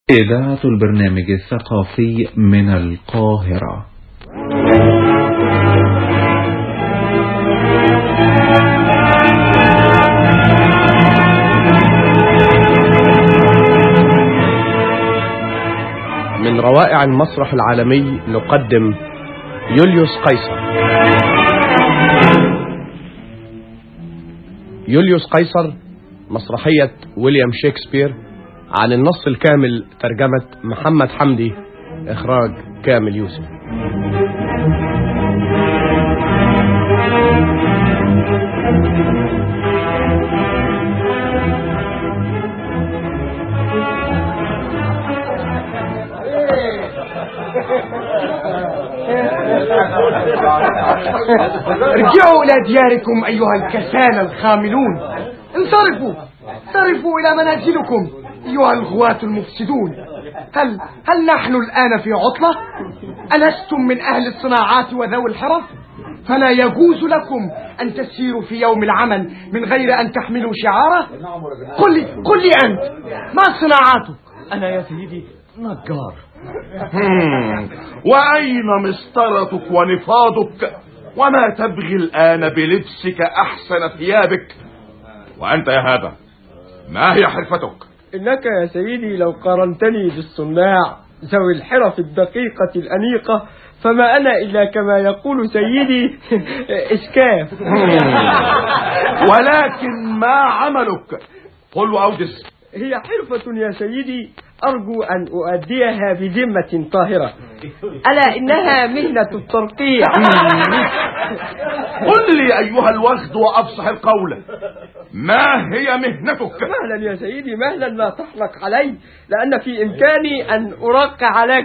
إذاعة البرنامج الثقافي من القاهرة. من روائع المسرح العالمي نقدم يوليوس قيصر. يوليوس قيصر مسرحية ويليام شكسبير، عن النص الكامل ترجمة محمد حمدي، إخراج كامل يوسف. ارجعوا إلى دياركم أيها الكسالى الخاملون، انصرفوا إلى منازلكم أيها الغواة المفسدون. هل نحن الآن في عطلة؟ ألستم من أهل الصناعات وذوي الحرف؟ فلا يجوز لكم أن تسيروا في يوم العمل من غير أن تحملوا شعاره. قل لي أنت، ما صناعاتك؟ أنا يا سيدي نجار. وأين مسطرتك ونفاضك؟ وما تبغي الآن بلبسك أحسن ثيابك؟ وأنت يا هذا، ما هي حرفتك؟ إنك يا سيدي لو قارنتني بالصناع ذوي الحرف الدقيقة الأنيقة فما أنا إلا كما يقول سيدي إسكاف. ولكن ما عملك؟ قل وأوجز. هي حرفة يا سيدي أرجو أن أؤديها بذمة طاهرة، ألا إنها مهنة الترقيع. قل لي أيها الوغد وأفصح القول، ما هي مهنتك؟ مهلا يا سيدي، مهلا لا تحلق علي، لأن في إمكاني أن أرقع لك.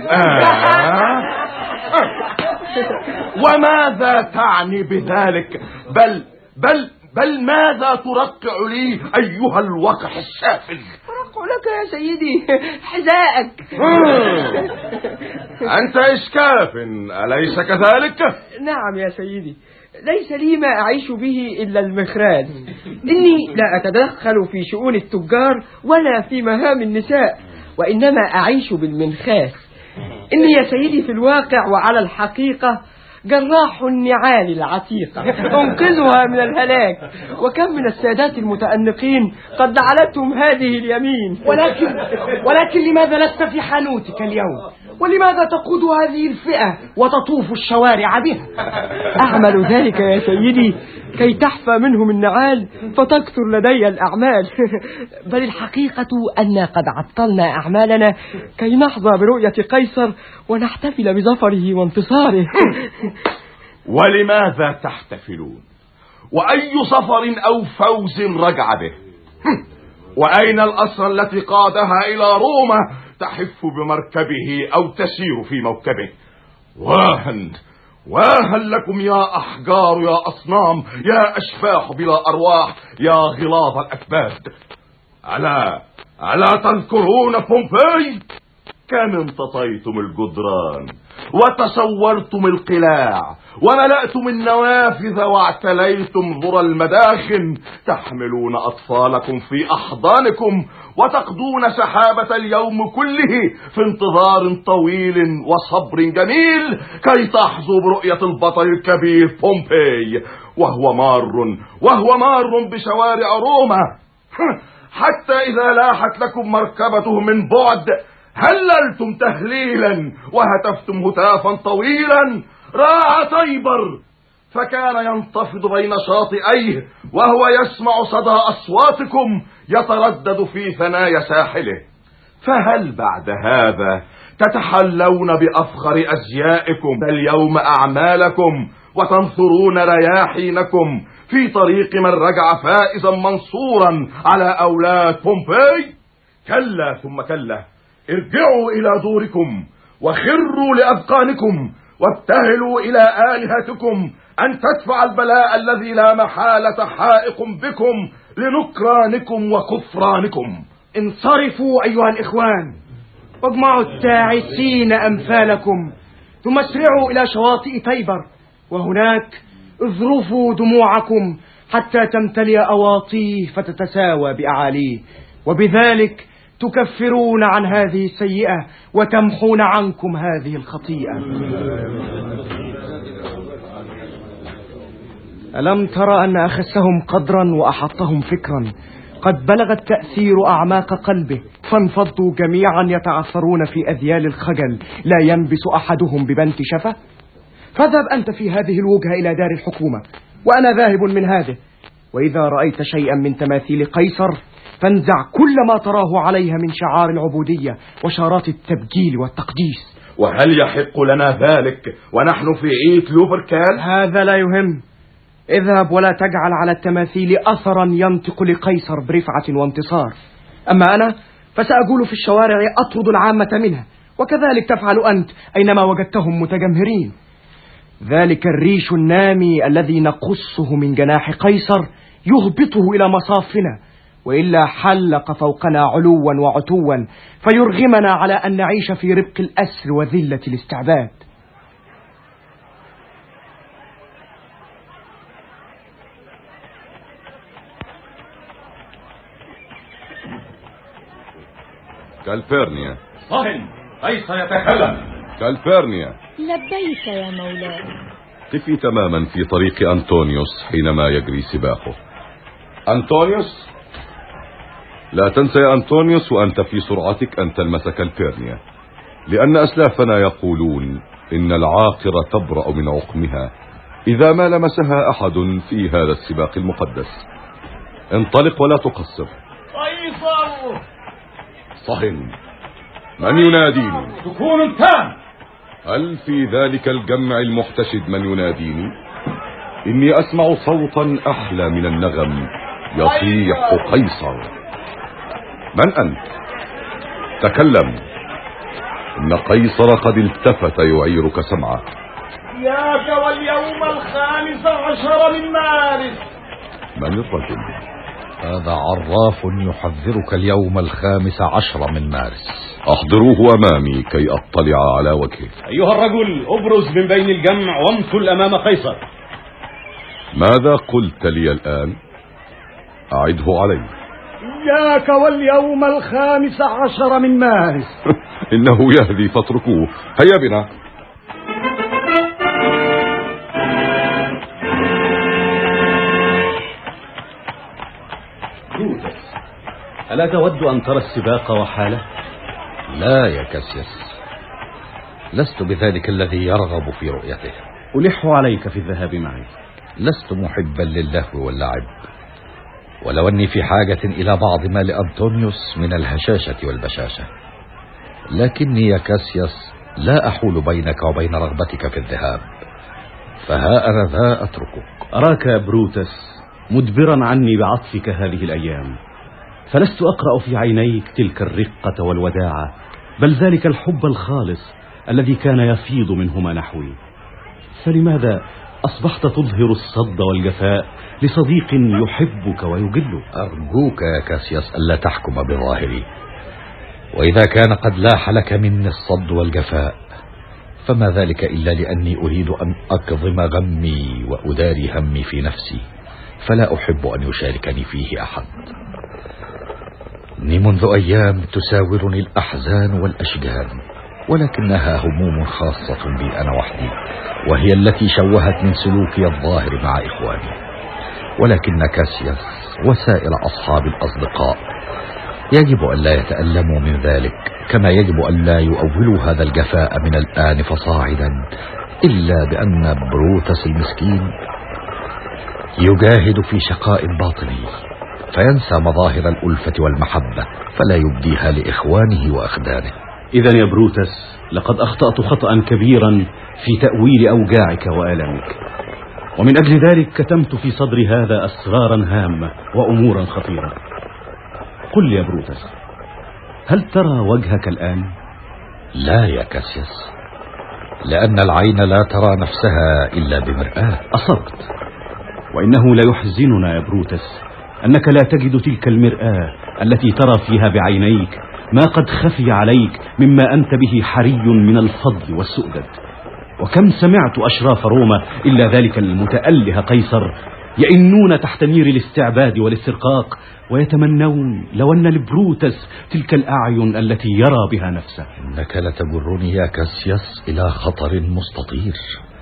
وماذا تعني بذلك؟ بل ماذا ترقع لي أيها الوقح السافل؟ أرقع لك يا سيدي حذاءك. أنت إسكاف أليس كذلك؟ نعم يا سيدي، ليس لي ما أعيش به إلا المخراج. إني لا أتدخل في شؤون التجار ولا في مهام النساء، وإنما أعيش بالمنخاس. إني يا سيدي في الواقع وعلى الحقيقة جراح النعال العتيقة، أنقذها من الهلاك. وكم من السادات المتأنقين قد جعلتهم هذه اليمين. ولكن لماذا لست في حانوتك اليوم؟ ولماذا تقود هذه الفئة وتطوف الشوارع بها؟ أعمل ذلك يا سيدي كي تحفى منهم النعال فتكثر لدي الأعمال. بل الحقيقة أن قد عطلنا أعمالنا كي نحظى برؤية قيصر ونحتفل بظفره وانتصاره. ولماذا تحتفلون؟ وأي ظفر أو فوز رجع به؟ وأين الأسرى التي قادها إلى روما تحف بمركبه أو تسير في موكبه؟ واها لكم يا أحجار، يا أصنام، يا أشباح بلا أرواح، يا غلاظ الأكباد. ألا تذكرون بومباي؟ كم امتطيتم الجدران وتصورتم القلاع وملأتم النوافذ واعتليتم ذرى المداخن، تحملون أطفالكم في أحضانكم وتقضون سحابة اليوم كله في انتظار طويل وصبر جميل كي تحظوا برؤية البطل الكبير بومباي وهو مار بشوارع روما، حتى إذا لاحت لكم مركبته من بعد هللتم تهليلا وهتفتم هتافا طويلا. راع طيبر فكان ينتفض بين شاطئيه وهو يسمع صدى أصواتكم يتردد في ثنايا ساحله. فهل بعد هذا تتحلون بأفخر أزيائكم اليوم أعمالكم وتنثرون رياحينكم في طريق من رجع فائزا منصورا على أولاد بومباي؟ كلا ثم كلا، ارجعوا إلى دوركم وخروا لأذقانكم وابتهلوا إلى آلهتكم أن تدفع البلاء الذي لا محالة حائق بكم لنكرانكم وكفرانكم. انصرفوا أيها الإخوان، واجمعوا التاعسين أمثالكم، ثم اسرعوا إلى شواطئ تيبر، وهناك اذرفوا دموعكم حتى تمتلئ أواطيه فتتساوى بأعاليه، وبذلك تكفرون عن هذه السيئة وتمحون عنكم هذه الخطيئة. ألم ترى أن أخسهم قدرا وأحطهم فكرا قد بلغت تأثير أعماق قلبه، فانفضوا جميعا يتعثرون في أذيال الخجل، لا ينبس أحدهم ببنت شفة؟ فاذهب أنت في هذه الوجهة إلى دار الحكومة، وأنا ذاهب من هذه. وإذا رأيت شيئا من تماثيل قيصر فانزع كل ما تراه عليها من شعار العبودية وشارات التبجيل والتقديس. وهل يحق لنا ذلك ونحن في عيد لوبركال؟ هذا لا يهم. اذهب ولا تجعل على التماثيل أثرا ينطق لقيصر برفعة وانتصار. أما أنا فسأقول في الشوارع أطرد العامة منها، وكذلك تفعل أنت أينما وجدتهم متجمهرين. ذلك الريش النامي الذي نقصه من جناح قيصر يهبطه إلى مصافنا، وإلا حلق فوقنا علوا وعتوا فيرغمنا على أن نعيش في ربق الأسر وذلة الاستعباد. كالفيرنيا. صهن، قيصر يتكلم. كالفيرنيا. لبيك يا مولاي. قفي تماما في طريق أنطونيوس حينما يجري سباقه. أنطونيوس، لا تنسى يا أنطونيوس وأنت في سرعتك أن تلمس كالفيرنيا، لأن أسلافنا يقولون إن العاقرة تبرأ من عقمها إذا ما لمسها أحد في هذا السباق المقدس. انطلق ولا تقصر. قيصر. صهن، من يناديني؟ سكون تام. هل في ذلك الجمع المحتشد من يناديني؟ إني أسمع صوتا أحلى من النغم يصيح قيصر. من أنت؟ تكلم، إن قيصر قد التفت يعيرك سمعه. ياك واليوم 15 من مارس. من الرجل؟ هذا عراف يحذرك اليوم 15 من مارس. أحضروه أمامي كي أطلع على وجهه. أيها الرجل، أبرز من بين الجمع وامثل أمام قيصر. ماذا قلت لي الآن؟ أعده علي. ياك واليوم 15 من مارس. إنه يهدي فاتركوه. هيا بنا. بروتس، ألا تود أن ترى السباق وحاله؟ لا يا كاسياس، لست بذلك الذي يرغب في رؤيته. ألح عليك في الذهاب معي. لست محبا للهو واللعب، ولو أني في حاجة إلى بعض ما لأنطونيوس من الهشاشة والبشاشة، لكني يا كاسياس لا أحول بينك وبين رغبتك في الذهاب، فها أنا ذا أتركك. أراك يا بروتس مدبرا عني بعطفك هذه الأيام، فلست أقرأ في عينيك تلك الرقة والوداعة، بل ذلك الحب الخالص الذي كان يفيض منهما نحوي. فلماذا أصبحت تظهر الصد والجفاء لصديق يحبك ويجلك؟ أرجوك يا كاسياس ألا تحكم بظاهري، وإذا كان قد لاح لك مني الصد والجفاء فما ذلك إلا لأني أريد أن أكظم غمي وأداري همي في نفسي، فلا أحب أن يشاركني فيه أحد. إني منذ أيام تساورني الأحزان والأشجان، ولكنها هموم خاصة بي أنا وحدي، وهي التي شوهت من سلوكي الظاهر مع إخواني. ولكن كاسياس وسائر أصحاب الأصدقاء يجب أن لا يتألموا من ذلك، كما يجب أن لا يؤولوا هذا الجفاء من الآن فصاعدا، إلا بأن بروتس المسكين يجاهد في شقاء باطني فينسى مظاهر الألفة والمحبة فلا يبديها لإخوانه وأخدانه. إذن يا بروتس لقد أخطأت خطأ كبيرا في تأويل أوجاعك وآلامك، ومن أجل ذلك كتمت في صدر هذا أسرارا هامة وأمورا خطيرة. قل لي يا بروتس، هل ترى وجهك الآن؟ لا يا كاسياس، لأن العين لا ترى نفسها إلا بمرآة. أصبت، وإنه لا يحزننا يا بروتس أنك لا تجد تلك المرآة التي ترى فيها بعينيك ما قد خفي عليك مما أنت به حري من الفضل والسؤدد. وكم سمعت أشراف روما إلا ذلك المتأله قيصر يئنون تحت نير الاستعباد والاسترقاق، ويتمنون لو أن لبروتس تلك الأعين التي يرى بها نفسه. إنك لتجرني يا كاسياس إلى خطر مستطير،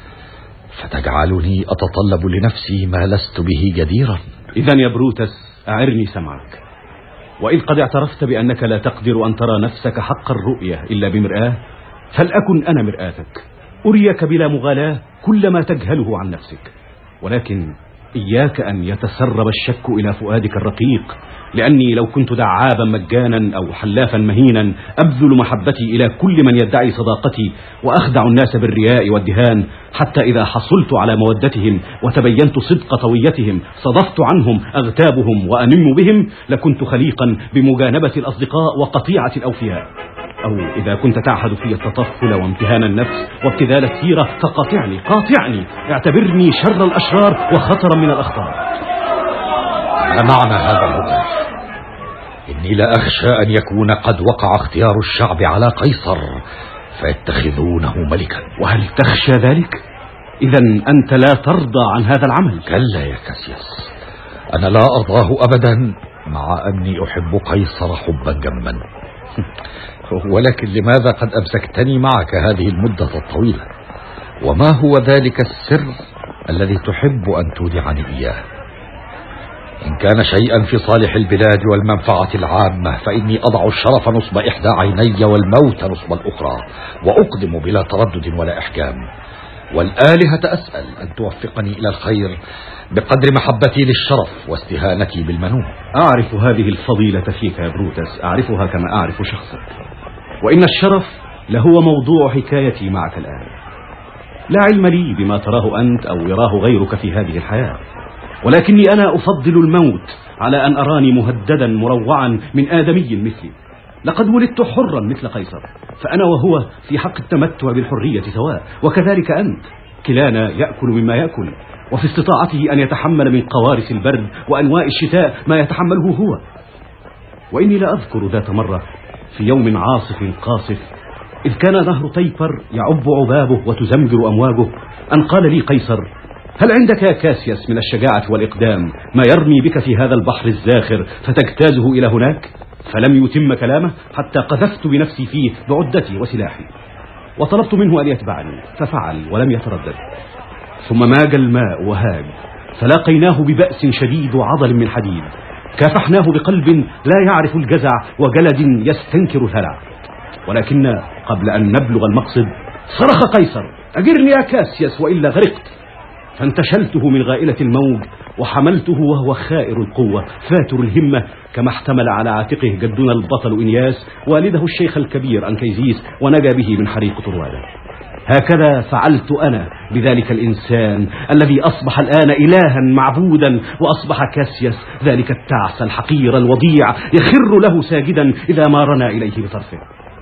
فتجعلني أتطلب لنفسي ما لست به جديرا. إذن يا بروتس أعرني سمعك، وإن قد اعترفت بأنك لا تقدر أن ترى نفسك حق الرؤية إلا بمرآة، فلأكن أنا مرآتك، أريك بلا مغالاة كل ما تجهله عن نفسك. ولكن إياك أن يتسرب الشك إلى فؤادك الرقيق، لأني لو كنت دعابا مجانا أو حلافا مهينا أبذل محبتي إلى كل من يدعي صداقتي وأخدع الناس بالرياء والدهان، حتى إذا حصلت على مودتهم وتبينت صدق طويتهم صدفت عنهم أغتابهم وأنم بهم، لكنت خليقا بمجانبة الأصدقاء وقطيعة الأوفياء. أو إذا كنت تعهد في التطفل وامتهان النفس وابتذال السيرة فقاطعني، اعتبرني شر الأشرار وخطرا من الأخطار. ما معنى هذا الهتاف؟ إني لا أخشى أن يكون قد وقع اختيار الشعب على قيصر فيتخذونه ملكا. وهل تخشى ذلك؟ إذن أنت لا ترضى عن هذا العمل؟ كلا يا كاسياس، أنا لا أرضاه أبدا، مع أني أحب قيصر حبا جما. ولكن لماذا قد أمسكتني معك هذه المدة الطويلة؟ وما هو ذلك السر الذي تحب أن تودعني إياه؟ إن كان شيئا في صالح البلاد والمنفعة العامة فإني أضع الشرف نصب إحدى عيني والموت نصب الأخرى، وأقدم بلا تردد ولا إحجام. والآلهة أسأل أن توفقني إلى الخير بقدر محبتي للشرف واستهانتي بالمنون. أعرف هذه الفضيلة فيك يا بروتس، أعرفها كما أعرف شخصك، وإن الشرف لهو موضوع حكايتي معك الآن. لا علم لي بما تراه أنت أو يراه غيرك في هذه الحياة، ولكني أنا أفضل الموت على أن أراني مهددا مروعا من آدمي مثلي. لقد ولدت حرا مثل قيصر، فأنا وهو في حق التمتع بالحرية سواء، وكذلك أنت. كلانا يأكل مما يأكل، وفي استطاعته أن يتحمل من قوارس البرد وأنواع الشتاء ما يتحمله هو. وإني لا أذكر ذات مرة في يوم عاصف قاصف، إذ كان نهر تيبر يعب عبابه وتزمجر أمواجه، أن قال لي قيصر: هل عندك يا كاسياس من الشجاعة والإقدام ما يرمي بك في هذا البحر الزاخر فتجتازه إلى هناك؟ فلم يتم كلامه حتى قذفت بنفسي فيه بعدتي وسلاحي، وطلبت منه أن يتبعني ففعل ولم يتردد. ثم ماج الماء وهاج، فلاقيناه ببأس شديد وعضل من حديد، كافحناه بقلب لا يعرف الجزع وجلد يستنكر الهلع. ولكن قبل أن نبلغ المقصد صرخ قيصر: أجرني يا كاسياس وإلا غرقت. فانتشلته من غائلة الموج وحملته وهو خائر القوة فاتر الهمة، كما احتمل على عاتقه جدنا البطل إنياس والده الشيخ الكبير أنكيزيس ونجا به من حريق طروادة. هكذا فعلت أنا بذلك الإنسان الذي أصبح الآن إلها معبودا، وأصبح كاسياس ذلك التعس الحقير الوضيع يخر له ساجدا إذا ما رنا إليه بطرفه.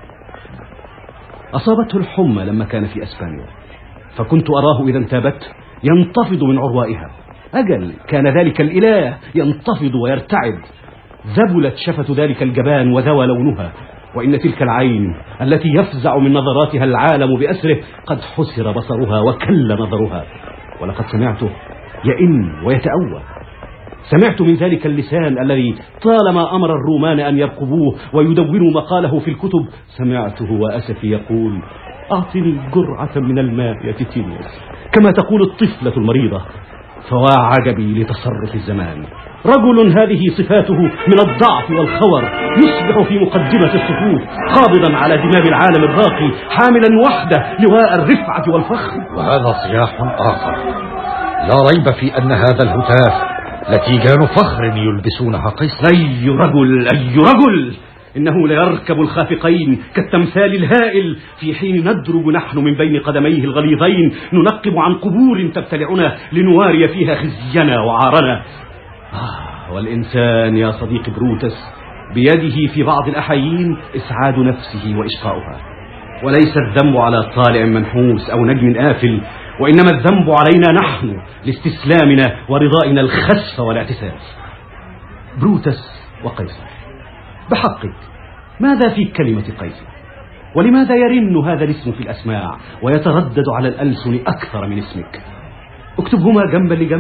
أصابته الحمى لما كان في أسبانيا، فكنت أراه إذا انتابت ينتفض من عروائها. أجل كان ذلك الإله ينتفض ويرتعد. ذبلت شفة ذلك الجبان وذوى لونها، وإن تلك العين التي يفزع من نظراتها العالم بأسره قد حسر بصرها وكل نظرها. ولقد سمعته يئن ويتأوه، سمعت من ذلك اللسان الذي طالما أمر الرومان أن يرقبوه ويدونوا مقاله في الكتب، سمعته وأسفي يقول: أعطني جرعة من الماء يا تيتينيوس، كما تقول الطفلة المريضة. فواعجبي لتصرف الزمان، رجل هذه صفاته من الضعف والخور، يصبح في مقدمة الصفوف قابضا على دماغ العالم الراقي، حاملا وحده لواء الرفعة والفخر. وهذا صياح آخر، لا ريب في أن هذا الهتاف لتيجان فخر يلبسونها قيصر. أي رجل إنه ليركب الخافقين كالتمثال الهائل، في حين ندرج نحن من بين قدميه الغليظين ننقب عن قبور تبتلعنا لنواري فيها خزينا وعارنا. والإنسان يا صديق بروتس بيده في بعض الأحايين إسعاد نفسه وإشقاؤها، وليس الذنب على طالع منحوس أو نجم آفل، وإنما الذنب علينا نحن لاستسلامنا ورضائنا الخسف والاعتساف. بروتس وقيصر، بحقك ماذا في كلمة قيصر؟ ولماذا يرن هذا الاسم في الأسماع ويتردد على الألسن أكثر من اسمك؟ اكتبهما جنبا لجنب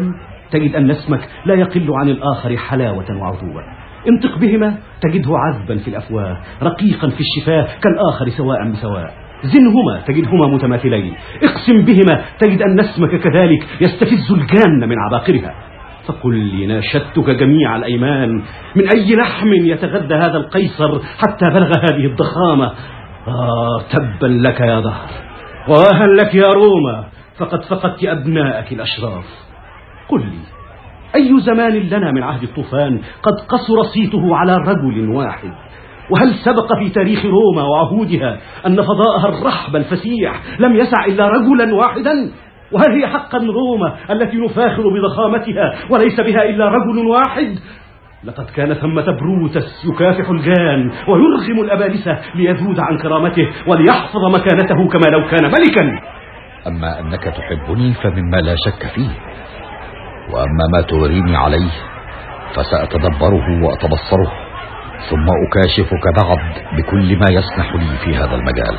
تجد أن اسمك لا يقل عن الآخر حلاوة وعذوبة. انطق بهما تجده عذبا في الأفواه، رقيقا في الشفاه كالآخر سواء بسواء. زنهما تجدهما متماثلين، اقسم بهما تجد أن اسمك كذلك يستفز الجان من عباقرها. فقل لي ناشدتك جميع الأيمان، من أي لحم يتغذى هذا القيصر حتى بلغ هذه الضخامة؟ تبا لك يا دهر، وآها لك يا روما، فقد فقدت أبناءك الأشراف. قل لي أي زمان لنا من عهد الطوفان قد قصر صيته على رجل واحد؟ وهل سبق في تاريخ روما وعهودها أن فضاءها الرحب الفسيح لم يسع إلا رجلا واحدا؟ وهل هي حقا روما التي نفاخر بضخامتها وليس بها إلا رجل واحد؟ لقد كان ثمة بروتس يكافح الجان ويرغم الأبالسة ليذود عن كرامته وليحفظ مكانته كما لو كان ملكا. أما أنك تحبني فمما لا شك فيه، وأما ما تغريني عليه فسأتدبره وأتبصره، ثم أكاشفك بعد بكل ما يسنح لي في هذا المجال.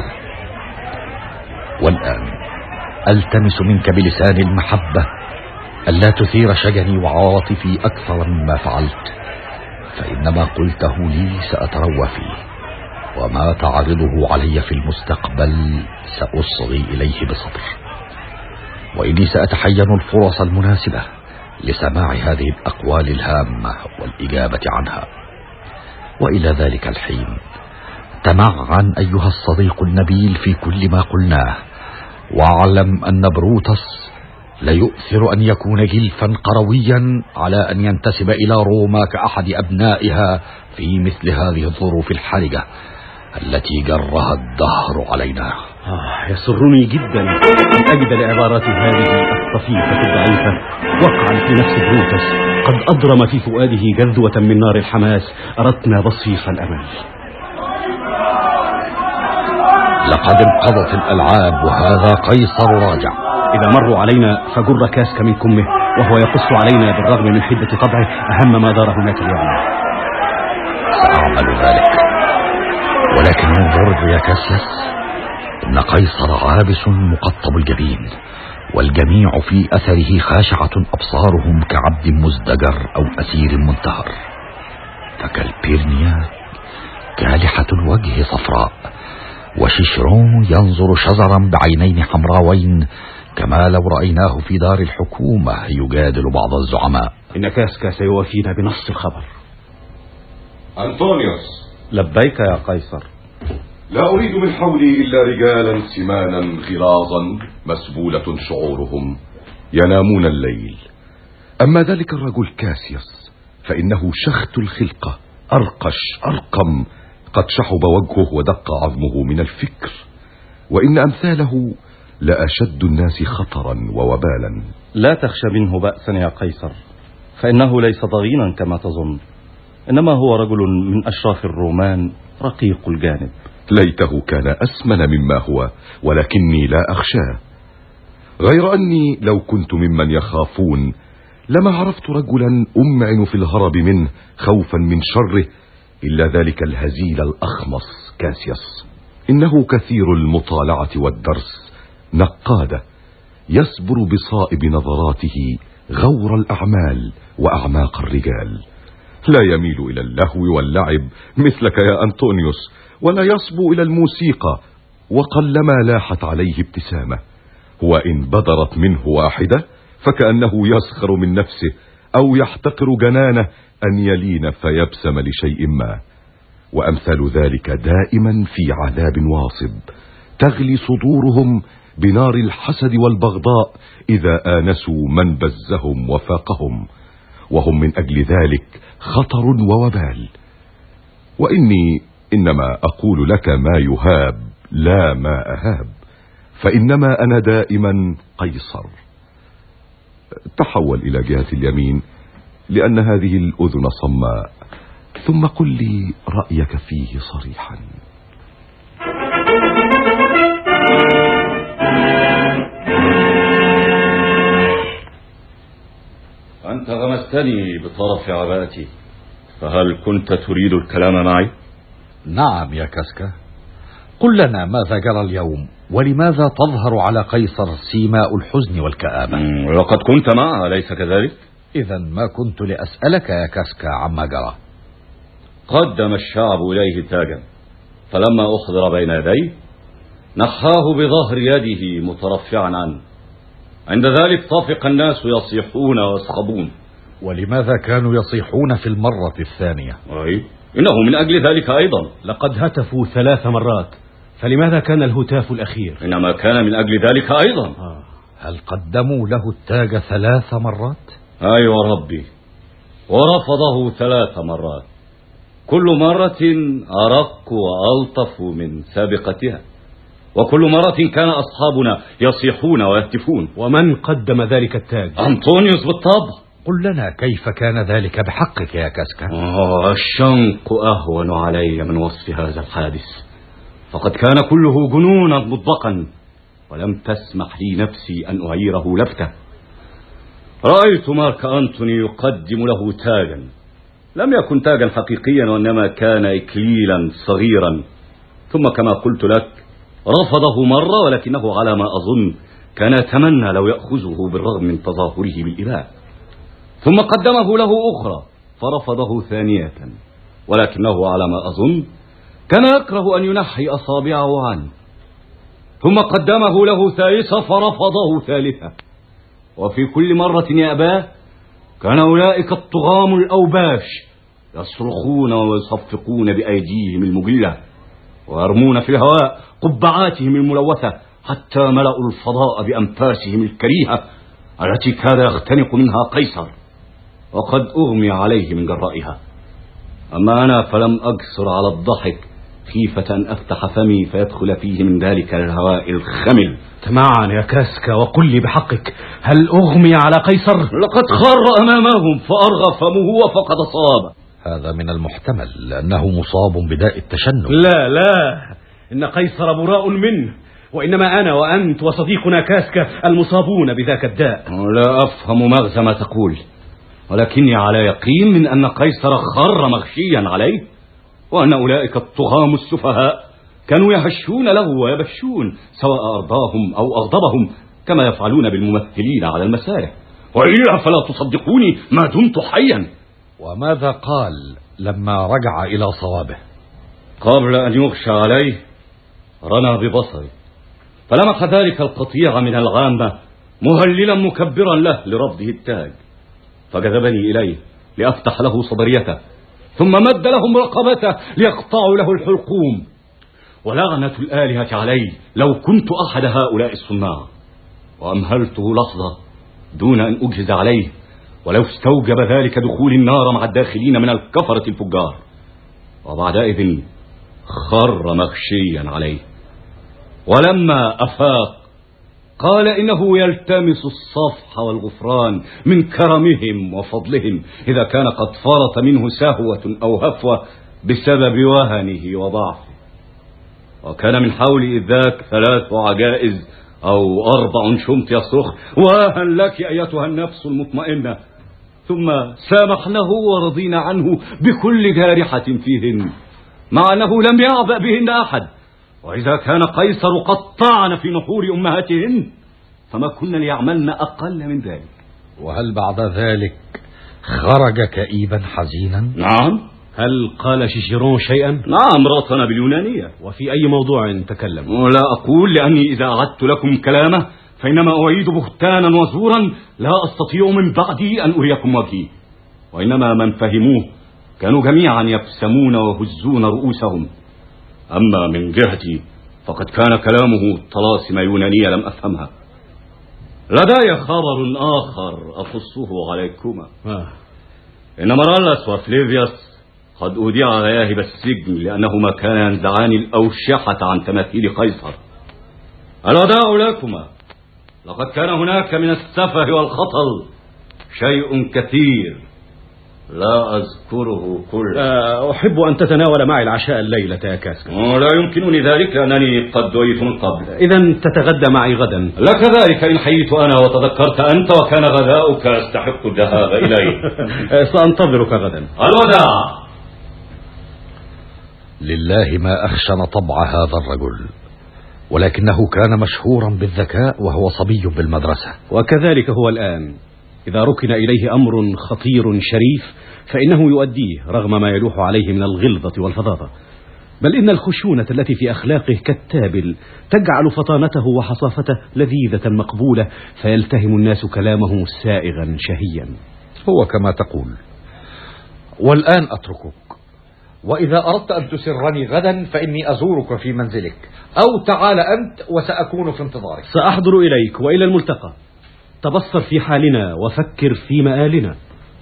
والآن ألتمس منك بلسان المحبة ألا تثير شجني وعاطفي أكثر مما فعلت، فإنما قلته لي سأتروى فيه، وما تعرضه علي في المستقبل سأصغي إليه بصبر، وإني سأتحين الفرص المناسبة لسماع هذه الأقوال الهامة والإجابة عنها. وإلى ذلك الحين تمعن أيها الصديق النبيل في كل ما قلناه، واعلم أن بروتس ليؤثر أن يكون جلفا قرويا على أن ينتسب إلى روما كأحد أبنائها في مثل هذه الظروف الحرجة التي جرها الدهر علينا. يسرني جدا أن أجد العبارات هذه الطفيفة الضعيفة وقعا في نفس بروتس قد أضرم في فؤاده جذوة من نار الحماس أردنا بصيص الأمل. لقد انقضت الألعاب وهذا قيصر راجع. إذا مروا علينا فجر كاسك من كمه وهو يقص علينا بالرغم من حدة طبعه أهم ما دار هناك اليوم. سأعمل ذلك، ولكن انظر يا كاسياس، إن قيصر عابس مقطب الجبين، والجميع في أثره خاشعة أبصارهم كعبد مزدجر أو أسير منتهر، فكالبيرنيا كالحة الوجه صفراء، وشيشرون ينظر شزرا بعينين حمراوين كما لو رأيناه في دار الحكومة يجادل بعض الزعماء. إن كاسكا سيوافينا بنص الخبر. أنطونيوس. لبيك يا قيصر. لا أريد من حولي إلا رجالا سمانا غلاظا مسبولة شعورهم ينامون الليل. أما ذلك الرجل كاسياس فإنه شخت الخلقة، أرقش أرقم، قد شحب وجهه ودق عظمه من الفكر، وإن أمثاله لأشد الناس خطرا ووبالا. لا تخشى منه بأسا يا قيصر، فإنه ليس ضغينا كما تظن، إنما هو رجل من أشراف الرومان رقيق الجانب. ليته كان أسمن مما هو، ولكني لا أخشاه، غير أني لو كنت ممن يخافون لما عرفت رجلا أمعن في الهرب منه خوفا من شره إلا ذلك الهزيل الأخمص كاسياس. إنه كثير المطالعة والدرس، نقادة، يسبر بصائب نظراته غور الأعمال وأعماق الرجال، لا يميل إلى اللهو واللعب مثلك يا أنطونيوس، ولا يصبو إلى الموسيقى، وقلما لاحت عليه ابتسامة، وإن بدرت منه واحدة فكأنه يسخر من نفسه أو يحتقر جنانه أن يلين فيبسم لشيء ما. وأمثال ذلك دائما في عذاب واصب تغلي صدورهم بنار الحسد والبغضاء إذا آنسوا من بزهم وفاقهم، وهم من أجل ذلك خطر ووبال. وإني إنما أقول لك ما يهاب لا ما أهاب، فإنما أنا دائما قيصر. تحول إلى جهة اليمين لأن هذه الأذن صماء، ثم قل لي رأيك فيه صريحا. أنت غمستني بطرف عباتي، فهل كنت تريد الكلام معي؟ نعم يا كاسكا، قل لنا ماذا جرى اليوم، ولماذا تظهر على قيصر سيماء الحزن والكآبة؟ وقد كنت معه أليس كذلك؟ إذا ما كنت لأسألك يا كاسكا عما جرى. قدم الشعب إليه تاجا، فلما أحضر بين يديه نحاه بظهر يده مترفعا عنه. عند ذلك طفق الناس يصيحون ويصخبون. ولماذا كانوا يصيحون في المرة الثانية؟ إنه من أجل ذلك أيضا. لقد هتفوا 3 مرات، فلماذا كان الهتاف الأخير؟ إنما كان من أجل ذلك أيضا. هل قدموا له التاج 3 مرات؟ أيوة ربي، ورفضه 3 مرات، كل مرة أرق وألطف من سابقتها، وكل مرة كان أصحابنا يصيحون ويهتفون. ومن قدم ذلك التاج؟ أنطونيوس بالطبع. قل لنا كيف كان ذلك بحقك يا كاسكا؟ الشنق أهون علي من وصف هذا الحادث، فقد كان كله جنونا مطبقا، ولم تسمح لي نفسي أن أعيره لفتة. رأيت مارك أنتوني يقدم له تاجا، لم يكن تاجا حقيقيا، وإنما كان إكليلا صغيرا، ثم كما قلت لك رفضه مرة، ولكنه على ما أظن كان يتمنى لو يأخذه بالرغم من تظاهره بالإباء. ثم قدمه له أخرى فرفضه ثانية، ولكنه على ما أظن كان يكره أن ينحي أصابعه عنه. ثم قدمه له ثالثة فرفضه ثالثة. وفي كل مرة يا أباه كان أولئك الطغام الأوباش يصرخون ويصفقون بأيديهم المجلة، ويرمون في الهواء قبعاتهم الملوثة حتى ملأوا الفضاء بأنفاسهم الكريهة التي كاد يختنق منها قيصر، وقد أغمي عليه من جرائها. أما أنا فلم أقصر على الضحك خيفة أن أفتح فمي فيدخل فيه من ذلك الهواء الخمل. تمعن يا كاسكا وقل لي بحقك، هل أغمي على قيصر؟ لقد خر أمامهم فأرغى فمه وفقد صوابه. هذا من المحتمل لأنه مصاب بداء التشنج. لا، إن قيصر براء منه، وإنما أنا وأنت وصديقنا كاسكا المصابون بذاك الداء. لا أفهم مغزى ما تقول، ولكني على يقين من أن قيصر خر مغشيا عليه، وأن أولئك الطغام السفهاء كانوا يهشون له ويبشون سواء أرضاهم أو أغضبهم، كما يفعلون بالممثلين على المسارح، وإلا فلا تصدقوني ما دمت حيا. وماذا قال لما رجع إلى صوابه؟ قبل أن يغشى عليه رمى ببصره فلمح ذلك القطيع من العامة مهللا مكبرا له لرفضه التاج، فجذبني إليه لأفتح له صدريته، ثم مد لهم رقبته ليقطعوا له الحلقوم. ولعنة الآلهة علي لو كنت أحد هؤلاء الصناع. وأمهلته لحظة دون أن أجهز عليه، ولو استوجب ذلك دخول النار مع الداخلين من الكفرة الفجار. وبعدئذ خر مغشيا عليه، ولما أفاق قال إنه يلتمس الصفح والغفران من كرمهم وفضلهم إذا كان قد فرط منه سهوة أو هفوة بسبب وهنه وضعفه. وكان من حولي إذ ذاك 3 عجائز أو 4 شمت يصرخ: واهن لك أيتها النفس المطمئنة. ثم سامحناه ورضينا عنه بكل جارحة فيهن، مع أنه لم يعبأ بهن أحد. وإذا كان قيصر قد طعن في نحور أمهاتهن فما كنا ليعملن أقل من ذلك. وهل بعد ذلك خرج كئيبا حزينا؟ نعم. هل قال شيشيرون شيئا؟ نعم، راتنا باليونانية. وفي أي موضوع تكلم؟ ولا أقول، لأني إذا أعدت لكم كلامه فإنما أعيد بهتانا وزورا لا أستطيع من بعدي أن أريكم وجهي. وإنما من فهموه كانوا جميعا يبسمون وهزون رؤوسهم. أما من جهتي فقد كان كلامه طلاسم يونانية لم أفهمها. لدي خبر آخر أقصه عليكما. إن مرالس وفليفيوس قد أوديع غياهب السجن لأنهما كانا ينزعان الأوشحة عن تماثيل قيصر. الوداع لكما، لقد كان هناك من السفه والخطل شيء كثير لا أذكره كله. أحب أن تتناول معي العشاء الليلة يا كاسكا. لا يمكنني ذلك لأنني قد دعيت من قبل. إذن تتغدى معي غدا. لك ذلك إن حييت أنا وتذكرت أنت وكان غذاؤك يستحق الذهاب إليه. سأنتظرك غدا. الوداع. لله ما أخشن طبع هذا الرجل، ولكنه كان مشهورا بالذكاء وهو صبي بالمدرسة، وكذلك هو الآن. إذا ركن إليه أمر خطير شريف فإنه يؤديه رغم ما يلوح عليه من الغلظة والفظاظة، بل إن الخشونة التي في أخلاقه كالتابل تجعل فطانته وحصافته لذيذة مقبولة، فيلتهم الناس كلامه سائغا شهيا. هو كما تقول. والآن أتركك، وإذا أردت أن تسرني غدا فإني أزورك في منزلك، أو تعال أنت وسأكون في انتظارك. سأحضر إليك وإلى الملتقى. تبصر في حالنا وفكر في مآلنا.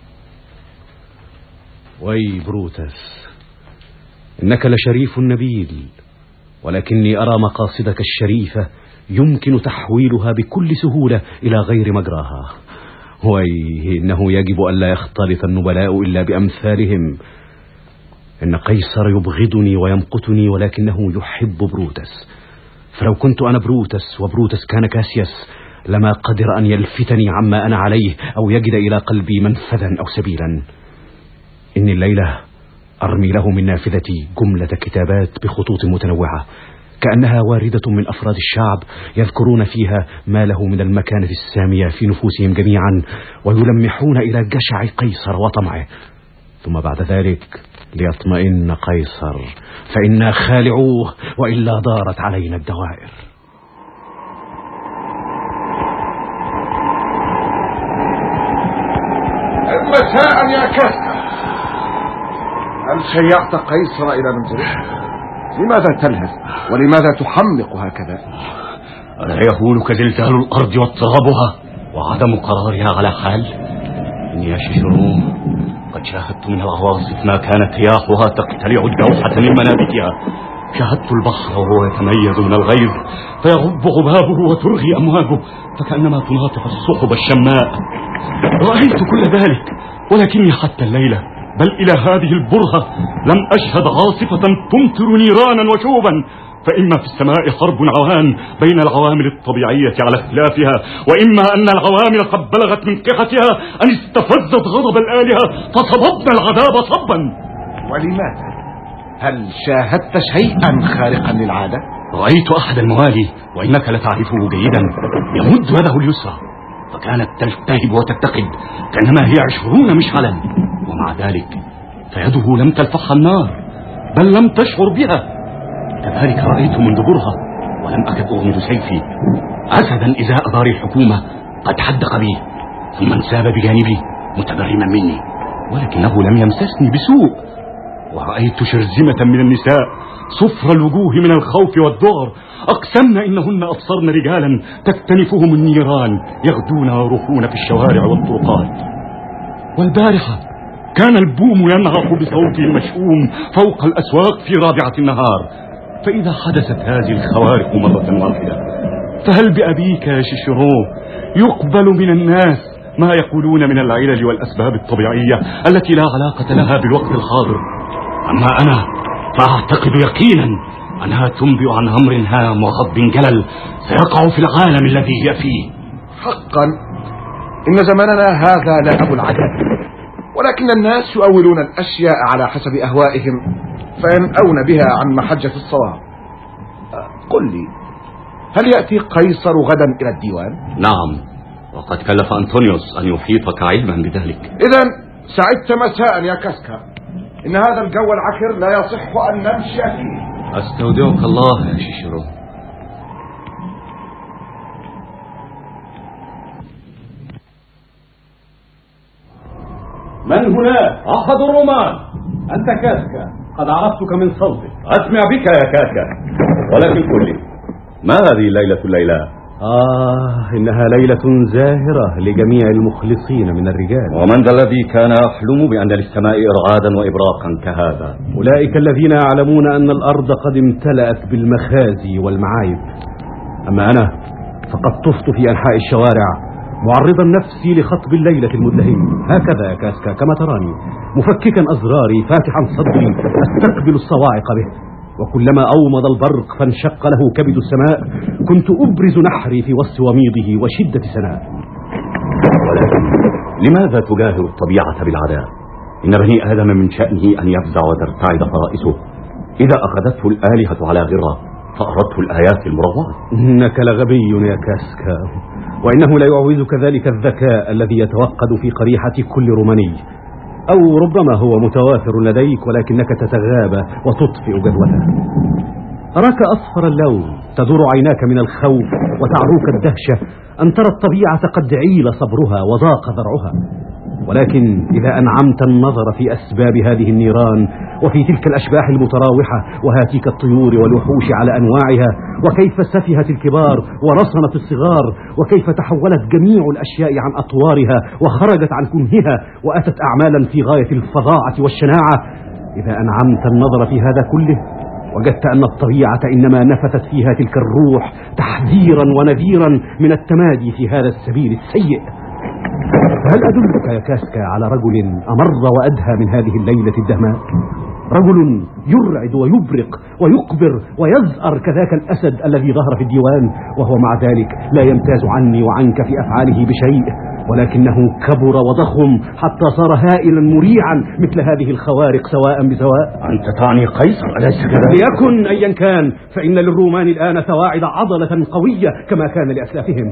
وي بروتس، إنك لشريف نبيل، ولكني أرى مقاصدك الشريفة يمكن تحويلها بكل سهولة إلى غير مجراها. وي إنه يجب أن لا يختلط النبلاء إلا بأمثالهم. إن قيصر يبغضني ويمقتني ولكنه يحب بروتس، فلو كنت أنا بروتس وبروتس كان كاسياس لما قدر أن يلفتني عما أنا عليه أو يجد إلى قلبي منفذا أو سبيلا. إني الليلة أرمي له من نافذتي جملة كتابات بخطوط متنوعة كأنها واردة من أفراد الشعب يذكرون فيها ما له من المكانة السامية في نفوسهم جميعا، ويلمحون إلى جشع قيصر وطمعه. ثم بعد ذلك ليطمئن قيصر فإنا خالعوه وإلا دارت علينا الدوائر. مساء يا كاسكا، هل شيعت قيصر إلى منزلك؟ لماذا تلهث ولماذا تحمق هكذا؟ ألا يهولك زلزال الأرض واضطرابها وعدم قرارها على حال؟ إني يا شيشرون قد شاهدت من العواصف ما كانت رياحها تقتلع الدوحة من منابتها. شاهدت البحر وهو يتميز من الغيظ فيغب غبابه وترغي أمواجه فكأنما تناطح السحب الشماء. رأيت كل ذلك، ولكني حتى الليلة بل إلى هذه البرهة لم أشهد عاصفة تمطر نيرانا وشوبا. فإما في السماء حرب عوان بين العوامل الطبيعية على اختلافها، وإما أن العوامل قد بلغت من قحتها أن استفزت غضب الآلهة فصببنا العذاب صبا. ولماذا؟ هل شاهدت شيئا خارقا للعادة؟ رأيت أحد الموالي وإنك لتعرفه جيدا يمد يده اليسرى فكانت تلتهب وتتقد كأنما هي 20 مشعلا، ومع ذلك فيده لم تلفحها النار بل لم تشعر بها. كذلك رأيت من دبرها ولم أكد أغمد سيفي أسدا إزاء دار الحكومة قد حدق بي ثم انساب بجانبي متبرما مني، ولكنه لم يمسسني بسوء. ورأيت شرذمة من النساء صفر الوجوه من الخوف والذعر أقسمن إنهن أبصرن رجالا تكتنفهم النيران يغدون ويروحون في الشوارع والطرقات. والبارحة كان البوم ينعق بصوته المشؤوم فوق الأسواق في رابعة النهار. فإذا حدثت هذه الخوارق مرة واحدة فهل بأبيك يا شيشرون يقبل من الناس ما يقولون من العلل والأسباب الطبيعية التي لا علاقة لها بالوقت الحاضر؟ أما أنا فأعتقد يقينا أنها تنبئ عن أمر هام وغض جلل سيقع في العالم الذي هي فيه. حقا إن زماننا هذا لا أبو العجب، ولكن الناس يؤولون الأشياء على حسب أهوائهم فينأون بها عن محجة الصواب. قل لي، هل يأتي قيصر غدا إلى الديوان؟ نعم، وقد كلف أنطونيوس أن يحيطك علما بذلك. إذن سعدت مساء يا كاسكا، إن هذا الجو العكر لا يصح أن نمشي فيه. أستودعك الله يا شيشرون. من هنا؟ أحد الرومان. أنت كاسكا، قد عرفتك من صوتك. أسمع بك يا كاسكا، ولكن قل لي، ما هذه الليلة الليلة؟ إنها ليلة زاهرة لجميع المخلصين من الرجال. ومن ذا الذي كان يحلم بأن للسماء إرعادا وإبراقا كهذا؟ أولئك الذين يعلمون أن الأرض قد امتلأت بالمخازي والمعايب. أما أنا فقد طفت في أنحاء الشوارع معرضا نفسي لخطب الليلة المدلهين، هكذا يا كاسكا كما تراني، مفككا أزراري فاتحا صدري أستقبل الصواعق به. وكلما أومض البرق فانشق له كبد السماء كنت أبرز نحري في وسط وميضه وشدة سناء. ولكن لماذا تجاهر الطبيعة بالعداء؟ إن بني آدم من شأنه أن يفزع وترتعد فرائسه. إذا أخذته الآلهة على غرة فأردت الآيات المروعة. إنك لغبي يا كاسكا، وإنه لا يعوزك ذلك الذكاء الذي يتوقد في قريحة كل روماني، أو ربما هو متوافر لديك ولكنك تتغابى وتطفئ جدوته. أراك أصفر اللون، تدور عيناك من الخوف وتعروك الدهشة أن ترى الطبيعة قد عيل صبرها وضاق ذرعها. ولكن إذا أنعمت النظر في أسباب هذه النيران وفي تلك الأشباح المتراوحة وهاتيك الطيور والوحوش على أنواعها، وكيف سفهت الكبار ورصنت الصغار، وكيف تحولت جميع الأشياء عن أطوارها وخرجت عن كنهها وأتت أعمالا في غاية الفظاعة والشناعة، إذا أنعمت النظر في هذا كله وجدت أن الطبيعة إنما نفثت فيها تلك الروح تحذيرا ونذيرا من التمادي في هذا السبيل السيء. هل أدلك يا كاسكا على رجل أمر وأدهى من هذه الليلة الدهماء؟ رجل يرعد ويبرق ويقبر ويزأر كذاك الأسد الذي ظهر في الديوان، وهو مع ذلك لا يمتاز عني وعنك في أفعاله بشيء، ولكنه كبر وضخم حتى صار هائلا مريعا مثل هذه الخوارق سواء بسواء. أنت تعني قيصر أليس كذلك؟ ليكن أيا كان، فإن للرومان الآن سواعد عضلة قوية كما كان لأسلافهم.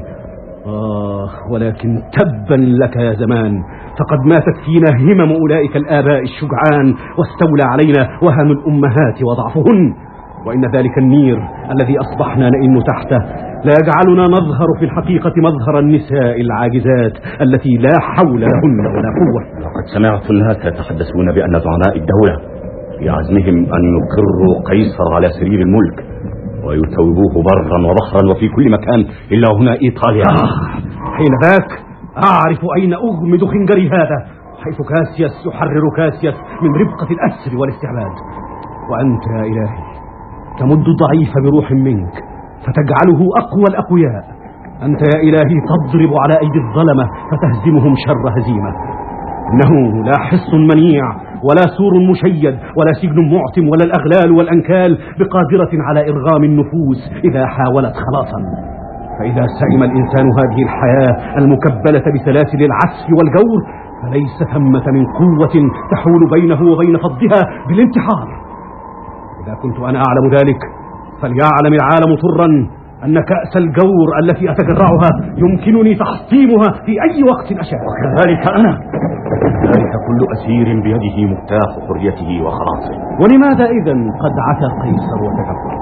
ولكن تبا لك يا زمان، فقد ماتت فينا همم أولئك الآباء الشجعان، واستولى علينا وهن الأمهات وضعفهن، وإن ذلك النير الذي أصبحنا نئن تحته لا يجعلنا نظهر في الحقيقة مظهر النساء العاجزات التي لا حول لهن ولا قوة. لقد سمعت الناس يتحدثون بأن زعماء الدولة في عزمهم أن يقروا قيصر على سرير الملك ويتوبوه برا وبحرا وفي كل مكان إلا هنا إيطاليا. حين ذاك أعرف أين أغمد خنجري هذا، حيث كاسياس يحرر كاسياس من ربقة الأسر والاستعباد، وأنت يا إلهي تمد الضعيف بروح منك فتجعله أقوى الأقوياء. أنت يا إلهي تضرب على أيدي الظلمة فتهزمهم شر هزيمة. إنه لا حص منيع ولا سور مشيد ولا سجن معتم ولا الأغلال والأنكال بقادرة على إرغام النفوس إذا حاولت خلاصا. فإذا سئم الإنسان هذه الحياة المكبلة بسلاسل العسف والجور فليس ثمة من قوة تحول بينه وبين فضها بالانتحار. إذا كنت أنا أعلم ذلك فليعلم العالم طرا أن كأس الجور التي أتجرعها يمكنني تحطيمها في أي وقت أشاء. وكذلك أنا، ذلك كل أسير بيده مفتاح حريته وخلاصه. ولماذا إذن قد عتى قيصر وتكبر؟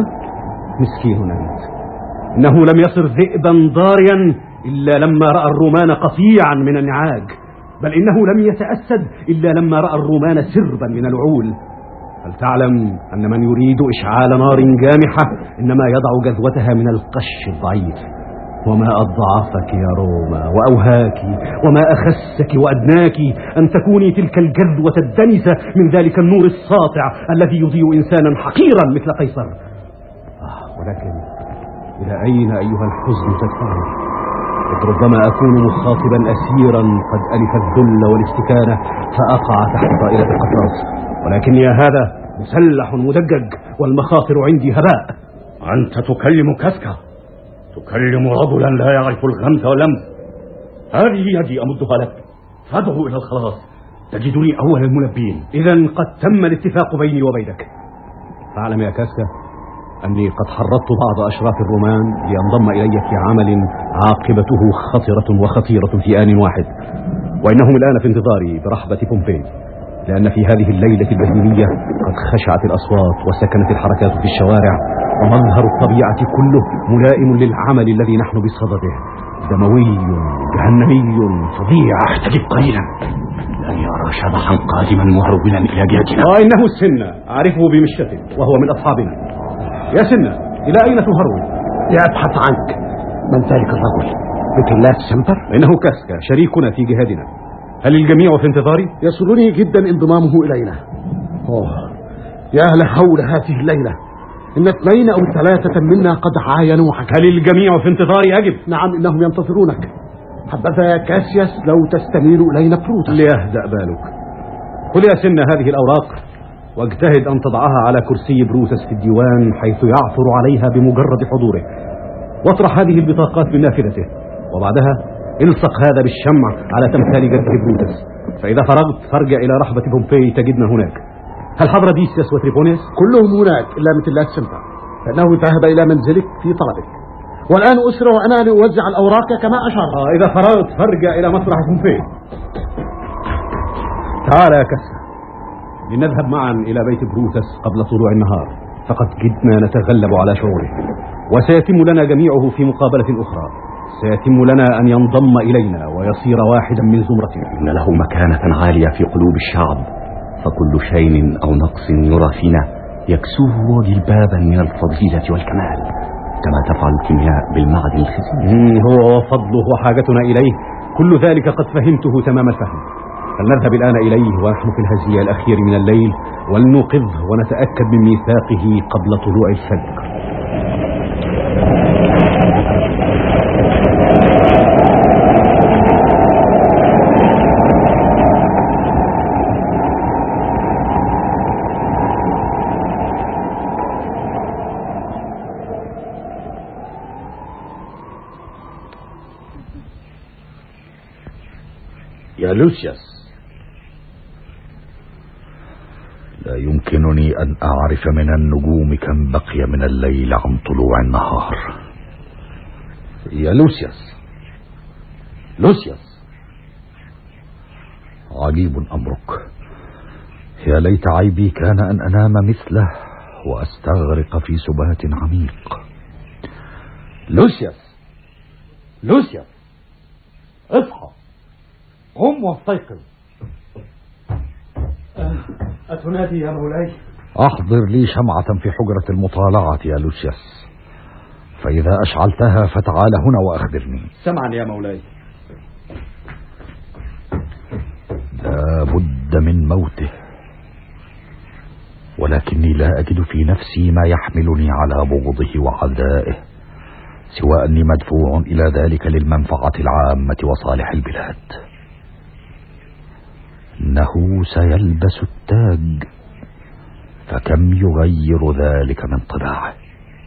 مسكين أنت، إنه لم يصر ذئبا ضاريا إلا لما رأى الرومان قطيعا من النعاج، بل إنه لم يتأسد إلا لما رأى الرومان سربا من العول. فلتعلم أن من يريد إشعال نار جامحة إنما يضع جذوتها من القش الضعيف. وما أضعفك يا روما وأوهاك وما أخسك وأدناك أن تكوني تلك الجذوة الدنسة من ذلك النور الساطع الذي يضيء إنسانا حقيرا مثل قيصر. ولكن إلى أين أيها الحزن تدفعني؟ قد ربما أكون مخاطبا أسيرا قد ألف الذل والاستكانة فأقع تحت طائلة القفاص، ولكن يا هذا مسلح مدجج والمخاطر عندي هباء. أنت تكلم كاسكا، تكلم رجلا لا يعرف الغمز واللمز. هذه يدي أمدها لك، فادعو إلى الخلاص، تجدني أول الملبين. إذن قد تم الاتفاق بيني وبينك. فاعلم يا كاسكا أني قد حرضت بعض أشراف الرومان لينضم إلي في عمل عاقبته خطرة وخطيرة في آن واحد، وإنهم الآن في انتظاري برحبة بومبي، لأن في هذه الليلة البهيمية قد خشعت الأصوات وسكنت الحركات في الشوارع، ومظهر الطبيعة كله ملائم للعمل الذي نحن بصدده، دموي جهنمي فظيع. احتجب قليلا، لن يرى شبحا قادما مهرولا إلى جهتنا. إنه السنة، أعرفه بمشيته وهو من أصحابنا. يا سنة، إلى أين تهرب؟ يبحث عنك. من ذلك الرجل؟ بكلاس سمبر؟ إنه كاسكا شريكنا في جهادنا. هل الجميع في انتظاري؟ يسرني جدا انضمامه إلينا. يا لهول هذه الليلة، إن 2 أو 3 منا قد عاينوك. هل الجميع في انتظاري أجب؟ نعم، إنهم ينتظرونك. حبذا يا كاسياس لو تستميل إلينا بروتس. ليهدأ بالك. خذ يا سنة هذه الأوراق واجتهد أن تضعها على كرسي بروتس في الديوان حيث يعثر عليها بمجرد حضوره، واطرح هذه البطاقات من نافذته، وبعدها الصق هذا بالشمع على تمثال جده بروتس، فإذا فرغت فارجع إلى رحبة بومبي تجدنا هناك. هل حضر ديسياس وتريبونيس؟ كلهم هناك إلا مثل سمبر. فإنه ذهب إلى منزلك في طلبك، والآن أسرع وأنا لأوزع الأوراق كما أشار. إذا فرغت فارجع إلى مسرحكم فين. تعال يا كسا، لنذهب معا إلى بيت بروتس قبل طلوع النهار، فقد كدنا نتغلب على شعوره، وسيتم لنا جميعه في مقابلة أخرى. سيتم لنا أن ينضم إلينا ويصير واحدا من زمرتنا. إن له مكانة عالية في قلوب الشعب، فكل شيء أو نقص يرى فينا يكسوه جلبابا من الفضيلة والكمال، كما تفعل الكيمياء بالمعدن الخزين. هو وفضله وحاجتنا إليه، كل ذلك قد فهمته تمام الفهم. فلنذهب الآن إليه ونحن في الهزية الأخير من الليل، ولنوقظه ونتأكد من ميثاقه قبل طلوع الفجر. يا لوسيوس، لا يمكنني أن أعرف من النجوم كم بقي من الليل عن طلوع النهار. يا لوسيوس، عجيب أمرك. يا ليت عيبي كان أن أنام مثله وأستغرق في سبات عميق. لوسيوس، اصحى، قم واستيقظ. أتنادي يا مولاي؟ أحضر لي شمعة في حجرة المطالعة يا لوسيوس، فإذا أشعلتها فتعال هنا وأخبرني. سمعا يا مولاي. لا بد من موته، ولكني لا أجد في نفسي ما يحملني على بغضه وعدائه، سوى أني مدفوع إلى ذلك للمنفعة العامة وصالح البلاد. إنه سيلبس التاج، فكم يغير ذلك من طباعه.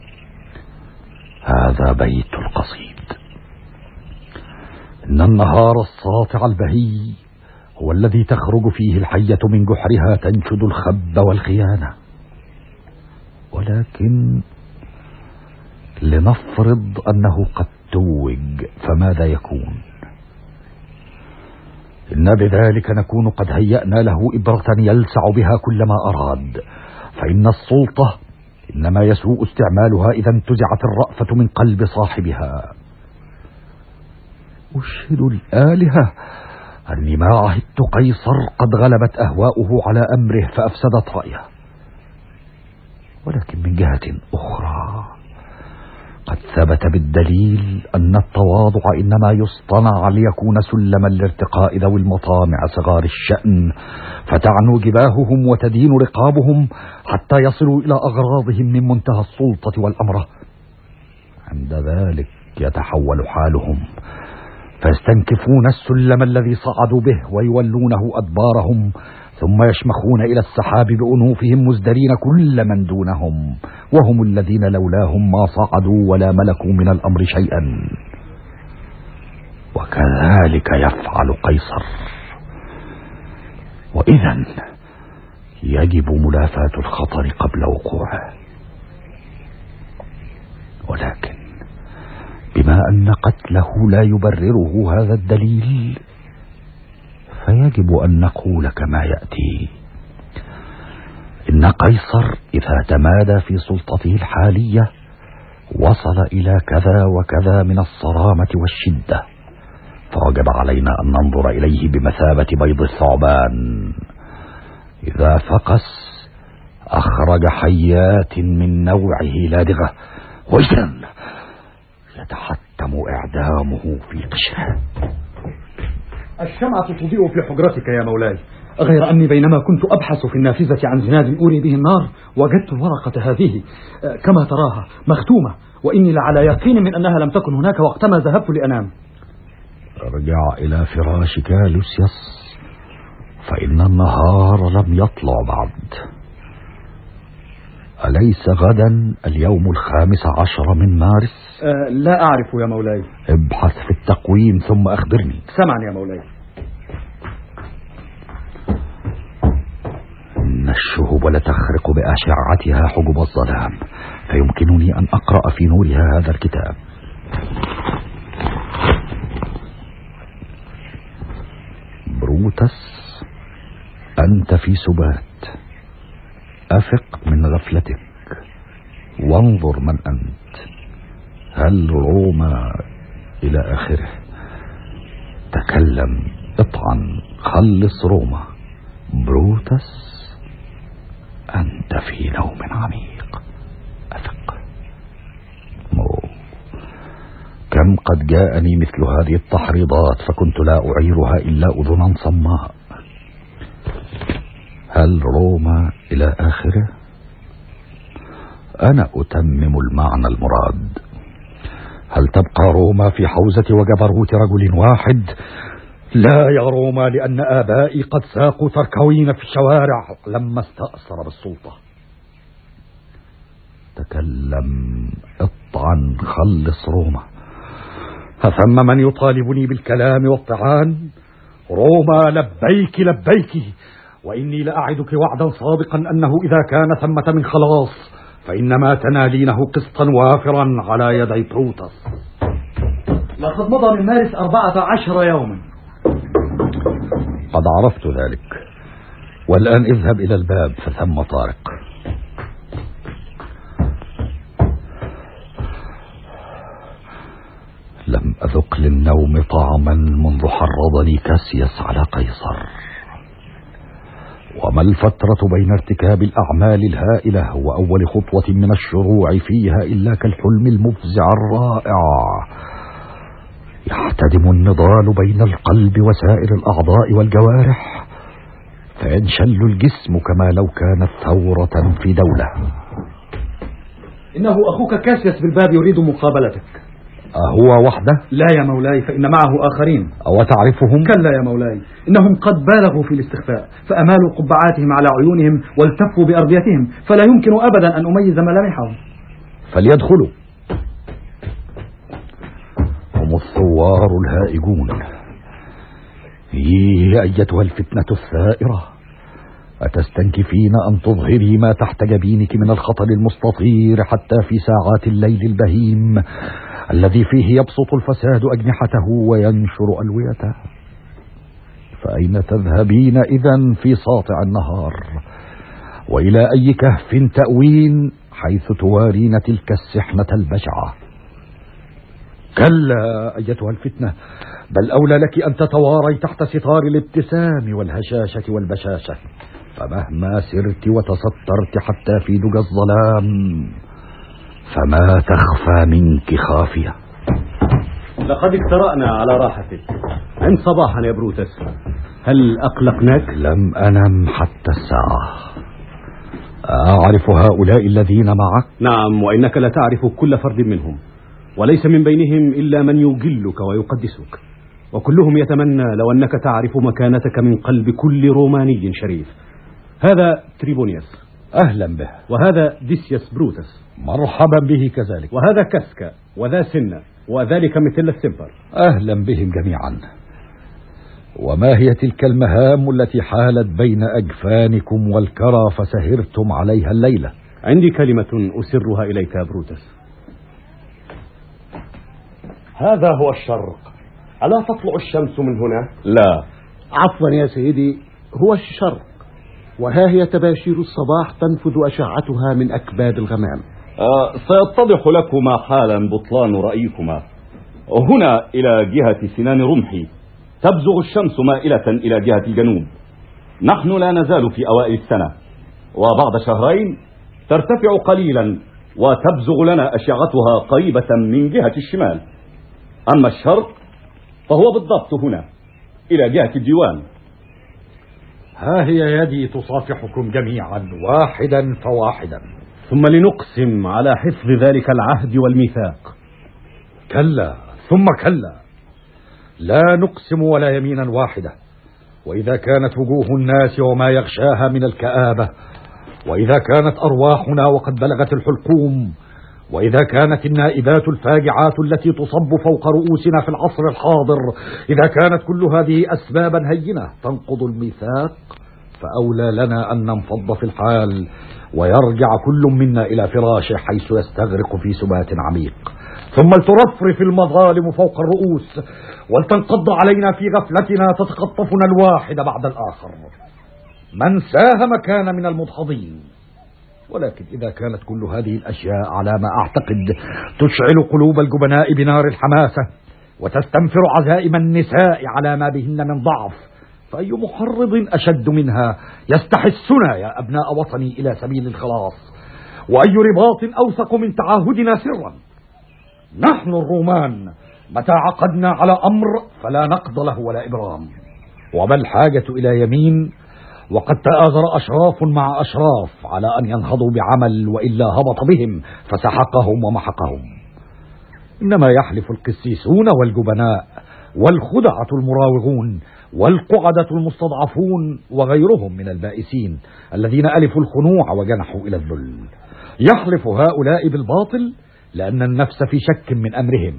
هذا بيت القصيد. إن النهار الساطع البهي هو الذي تخرج فيه الحية من جحرها تنشد الخب والخيانة. ولكن لنفرض أنه قد توج، فماذا يكون؟ إن بذلك نكون قد هيأنا له إبرة يلسع بها كل ما أراد، فإن السلطة إنما يسوء استعمالها إذا انتزعت الرأفة من قلب صاحبها. أشهد الآلهة أني ما عهدت قيصر قد غلبت أهواؤه على أمره فأفسدت رأيه. ولكن من جهة أخرى قد ثبت بالدليل أن التواضع إنما يصطنع ليكون سلما لارتقاء ذوي المطامع صغار الشأن، فتعنو جباههم وتدين رقابهم حتى يصلوا إلى أغراضهم من منتهى السلطة والأمرة. عند ذلك يتحول حالهم، فيستنكفون السلم الذي صعدوا به ويولونه أدبارهم، ثم يشمخون إلى السحاب بأنوفهم مزدرين كل من دونهم، وهم الذين لولاهم ما صعدوا ولا ملكوا من الأمر شيئا. وكذلك يفعل قيصر، وإذن يجب ملافاة الخطر قبل وقوعه. ولكن بما أن قتله لا يبرره هذا الدليل، فيجب أن نقول كما يأتي: إن قيصر إذا تمادى في سلطته الحالية وصل إلى كذا وكذا من الصرامة والشدة، فوجب علينا أن ننظر إليه بمثابة بيض الثعبان. إذا فقس أخرج حيات من نوعه لادغة، وإذن يتحتم إعدامه في قشره. الشمعة تضيء في حجرتك يا مولاي، غير أني بينما كنت أبحث في النافذة عن زناد أولي به النار وجدت الورقة هذه كما تراها مختومة، وإني لعلى يقين من أنها لم تكن هناك وقتما ذهبت لأنام. ارجع إلى فراشك يا لوسيوس، فإن النهار لم يطلع بعد. أليس غدا اليوم 15 من مارس؟ لا أعرف يا مولاي. ابحث في التقويم ثم أخبرني. سمعا يا مولاي. إن الشهب لتخرق بأشعتها حجب الظلام، فيمكن يمكنني أن أقرأ في نورها هذا الكتاب. بروتس، أنت في سبات، أفق من غفلتك وانظر من أنت. هل روما إلى آخره. تكلم، اطعن، خلص روما. بروتس، أنت في نوم عميق، أثق. كم قد جاءني مثل هذه التحريضات فكنت لا أعيرها إلا أذنا صماء. هل روما إلى آخره. أنا أتمم المعنى المراد. هل تبقى روما في حوزة وجبروت رجل واحد؟ لا يا روما، لأن آبائي قد ساقوا تركوين في الشوارع لما استأثر بالسلطة. تكلم، اطعن، خلص روما. أثم من يطالبني بالكلام والطعان؟ روما، لبيك لبيك، وإني لأعدك وعدا صادقا أنه إذا كان ثمة من خلاص فإنما تنالينه قسطا وافرا على يدي بروتس. لقد مضى من مارس 14 يوما. قد عرفت ذلك، والآن اذهب إلى الباب فثم طارق. لم أذق للنوم طعما منذ حرضني كاسياس على قيصر. وما الفترة بين ارتكاب الأعمال الهائلة وأول خطوة من الشروع فيها إلا كالحلم المفزع الرائع. يحتدم النضال بين القلب وسائر الأعضاء والجوارح، فينشل الجسم كما لو كانت ثورة في دولة. إنه أخوك كاسياس بالباب يريد مقابلتك. أهو وحده؟ لا يا مولاي، فإن معه آخرين. أو تعرفهم؟ كلا يا مولاي، إنهم قد بالغوا في الاستخفاء، فأمالوا قبعاتهم على عيونهم والتفوا بأرديتهم، فلا يمكن أبدا أن أميز ملامحهم. فليدخلوا. هم الثوار الهائجون. يا أيتها الفتنة الثائرة، أتستنكفين أن تظهري ما تحت جبينك من الخطر المستطير حتى في ساعات الليل البهيم الذي فيه يبسط الفساد أجنحته وينشر ألويته؟ فأين تذهبين إذن في ساطع النهار؟ وإلى أي كهف تأوين حيث توارين تلك السحنة البشعة؟ كلا أيتها الفتنة، بل أولى لك أن تتواري تحت ستار الابتسام والهشاشة والبشاشة، فمهما سرت وتسترت حتى في دجى الظلام فما تخفى منك خافية. لقد اقترأنا على راحتك. عن صباحا يا بروتس، هل أقلقناك؟ لم أنم حتى الساعة. أعرف هؤلاء الذين معك؟ نعم، وإنك لا تعرف كل فرد منهم، وليس من بينهم إلا من يجلك ويقدسك، وكلهم يتمنى لو أنك تعرف مكانتك من قلب كل روماني شريف. هذا تريبونيوس، أهلا به. وهذا ديسيوس بروتس، مرحبا به كذلك. وهذا كاسكا، وذا سنة، وذلك مثل السمبر. أهلا بهم جميعا. وما هي تلك المهام التي حالت بين أجفانكم والكرى فسهرتم عليها الليلة؟ عندي كلمة أسرها إليك يا بروتس. هذا هو الشرق، ألا تطلع الشمس من هنا؟ لا. عفوا يا سيدي، هو الشرق، وها هي تباشير الصباح تنفذ أشعتها من أكباد الغمام. سيتضح لكما حالا بطلان رأيكما. هنا إلى جهة سنان رمحي تبزغ الشمس مائلة إلى جهة الجنوب. نحن لا نزال في أوائل السنة، وبعد شهرين ترتفع قليلا وتبزغ لنا أشعتها قريبة من جهة الشمال. أما الشرق فهو بالضبط هنا إلى جهة الديوان. ها هي يدي تصافحكم جميعا واحدا فواحدا. ثم لنقسم على حفظ ذلك العهد والميثاق. كلا ثم كلا، لا نقسم ولا يمينا واحدة. وإذا كانت وجوه الناس وما يغشاها من الكآبة، وإذا كانت أرواحنا وقد بلغت الحلقوم، وإذا كانت النائبات الفاجعات التي تصب فوق رؤوسنا في العصر الحاضر، إذا كانت كل هذه أسبابا هينة تنقض الميثاق، فأولى لنا أن ننفض في الحال ويرجع كل منا إلى فراشه حيث يستغرق في سبات عميق، ثم لترفرف المظالم فوق الرؤوس ولتنقض علينا في غفلتنا تتخطفنا الواحد بعد الآخر. من ساهم كان من المدحضين. ولكن إذا كانت كل هذه الأشياء على ما أعتقد تشعل قلوب الجبناء بنار الحماسة وتستنفر عزائم النساء على ما بهن من ضعف، فأي محرض أشد منها يستحسنا يا أبناء وطني إلى سبيل الخلاص؟ وأي رباط أوثق من تعاهدنا سرا؟ نحن الرومان متى عقدنا على أمر فلا نقض له ولا إبرام، وما الحاجة إلى يمين وقد تآزر أشراف مع أشراف على أن ينهضوا بعمل وإلا هبط بهم فسحقهم ومحقهم. إنما يحلف القسيسون والجبناء والخدعة المراوغون والقعدة المستضعفون وغيرهم من البائسين الذين ألفوا الخنوع وجنحوا إلى الذل. يحلف هؤلاء بالباطل لأن النفس في شك من أمرهم.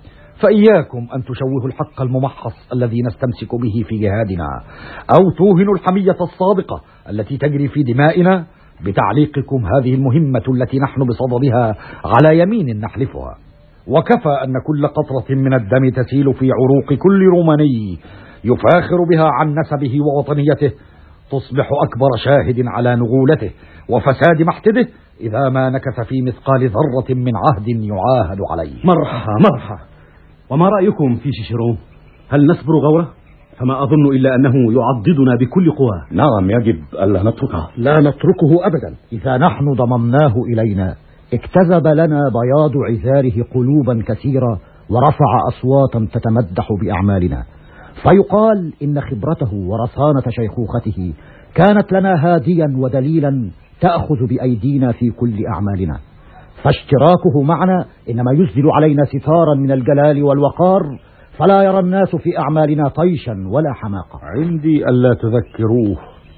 فإياكم أن تشوهوا الحق الممحص الذي نستمسك به في جهادنا، أو توهنوا الحمية الصادقة التي تجري في دمائنا بتعليقكم هذه المهمة التي نحن بصددها على يمين نحلفها. وكفى أن كل قطرة من الدم تسيل في عروق كل روماني يفاخر بها عن نسبه ووطنيته تصبح أكبر شاهد على نغولته وفساد محتده إذا ما نكث في مثقال ذرة من عهد يعاهد عليه. مرحى وما رأيكم في شيشيرو؟ هل نصبر غوره؟ فما أظن إلا أنه يعضدنا بكل قواه. نعم، يجب ألا نتركه. لا نتركه أبدا. إذا نحن ضممناه إلينا اكتسب لنا بياض عذاره قلوبا كثيرة ورفع أصواتا تتمدح بأعمالنا، فيقال إن خبرته ورصانة شيخوخته كانت لنا هاديا ودليلا تأخذ بأيدينا في كل أعمالنا، فاشتراكه معنا إنما يسدل علينا ستارا من الجلال والوقار، فلا يرى الناس في أعمالنا طيشا ولا حماقة. عندي ألا تذكروه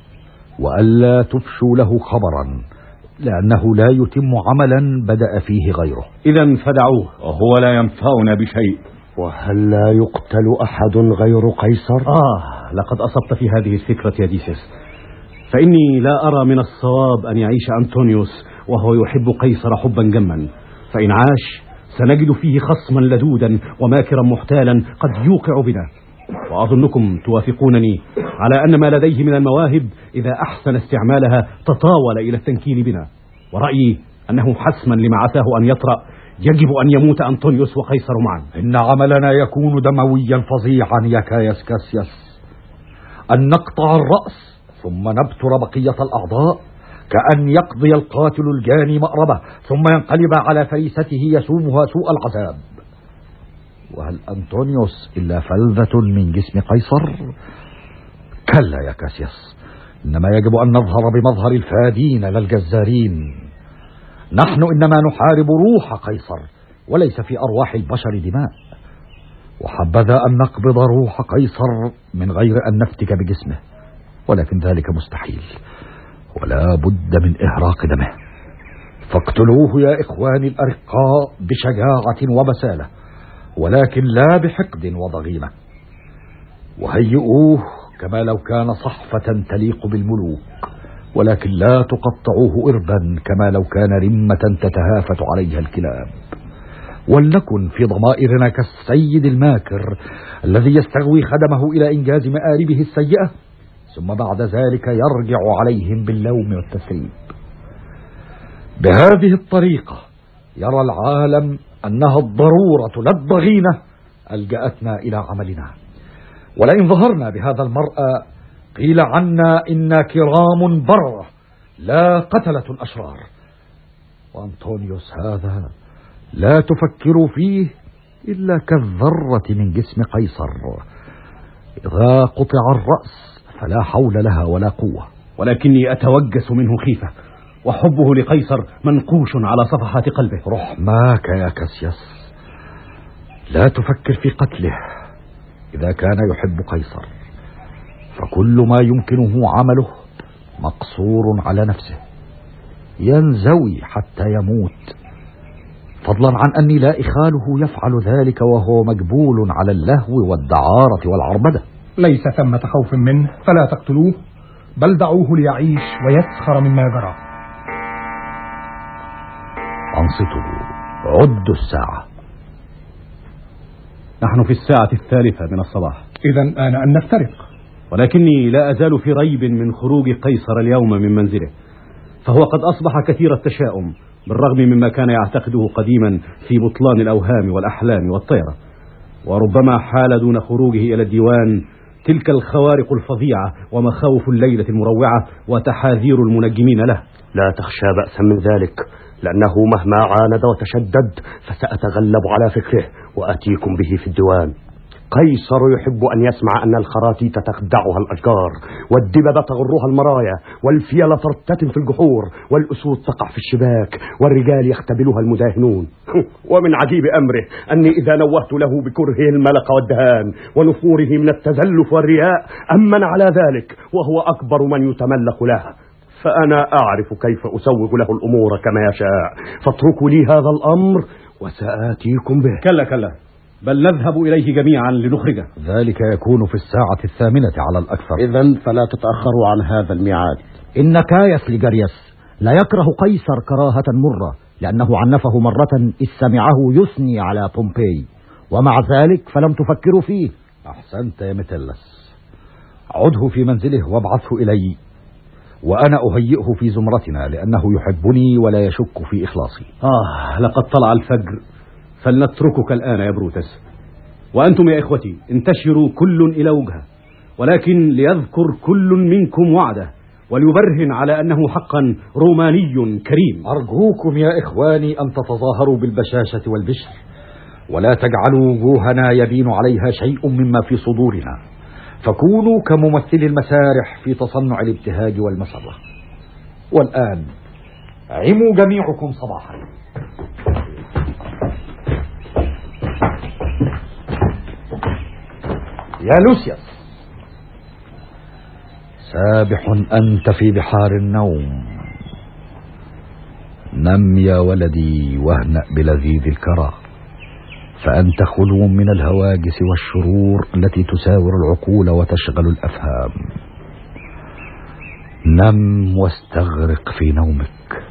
وألا تفشوا له خبرا، لأنه لا يتم عملا بدأ فيه غيره. إذا فدعوه، وهو لا ينفعنا بشيء. وهل لا يقتل أحد غير قيصر؟ لقد أصبت في هذه الفكرة يا ديسيس، فإني لا أرى من الصواب أن يعيش أنطونيوس وهو يحب قيصر حبا جما، فإن عاش سنجد فيه خصما لدودا وماكرا محتالا قد يوقع بنا. وأظنكم توافقونني على أن ما لديه من المواهب إذا أحسن استعمالها تطاول إلى التنكيل بنا، ورأيي أنه حسما لما عساه أن يطرأ يجب أن يموت أنطونيوس وقيصر معا. إن عملنا يكون دمويا فظيعا يا كايس كاسياس، أن نقطع الرأس ثم نبتر بقية الأعضاء، كأن يقضي القاتل الجاني مأربة ثم ينقلب على فريسته يسومها سوء العذاب. وهل أنطونيوس إلا فلذة من جسم قيصر؟ كلا يا كاسياس، إنما يجب أن نظهر بمظهر الفادين لا الجزارين. نحن إنما نحارب روح قيصر وليس في أرواح البشر دماء، وحبذا أن نقبض روح قيصر من غير أن نفتك بجسمه، ولكن ذلك مستحيل ولا بد من إهراق دمه. فاقتلوه يا إخواني الأرقاء بشجاعة وبسالة، ولكن لا بحقد وضغينة، وهيئوه كما لو كان صحفة تليق بالملوك، ولكن لا تقطعوه إربا كما لو كان رمة تتهافت عليها الكلاب. ولنكن في ضمائرنا كالسيد الماكر الذي يستغوي خدمه إلى إنجاز مآربه السيئة ثم بعد ذلك يرجع عليهم باللوم والتسريب. بهذه الطريقة يرى العالم أنها الضرورة لا الضغينة ألجأتنا إلى عملنا، ولئن ظهرنا بهذا المرأة قيل عنا إنا كرام بررة لا قتلة أشرار. وأنطونيوس هذا لا تفكروا فيه إلا كالذرة من جسم قيصر، إذا قطع الرأس فلا حول لها ولا قوة. ولكني أتوجس منه خيفة، وحبه لقيصر منقوش على صفحات قلبه. رحماك يا كاسياس، لا تفكر في قتله إذا كان يحب قيصر، فكل ما يمكنه عمله مقصور على نفسه، ينزوي حتى يموت، فضلا عن أني لا إخاله يفعل ذلك وهو مجبول على اللهو والدعارة والعربدة. ليس ثمة خوف منه فلا تقتلوه، بل دعوه ليعيش ويسخر مما جرى. أنصتوا، عدوا الساعة. نحن في الساعة 3 من الصباح. إذن آن أن نفترق. ولكني لا أزال في ريب من خروج قيصر اليوم من منزله، فهو قد أصبح كثير التشاؤم بالرغم مما كان يعتقده قديما في بطلان الأوهام والأحلام والطيرة، وربما حال دون خروجه إلى الديوان تلك الخوارق الفظيعة ومخاوف الليلة المروعة وتحاذير المنجمين له. لا تخشى بأسا من ذلك، لأنه مهما عاند وتشدد فسأتغلب على فكره وأتيكم به في الديوان. قيصر يحب أن يسمع أن الخراتيت تخدعها الأشجار، والدببة تغرها المرايا، والفيل ترتتم في الجحور، والأسود تقع في الشباك، والرجال يختبلها المداهنون. ومن عجيب أمره أني إذا نوهت له بكرهه الملق والدهان ونفوره من التزلف والرياء أمن على ذلك، وهو أكبر من يتملق لها. فأنا أعرف كيف أسوغ له الأمور كما يشاء، فاتركوا لي هذا الأمر وسآتيكم به. كلا بل نذهب إليه جميعا لنخرجه. ذلك يكون في الساعة 8 على الأكثر. إذن فلا تتأخروا عن هذا الميعاد. إن كايس لجريس لا يكره قيصر كراهة مرة، لأنه عنفه مرة إذ سمعه يثني على بومبي، ومع ذلك فلم تفكروا فيه. أحسنت يا ميتيلس، عده في منزله وابعثه إلي، وأنا أهيئه في زمرتنا لأنه يحبني ولا يشك في إخلاصي. لقد طلع الفجر، فلنتركك الآن يا بروتس. وأنتم يا إخوتي انتشروا كل إلى وجهه، ولكن ليذكر كل منكم وعده وليبرهن على أنه حقا روماني كريم. أرجوكم يا إخواني أن تتظاهروا بالبشاشة والبشر، ولا تجعلوا وجوهنا يبين عليها شيء مما في صدورنا، فكونوا كممثلي المسارح في تصنع الابتهاج والمسرة. والآن عموا جميعكم صباحا. يا لوسيوس، سابح أنت في بحار النوم، نم يا ولدي واهنأ بلذيذ الكرى، فأنت خلو من الهواجس والشرور التي تساور العقول وتشغل الأفهام. نم واستغرق في نومك.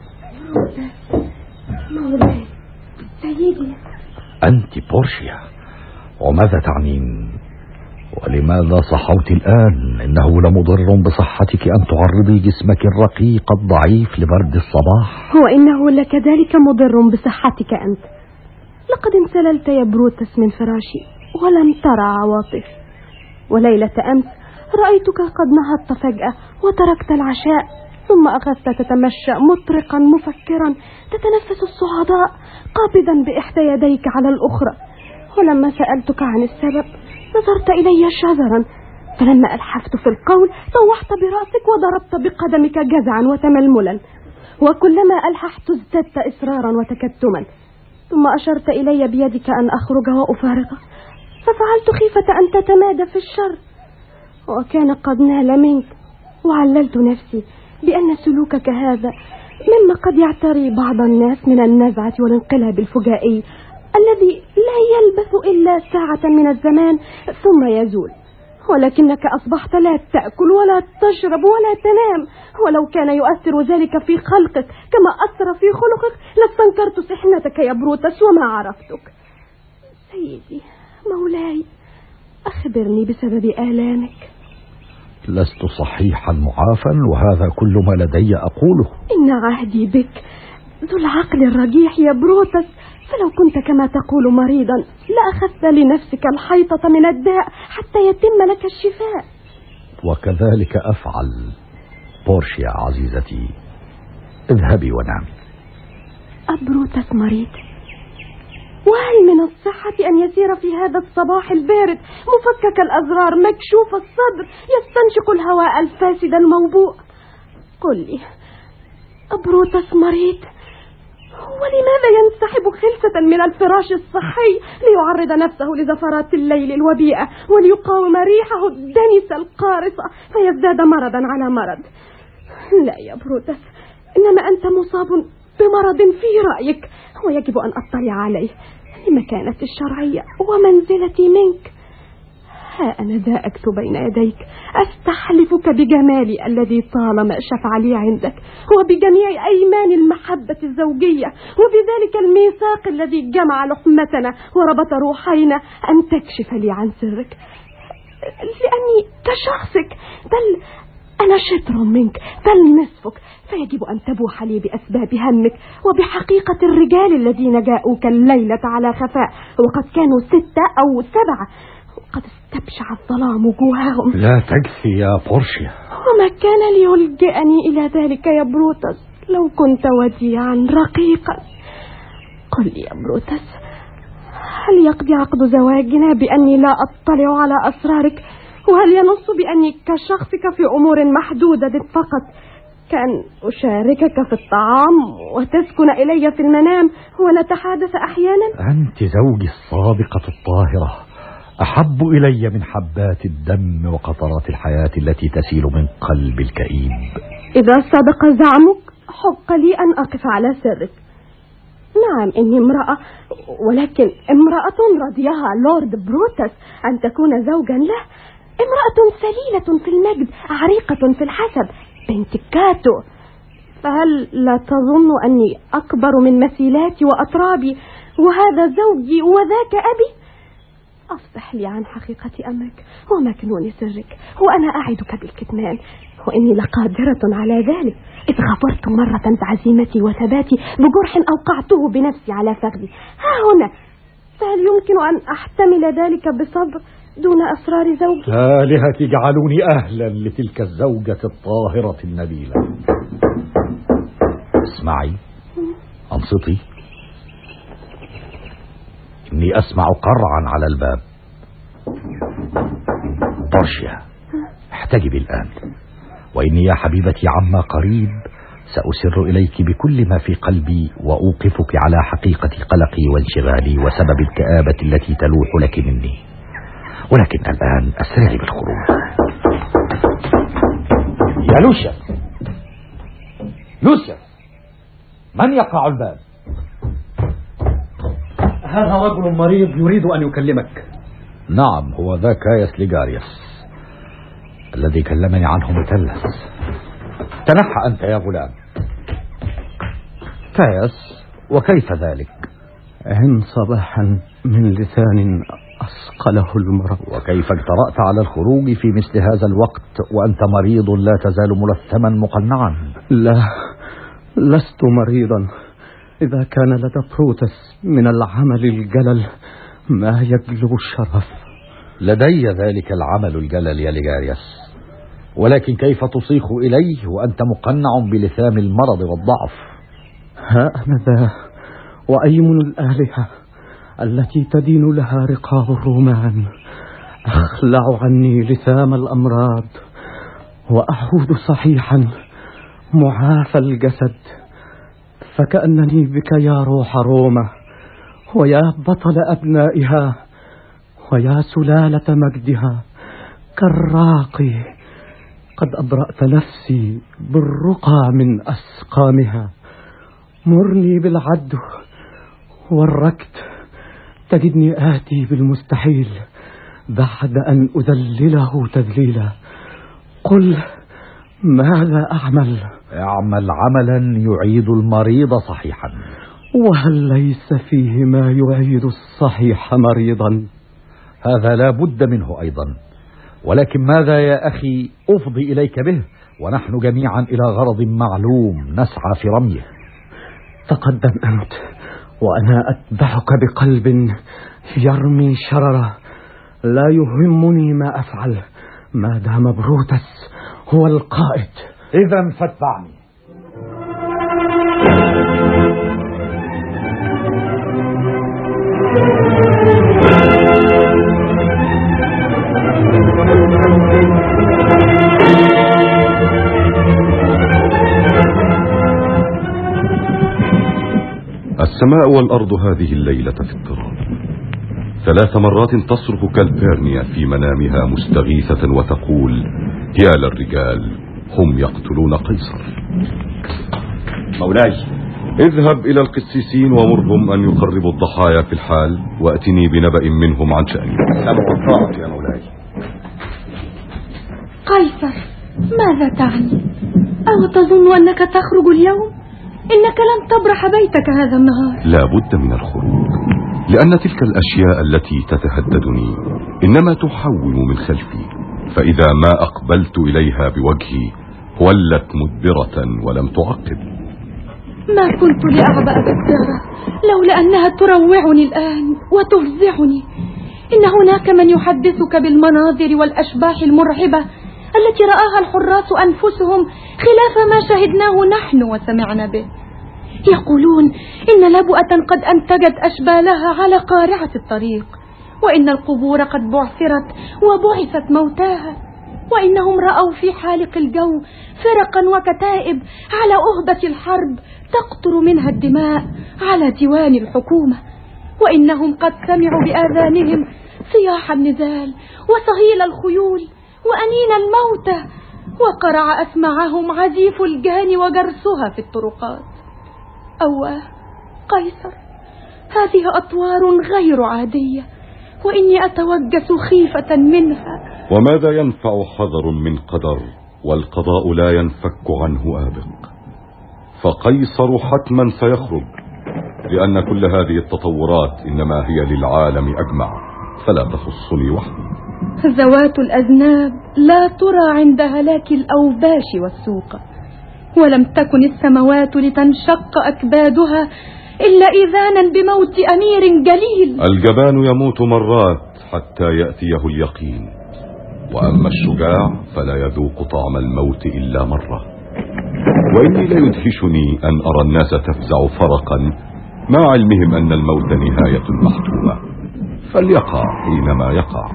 مولاي سيدي. أنت بورشيا، وماذا تعنين؟ ولماذا صحوت الآن؟ إنه لمضر بصحتك أن تعرضي جسمك الرقيق الضعيف لبرد الصباح. وإنه لكذلك مضر بصحتك أنت. لقد انسللت يا بروتس من فراشي ولم ترى عواطف، وليلة أمس رأيتك قد نهضت فجأة وتركت العشاء، ثم أخذت تتمشى مطرقا مفكرا تتنفس الصعداء قابضا بإحدى يديك على الأخرى. ولما سألتك عن السبب نظرت إلي شذرا، فلما ألحفت في القول طوحت برأسك وضربت بقدمك جزعا وتململا، وكلما ألححت ازددت إصرارا وتكتما، ثم أشرت إلي بيدك أن أخرج وأفارقك، ففعلت خيفة أن تتمادى في الشر، وكان قد نال منك، وعللت نفسي بأن سلوكك هذا مما قد يعتري بعض الناس من النزعة والانقلاب الفجائي الذي لا يلبث إلا ساعة من الزمان ثم يزول، ولكنك أصبحت لا تأكل ولا تشرب ولا تنام، ولو كان يؤثر ذلك في خلقك كما أثر في خلقك لاستنكرت سحنتك يا بروتس وما عرفتك. سيدي مولاي، أخبرني بسبب آلامك. لست صحيحا معافا، وهذا كل ما لدي أقوله. إن عهدي بك ذو العقل الرجيح يا بروتس، فلو كنت كما تقول مريضا لأخذت لنفسك الحيطة من الداء حتى يتم لك الشفاء. وكذلك أفعل بورشيا عزيزتي، اذهبي ونامي. أبروتس مريض، وهل من الصحة أن يسير في هذا الصباح البارد مفكك الأزرار مكشوف الصدر يستنشق الهواء الفاسد الموبوء؟ قل لي، أبروتس مريض؟ ولماذا ينسحب خلسة من الفراش الصحي ليعرض نفسه لزفرات الليل الوبيئة وليقاوم ريحه الدنسة القارصة فيزداد مرضا على مرض؟ لا يا بروتس، إنما أنت مصاب بمرض في رأيك ويجب أن أطلع عليه لمكانتي الشرعية ومنزلتي منك. ها أنا ذا أكتب بين يديك أستحلفك بجمالي الذي طالما شفع لي عندك، وبجميع أيمان المحبة الزوجية، وبذلك الميثاق الذي جمع لحمتنا وربط روحينا، أن تكشف لي عن سرك، لأني كشخصك بل أنا شطر منك بل نصفك، فيجب أن تبوح لي بأسباب همك وبحقيقة الرجال الذين جاءوك الليلة على خفاء، وقد كانوا 6 أو 7، وقد استبشع الظلام وجوههم. لا تكفي يا بورشيا. وما كان ليلجئني إلى ذلك يا بروتس لو كنت وديعا رقيقا. قل لي يا بروتس، هل يقضي عقد زواجنا بأني لا أطلع على أسرارك؟ وهل ينص بأني كشخصك في أمور محدودة فقط كان أشاركك في الطعام وتسكن إلي في المنام ونتحادث أحيانا؟ أنت زوجي الصادقة الطاهرة، أحب إلي من حبات الدم وقطرات الحياة التي تسيل من قلب الكئيب. إذا صدق زعمك حق لي أن أقف على سرك. نعم إني امرأة، ولكن امرأة رضيها لورد بروتس أن تكون زوجا له، امرأة سليلة في المجد، عريقة في الحسب، بنت كاتو. فهل لا تظن أني أكبر من مثيلاتي وأطرابي، وهذا زوجي وذاك أبي؟ أفصح لي عن حقيقة أمرك ومكنون سرك، وأنا أعدك بالكتمان، وإني لقادرة على ذلك، إذ غفرت مرة بعزيمتي وثباتي بجرح أوقعته بنفسي على فخذي. ها هنا، فهل يمكن أن أحتمل ذلك بصبر دون أسرار زوجي؟ آلهة اجعلوني أهلا لتلك الزوجة الطاهرة النبيلة. اسمعي، أنصتي، إني أسمع قرعا على الباب. بورشيا، احتجبي الآن، وإني يا حبيبتي عما قريب سأسر إليك بكل ما في قلبي، وأوقفك على حقيقة قلقي وانشغالي وسبب الكآبة التي تلوح لك مني. ولكن الآن أسرعي بالخروج. يا لوسيوس، لوسيوس، من يقع الباب؟ هذا رجل مريض يريد أن يكلمك. نعم، هو ذا كايس ليغاريوس الذي كلمني عنه مثلث. تنحى أنت يا غلام. كايس، وكيف ذلك؟ عن صباحا من لسان أثقله المرض. وكيف اجترأت على الخروج في مثل هذا الوقت وأنت مريض لا تزال ملثما مقنعا؟ لا، لست مريضا. إذا كان لدى بروتس من العمل الجلل ما يجلب الشرف. لدي ذلك العمل الجلل يا ليغاريوس، ولكن كيف تصيخ إليه وأنت مقنع بلثام المرض والضعف؟ ها أنا ذا وأيمن الآلهة التي تدين لها رقاب الرومان أخلع عني لثام الأمراض، وأعود صحيحا معافى الجسد، فكأنني بك يا روح روما، ويا بطل أبنائها، ويا سلالة مجدها، كالراقي قد أبرأت نفسي بالرقى من أسقامها. مرني بالعدو والركض، تجدني آتي بالمستحيل بعد أن أذلله تذليلا. قل ماذا أعمل؟ اعمل عملا يعيد المريض صحيحا. وهل ليس فيه ما يعيد الصحيح مريضا؟ هذا لا بد منه أيضا، ولكن ماذا يا أخي أفضي إليك به ونحن جميعا إلى غرض معلوم نسعى في رميه؟ تقدم أنت وأنا أتبعك بقلب يرمي شررة. لا يهمني ما أفعل ما دام بروتس هو القائد. إذن فاتبعني. السماء والأرض هذه الليلة في اضطراب. 3 مرات تصرخ كالبيرنيا في منامها مستغيثة وتقول: يا للرجال، هم يقتلون قيصر. مولاي، اذهب إلى القسيسين ومرهم أن يقربوا الضحايا في الحال، وأتني بنبأ منهم عن شأني. سمع الطاعة يا مولاي. قيصر، ماذا تعني؟ أو تظن أنك تخرج اليوم؟ إنك لن تبرح بيتك هذا النهار. لا بد من الخروج، لأن تلك الأشياء التي تتهددني إنما تحوم من خلفي، فإذا ما أقبلت إليها بوجهي ولت مدبرة ولم تعقب. ما كنت لأعبأ بالدرة لولا أنها تروعني الآن وتفزعني. إن هناك من يحدثك بالمناظر والأشباح المرعبة التي رآها الحراس أنفسهم خلاف ما شهدناه نحن وسمعنا به. يقولون إن لبؤة قد أنتجت أشبالها على قارعة الطريق، وإن القبور قد بعثرت وبعثت موتاها، وإنهم رأوا في حالق الجو فرقا وكتائب على أهبة الحرب تقطر منها الدماء على ديوان الحكومة، وإنهم قد سمعوا بآذانهم صياح النزال وصهيل الخيول وأنين الموتى، وقرع أسمعهم عزيف الجان وجرسها في الطرقات. أواه قيصر، هذه أطوار غير عادية، وإني أتوجس خيفة منها. وماذا ينفع حذر من قدر والقضاء لا ينفك عنه آبق؟ فقيصر حتما سيخرج، لأن كل هذه التطورات إنما هي للعالم أجمع، فلا تخصني وحدي. ذوات الأذناب لا ترى عند هلاك الأوباش والسوق، ولم تكن السماوات لتنشق أكبادها إلا إذانا بموت أمير جليل. الجبان يموت مرات حتى يأتيه اليقين، وأما الشجاع فلا يذوق طعم الموت إلا مرة. وإني لا يدهشني أن أرى الناس تفزع فرقا مع علمهم أن الموت نهاية محتومة، فليقع حينما يقع.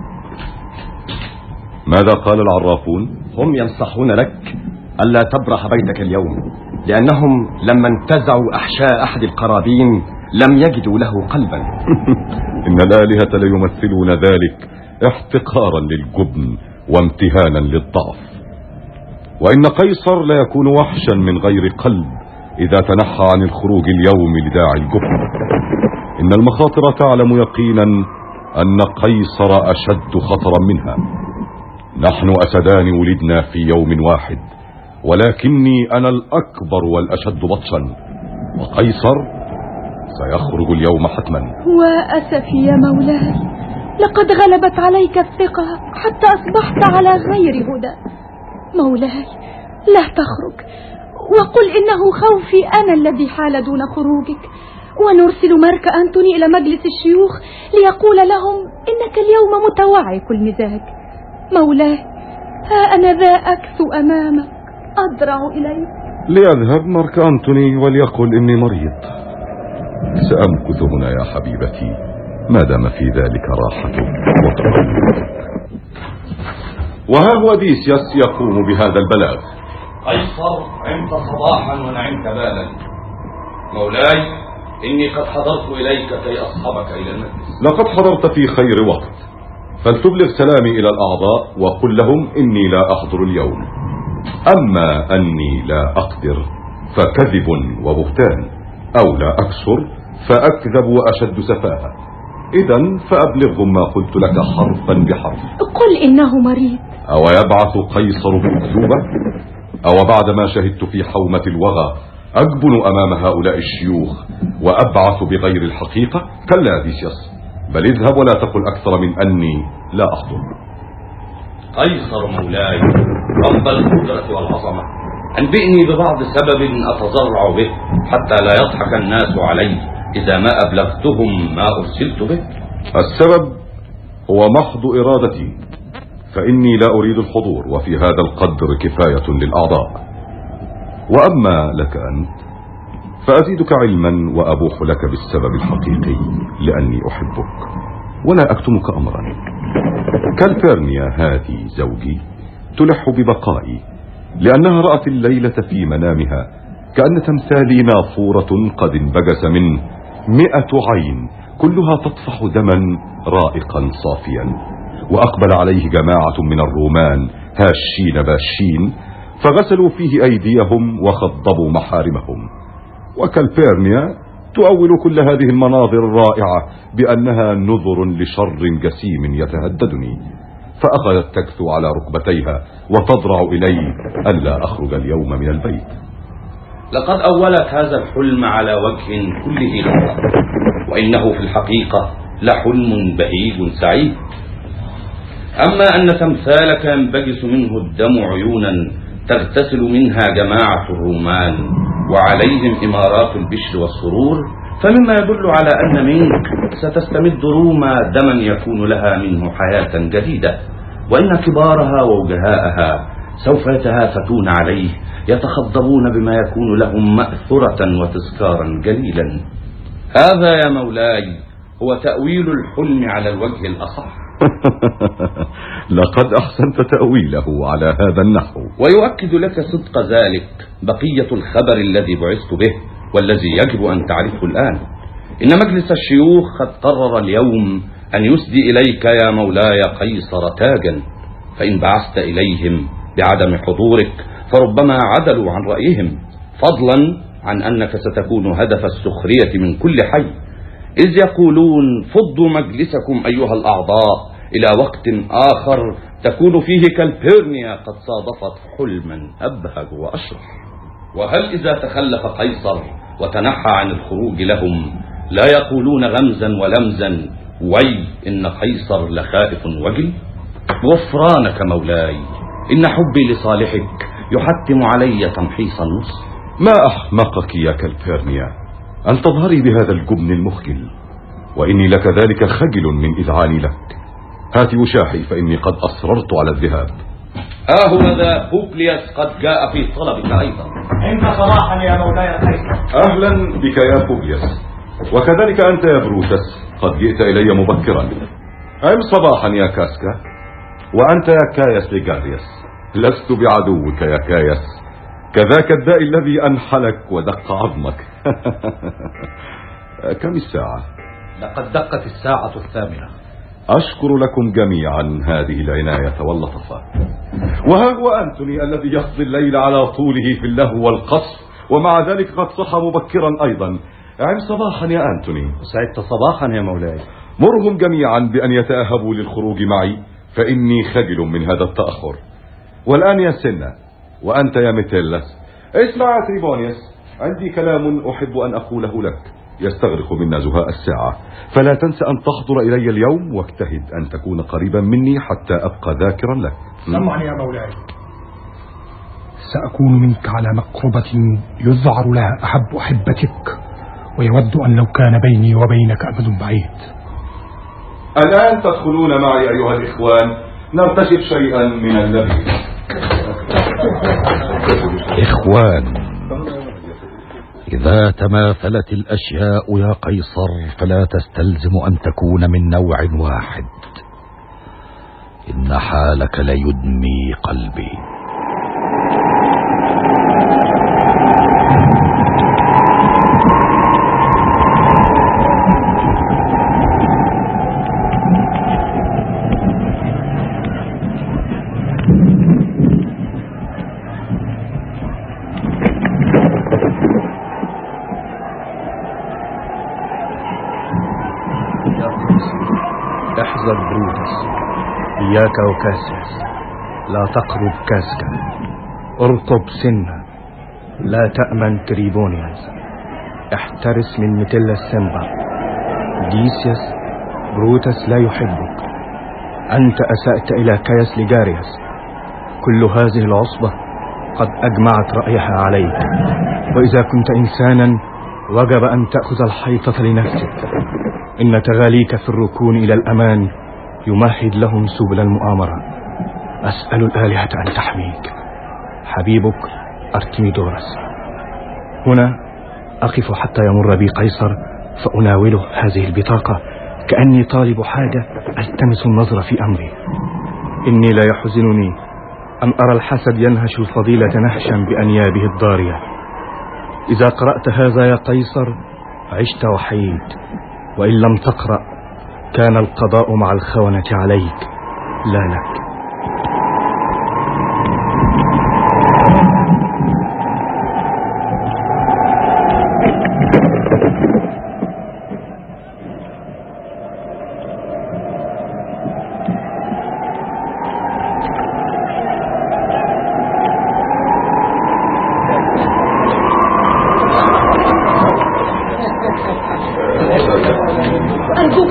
ماذا قال العرافون؟ هم ينصحون لك ألا تبرح بيتك اليوم، لأنهم لما انتزعوا أحشاء أحد القرابين لم يجدوا له قلبا. إن الآلهة ليمثلون ذلك احتقارا للجبن وامتهانا للضعف، وإن قيصر لا يكون وحشا من غير قلب إذا تنحى عن الخروج اليوم لداعي الجبن. إن المخاطر تعلم يقينا أن قيصر أشد خطرا منها. نحن أسدان ولدنا في يوم واحد، ولكني أنا الأكبر والأشد بطشا، وقيصر سيخرج اليوم حتما. وأسفي يا مولاي، لقد غلبت عليك الثقة حتى أصبحت على غير هدى. مولاي لا تخرج، وقل إنه خوفي أنا الذي حال دون خروجك، ونرسل مارك أنتوني إلى مجلس الشيوخ ليقول لهم إنك اليوم متوعك المزاج. مولاي ها أنا ذا أكثو أمامك أضرع إليك. ليذهب مارك أنتوني وليقل إني مريض. سأمكث هنا يا حبيبتي ما دام في ذلك راحة وطمأنينة. وها هو ديسياس يقوم بهذا البلاغ. قيصر عمت صباحا ونعمت بالا. مولاي إني قد حضرت إليك كي أصحبك إلى المجلس. لقد حضرت في خير وقت، فلتبلغ سلامي إلى الأعضاء وقل لهم إني لا أحضر اليوم. أما أني لا أقدر فكذب وبهتان، أو لا أكسر فأكذب وأشد سفاهة. إذن فأبلغهم ما قلت لك حرفا بحرف. قل إنه مريض. أو يبعث قيصر بأكذوبة؟ أو بعد ما شهدت في حومة الوغى أجبن أمام هؤلاء الشيوخ وأبعث بغير الحقيقة؟ كلا ديسياس، بل اذهب ولا تقل أكثر من أني لا أحضر. قيصر مولاي رب القدرة والعظمة، أنبئني ببعض سبب أتضرع به حتى لا يضحك الناس علي إذا ما أبلغتهم ما أرسلت به. السبب هو محض إرادتي، فإني لا أريد الحضور، وفي هذا القدر كفاية للأعضاء. وأما لك أنت فأزيدك علما وأبوح لك بالسبب الحقيقي لأني أحبك ولا أكتمك أمرا. كالفيرنيا هذه زوجي تلح ببقائي، لأنها رأت الليلة في منامها كأن تمثالي نافورة قد انبجس منه 100 عين كلها تطفح دما رائقا صافيا، وأقبل عليه جماعة من الرومان هاشين باشين فغسلوا فيه أيديهم وخضبوا محارمهم. وكالفيرنيا تؤول كل هذه المناظر الرائعة بأنها نذر لشر جسيم يتهددني، فأخذت تكثو على ركبتيها وتضرع إلي ألا أخرج اليوم من البيت. لقد أولت هذا الحلم على وجه كله خطأ، وإنه في الحقيقة لحلم بهيج سعيد. أما أن تمثالك ينبجس منه الدم عيونا تغتسل منها جماعة الرومان وعليهم إمارات البشر والسرور، فمما يدل على أن منك ستستمد روما دما يكون لها منه حياة جديدة، وإن كبارها ووجهاءها سوف يتهافتون عليه يتخضبون بما يكون لهم مأثرة وتذكارا جليلا. هذا يا مولاي هو تأويل الحلم على الوجه الأصح. لقد أحسنت تأويله على هذا النحو. ويؤكد لك صدق ذلك بقية الخبر الذي بعثت به والذي يجب أن تعرفه الآن. إن مجلس الشيوخ قد قرر اليوم أن يسدي إليك يا مولاي قيصر تاجا، فإن بعثت إليهم بعدم حضورك فربما عدلوا عن رأيهم، فضلا عن أنك ستكون هدف السخرية من كل حي، إذ يقولون فضوا مجلسكم أيها الأعضاء إلى وقت آخر تكون فيه كالبيرنيا قد صادفت حلما أبهج وأشرح. وهل إذا تخلف قيصر وتنحى عن الخروج لهم لا يقولون غمزا ولمزا وي إن قيصر لخائف وجل؟ غفرانك مولاي، إن حبي لصالحك يحتم علي تمحيص النص. ما أحمقك يا كالبيرنيا أن تظهري بهذا الجبن المخجل، وإني لك ذلك خجل من إذعاني لك. هات وشاحي فإني قد أصررت على الذهاب. هنا بوبلياس قد جاء في طلبك أيضا. انت صباحا يا مولاي قيصر. أهلا بك يا بوبلياس، وكذلك أنت يا بروتس قد جئت إلي مبكرا. أم صباحا يا كاسكا، وأنت يا كايس ليجاريوس، لست بعدوك يا كايس، كذاك الداء الذي أنحلك ودق عظمك. كم الساعة؟ لقد دقت الساعة 8. أشكر لكم جميعا هذه العناية واللطفة. وها هو أنتوني الذي يقضي الليل على طوله في اللهو والقصف، ومع ذلك قد صحى مبكرا أيضا. عم صباحا يا أنتوني. سعدت صباحا يا مولاي. مرهم جميعا بأن يتأهبوا للخروج معي، فإني خجل من هذا التأخر. والآن يا سنة، وأنت يا ميتيلس، اسمع يا تريبونيوس، عندي كلام أحب أن أقوله لك يستغرق منا زهاء الساعة، فلا تنسى أن تحضر إلي اليوم، واجتهد أن تكون قريبا مني حتى أبقى ذاكرا لك. سمعني يا مولاي، سأكون منك على مقربة يذعر لها أحب أحبتك، ويود أن لو كان بيني وبينك أمد بعيد. الآن تدخلون معي أيها الإخوان، نرتكب شيئا من اللبن. إخوان، إذا تماثلت الأشياء يا قيصر فلا تستلزم أن تكون من نوع واحد. إن حالك ليدمي قلبي. احذر بروتس، إياك وكاسياس، لا تقرب كاسكا، ارقب سنة، لا تأمن تريبونياس، احترس من ميتيلس سيمبر. ديسيوس، بروتس لا يحبك، أنت أسأت إلى كايس ليجاريوس. كل هذه العصبة قد أجمعت رأيها عليك، وإذا كنت إنسانا وجب أن تأخذ الحيطة لنفسك. إن تغاليك في الركون إلى الأمان يمهد لهم سبل المؤامرة. أسأل الآلهة أن تحميك. حبيبك أرتميدورس. هنا أقف حتى يمر بي قيصر فأناوله هذه البطاقة كأني طالب حاجة ألتمس النظر في أمري. إني لا يحزنني أن أرى الحسد ينهش الفضيلة نهشا بأنيابه الضارية. إذا قرأت هذا يا قيصر عشت وحييت، وإن لم تقرأ كان القضاء مع الخونة عليك لا لك.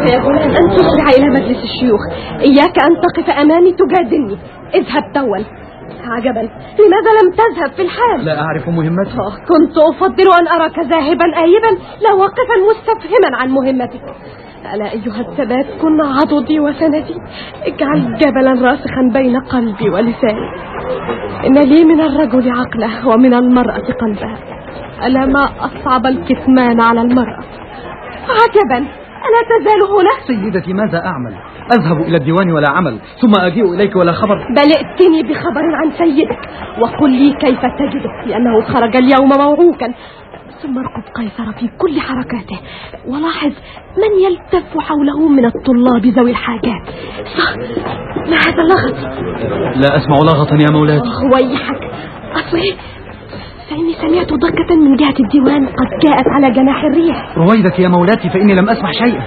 يا غلام أن تسرع إلى مجلس الشيوخ. إياك أن تقف أمامي تجادلني. اذهب توا. عجبا، لماذا لم تذهب في الحال؟ لا أعرف مهمتها. كنت أفضل أن أراك ذاهبا آيبا لا واقفا مستفهما عن مهمتك. ألا أيها الثبات كن عضدي وسندي. اجعل جبلا راسخا بين قلبي ولساني. إن لي من الرجل عقله ومن المرأة قلبها. ألا ما أصعب الكتمان على المرأة. عجبا، ألا تزال هنا؟ سيدتي ماذا أعمل؟ أذهب إلى الديوان ولا عمل، ثم أجيء إليك ولا خبر. بل ائتني بخبر عن سيدك وقل لي كيف تجده، لأنه خرج اليوم موعوكا. ثم ارقب قيصر في كل حركاته ولاحظ من يلتف حوله من الطلاب ذوي الحاجات. صح، ما هذا اللغط؟ لا أسمع لغطا يا مولاتي. ويحك، أصلي فإني سمعت ضجة من جهة الديوان قد جاءت على جناح الريح. رويدك يا مولاتي فإني لم أسمع شيئا.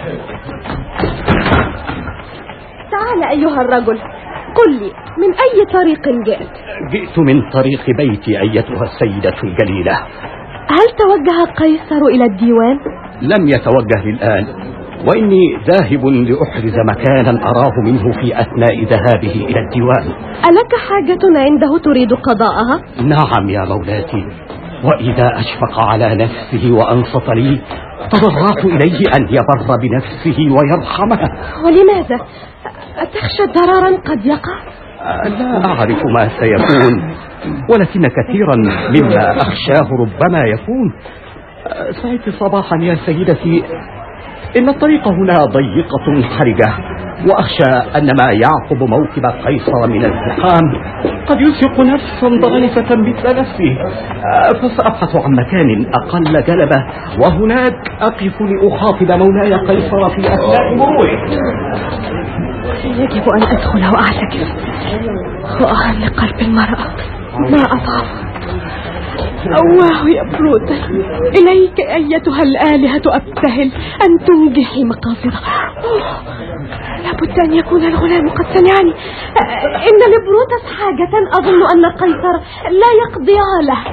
تعال أيها الرجل، قل لي من أي طريق جئت؟ جئت من طريق بيتي أيتها السيدة الجليلة. هل توجه قيصر إلى الديوان؟ لم يتوجه الآن، وإني ذاهب لأحرز مكانا أراه منه في أثناء ذهابه إلى الديوان. ألك حاجة عنده تريد قضاءها؟ نعم يا مولاتي، وإذا أشفق على نفسه وأنصت لي تضرعت إليه أن يبر بنفسه ويرحمها. ولماذا؟ أتخشى ضررا قد يقع؟ لا أعرف ما سيكون، ولكن كثيرا مما أخشاه ربما يكون. سعيت صباحا يا سيدتي، إن الطريق هنا ضيقة حرجة، وأخشى أن ما يعقب موكب قيصر من الزحام قد يسرق نفسا ضعيفة مثل نفسي، فسأبحث عن مكان أقل جلبة، وهناك أقف لأخاطب مولاي قيصر في أثناء مروره. يجب أن أدخل وأعتكف وأهل قلب المرأة. ما أضعف. أواه يا بروتس، إليك أيتها الآلهة أبتهل أن تنجحي مقاصدها. لابد أن يكون الغلام قد سمعني. إن لبروتس حاجة أظن أن قيصر لا يقضيها له.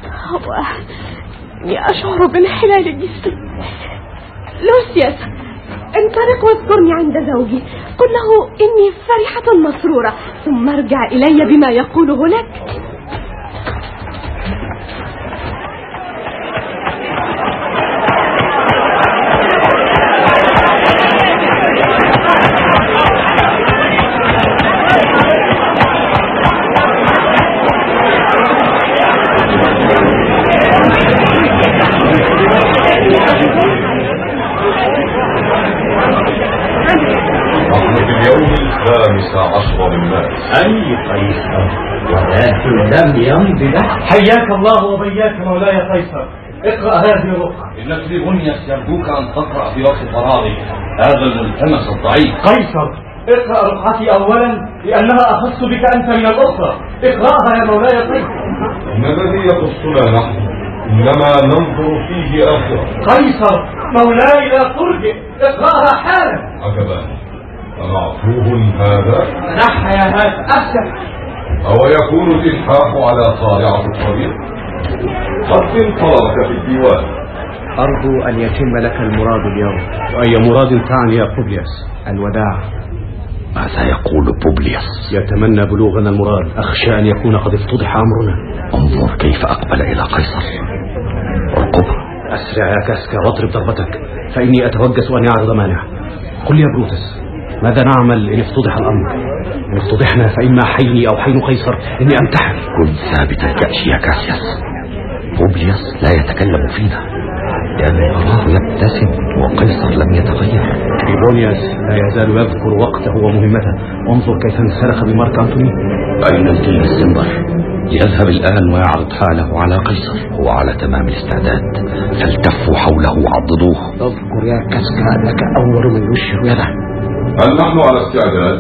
أشعر بانحلال جسمي. لوسياس، انطلق واذكرني عند زوجي، قل له إني فرحة مسرورة، ثم ارجع إلي بما يقوله لك. أي قيصر ولكن لم يمض له. حياك الله وبياك مولاي قيصر. اقرأ هذه الرقعة. إن تريبونيوس يرجوك أن تقرأ في وقت فراغك هذا الملتمس الضعيف. قيصر، اقرأ رقعتي أولا لأنها أخص بك أنت من الأخرى. اقرأها يا مولاي قيصر. إن الذي يخصنا نحن إنما ننظر فيه آخرة. قيصر مولاي لا ترجع، اقرأها حالا. عجبا، أمعفوه هذا؟ نحى يا هذا، أفتح. أو يكون الإلحاح على صارعة الطريق؟ قدم طلبك في الديوان. أرجو أن يتم لك المراد اليوم. وأي مراد تعني يا بوبليوس؟ الوداع. ماذا يقول بوبليوس؟ يتمنى بلوغنا المراد. أخشى أن يكون قد افتضح أمرنا. انظر كيف أقبل إلى قيصر. ارقبه. أسرع يا كاسكا واضرب ضربتك، فإني أتوجس أن يعرض مانع. قل لي يا بروتس، ماذا نعمل إن افتضح الأمر؟ إن افتضحنا فإما حيني أو حين قيصر إني أنتحر. كن ثابت الكأس يا كاسياس. بوبليوس لا يتكلم فينا لأنه أراه يبتسم وقيصر لم يتغير. تريبونيوس لا يزال يذكر وقته ومهمته. انظر كيف انسلخ بمارك أنتوني. أين الجيل السمبر؟ يذهب الآن ويعرض حاله على قيصر. هو على تمام الاستعداد، فالتفوا حوله وعضدوه. اذكر يا كاسكا أنك أول من يشير يده. هل نحن على استعداد؟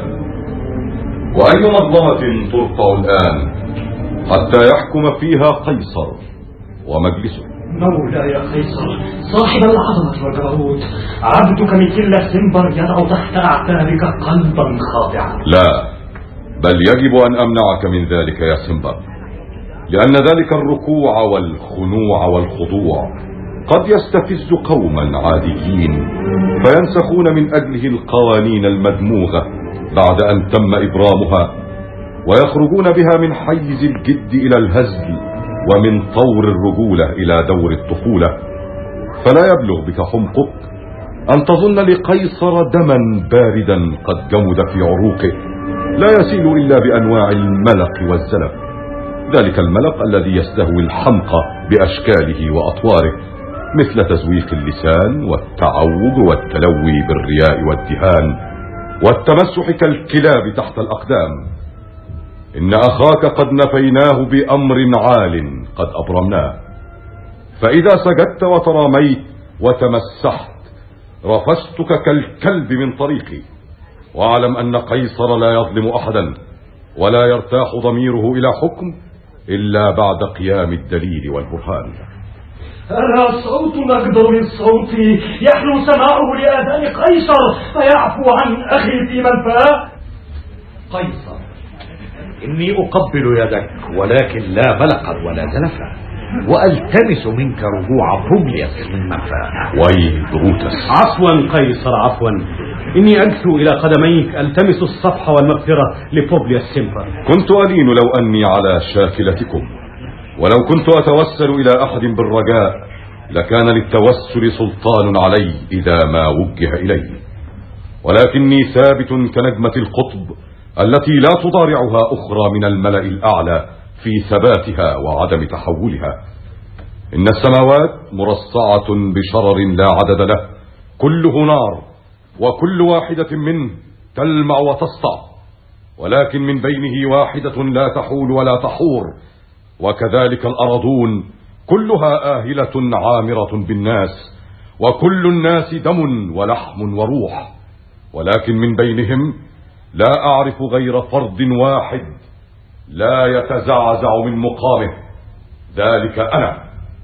وأي منظمة ترفع الآن حتى يحكم فيها قيصر ومجلسه؟ مولاي قيصر صاحب العظمة والجبروت، عبدك مثل سمبر يضع تحت أعتابك قلبا خاضعا. لا، بل يجب أن أمنعك من ذلك يا سمبر، لأن ذلك الركوع والخنوع والخضوع قد يستفز قوما عاديين فينسخون من أجله القوانين المدموغة بعد أن تم إبرامها، ويخرجون بها من حيز الجد إلى الهزل، ومن طور الرجولة إلى دور الطفولة. فلا يبلغ بك حمقك أن تظن لقيصر دما باردا قد جمد في عروقه لا يسيل إلا بأنواع الملق والزلف، ذلك الملق الذي يستهوي الحمق بأشكاله وأطواره، مثل تزويق اللسان والتعوج والتلوي بالرياء والدهان والتمسح كالكلاب تحت الأقدام. إن أخاك قد نفيناه بأمر عال قد أبرمناه، فإذا سجدت وتراميت وتمسحت رفستك كالكلب من طريقي. واعلم أن قيصر لا يظلم أحدا، ولا يرتاح ضميره إلى حكم إلا بعد قيام الدليل والبرهان. أنا صوت أقدر من صوتي يحلو سماعه لآذان قيصر فيعفو عن أخي في منفاه. قيصر، إني أقبل يدك ولكن لا ملقا ولا زلفا، وألتمس منك رجوع بوبليوس من منفاه. ويل بروتس. عفوا قيصر عفوا، إني أجثو إلى قدميك ألتمس الصفح والمغفرة لبوبليوس سيمبر. كنت ألين لو أني على شاكلتكم، ولو كنت أتوسل إلى أحد بالرجاء لكان للتوسل سلطان علي إذا ما وجه إلي، ولكني ثابت كنجمة القطب التي لا تضارعها أخرى من الملأ الأعلى في ثباتها وعدم تحولها. إن السماوات مرصعة بشرر لا عدد له، كله نار، وكل واحدة منه تلمع وتسطع، ولكن من بينه واحدة لا تحول ولا تحور. وكذلك الأرضون كلها آهلة عامرة بالناس، وكل الناس دم ولحم وروح، ولكن من بينهم لا أعرف غير فرد واحد لا يتزعزع من مقامه، ذلك أنا.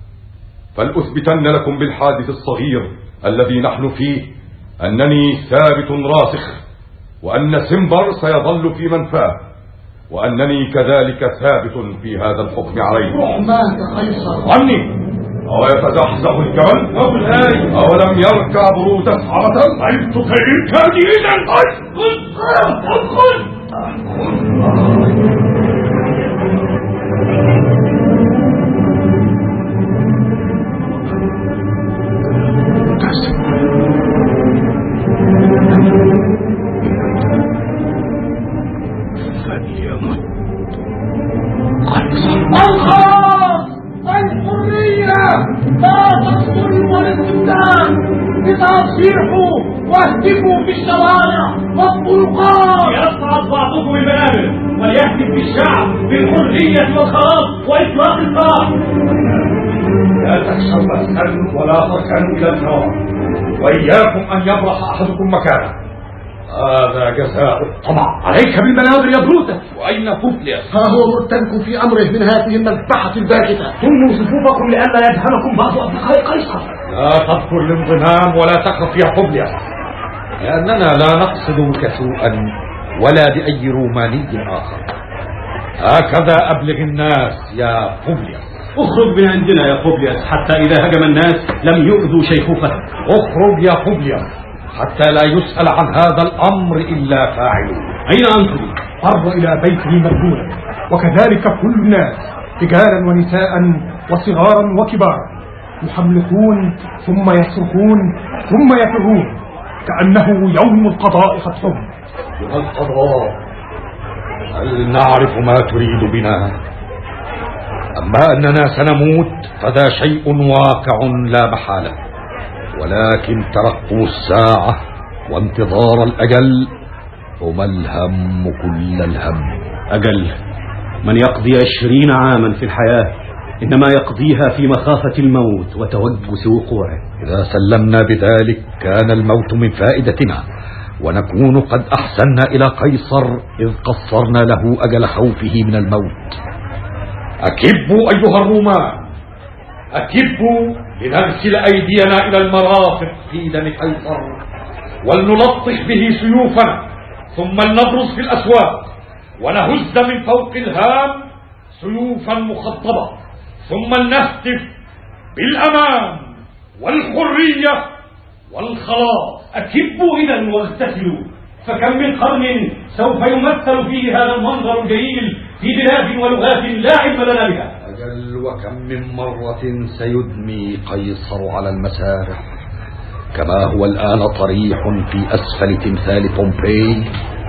فلأثبتن لكم بالحادث الصغير الذي نحن فيه أنني ثابت راسخ، وأن سيمبر سيظل في منفاه، وأنني كذلك ثابت في هذا الحكم عليه. رحماك قيصر عني. أو يتزحزح الجبل أولم يركع بروتس عبثا؟ عرفت كيف جيدا. ادخل. أصيحوا واهتفوا في الشوارع والطرقات. يصعد بعضكم المنابر وليهتف بالشعب بالحرية والخلاص وإطلاق السراح. لا تخشوا بأسا ولا تركنوا إلى الهوى، وإياكم أن يبرح أحدكم مكانه، هذا جزاء الطمع. عليك بالمنابر يا بروتس. وأين بوبليوس؟ ها هو مرتبك في أمره من هذه المذبحة الباكتة. ثموا صفوفكم لئلا يدهمكم بعض أصدقاء قيصر. لا تذكر الانضمام ولا تخف يا بوبليوس، لأننا لا نقصد بك سوءا ولا بأي روماني آخر. هكذا أبلغ الناس يا بوبليوس. اخرج من عندنا يا بوبليوس حتى إذا هجم الناس لم يؤذوا شيخوختك. اخرج يا بوبليوس حتى لا يسأل عن هذا الأمر إلا فاعله. أين أنتم؟ فر إلى بيته مذهولا، وكذلك كل الناس رجالا ونساء وصغارا وكبارا، يحملقون ثم يصرخون ثم يفرون كأنه يوم القضاء فتحهم. يوم القضاء، هل نعرف ما تريد بنا؟ أما أننا سنموت فذا شيء واقع لا محالة، ولكن ترقب الساعة وانتظار الأجل هما الهم كل الهم. أجل من يقضي 20 عاما في الحياة إنما يقضيها في مخافة الموت وتوجس وقوعه. إذا سلمنا بذلك كان الموت من فائدتنا، ونكون قد أحسننا إلى قيصر إذ قصرنا له أجل خوفه من الموت. أكبوا أيها الرومان، أكبوا لنغسل أيدينا إلى المرافق في دم قيصر، ولنلطش به سيوفنا، ثم لنبرز في الأسواق ونهز من فوق الهام سيوفا مخضبة، ثم نهتف بالأمان والحرية والخلاء أكبوا إذا واغتسلوا، فكم من قرن سوف يمثل فيه هذا المنظر الجميل في بلاد ولغات لا علم لنا بها. أجل وكم من مرة سيدمي قيصر على المسارح كما هو الآن طريح في أسفل تمثال بومبي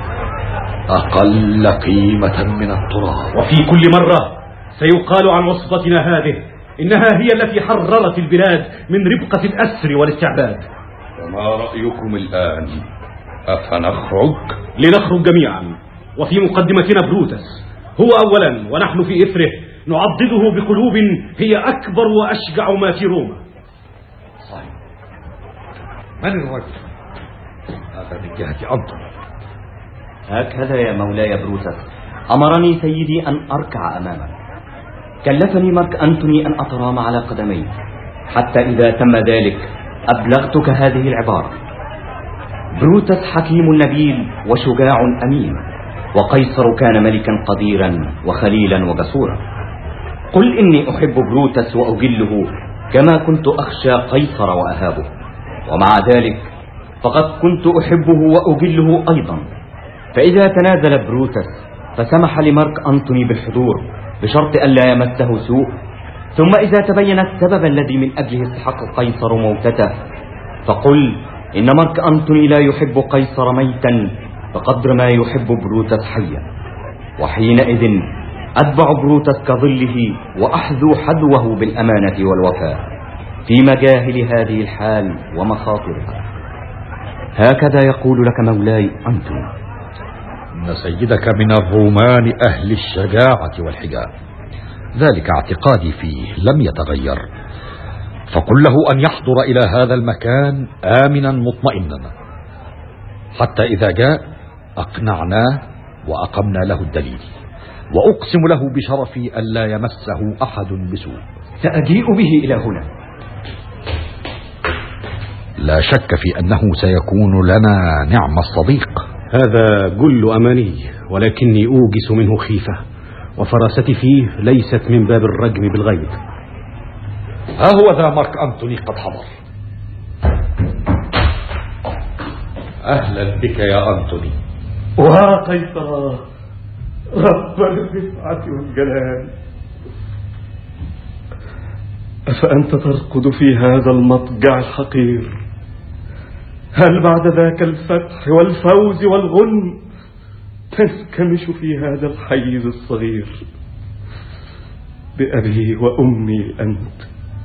أقل قيمة من التراب. وفي كل مرة سيقال عن وصفتنا هذه إنها هي التي حررت البلاد من ربقة الأسر والاستعباد. وما رأيكم الآن؟ أفنخرج؟ لنخرج جميعا، وفي مقدمتنا بروتس هو أولا، ونحن في إثره نعضده بقلوب هي أكبر وأشجع ما في روما. صحيح. من الرجل؟ هذا من جهة أنطوني. هكذا يا مولاي بروتس أمرني سيدي أن أركع أمامك. كلفني مارك أنتوني أن أترام على قدمي، حتى إذا تم ذلك أبلغتك هذه العبارة: بروتس حكيم نبيل وشجاع أمين، وقيصر كان ملكا قديرا وخليلا وجسورا. قل إني أحب بروتس وأجله كما كنت أخشى قيصر وأهابه، ومع ذلك فقد كنت أحبه وأجله أيضا. فإذا تنازل بروتس فسمح لمارك أنتوني بالحضور بشرط ألا يمسه سوء، ثم إذا تبين السبب الذي من أجله استحق قيصر موتته فقل إن مارك أنتوني لا يحب قيصر ميتا بقدر ما يحب بروتس حيا، وحينئذ أتبع بروتس كظله وأحذو حذوه بالأمانة والوفاء في مجاهل هذه الحال ومخاطرها. هكذا يقول لك مولاي أنتوني. إن سيدك من الرومان أهل الشجاعة والحجاب، ذلك اعتقادي فيه لم يتغير، فقل له أن يحضر إلى هذا المكان آمنا مطمئنا، حتى إذا جاء أقنعناه وأقمنا له الدليل، وأقسم له بشرفي ألا يمسه أحد بسوء. سأجيء به إلى هنا. لا شك في أنه سيكون لنا نعم الصديق. هذا جل أماني، ولكني أوجس منه خيفة، وفراستي فيه ليست من باب الرجم بالغيب. ها هو ذا مارك أنتوني قد حضر. أهلا بك يا أنتوني. وقيصر رب الرفعة والجلال، أفأنت ترقد في هذا المضجع الحقير؟ هل بعد ذاك الفتح والفوز والغنم تنكمش في هذا الحيز الصغير؟ بأبي وأمي أنت.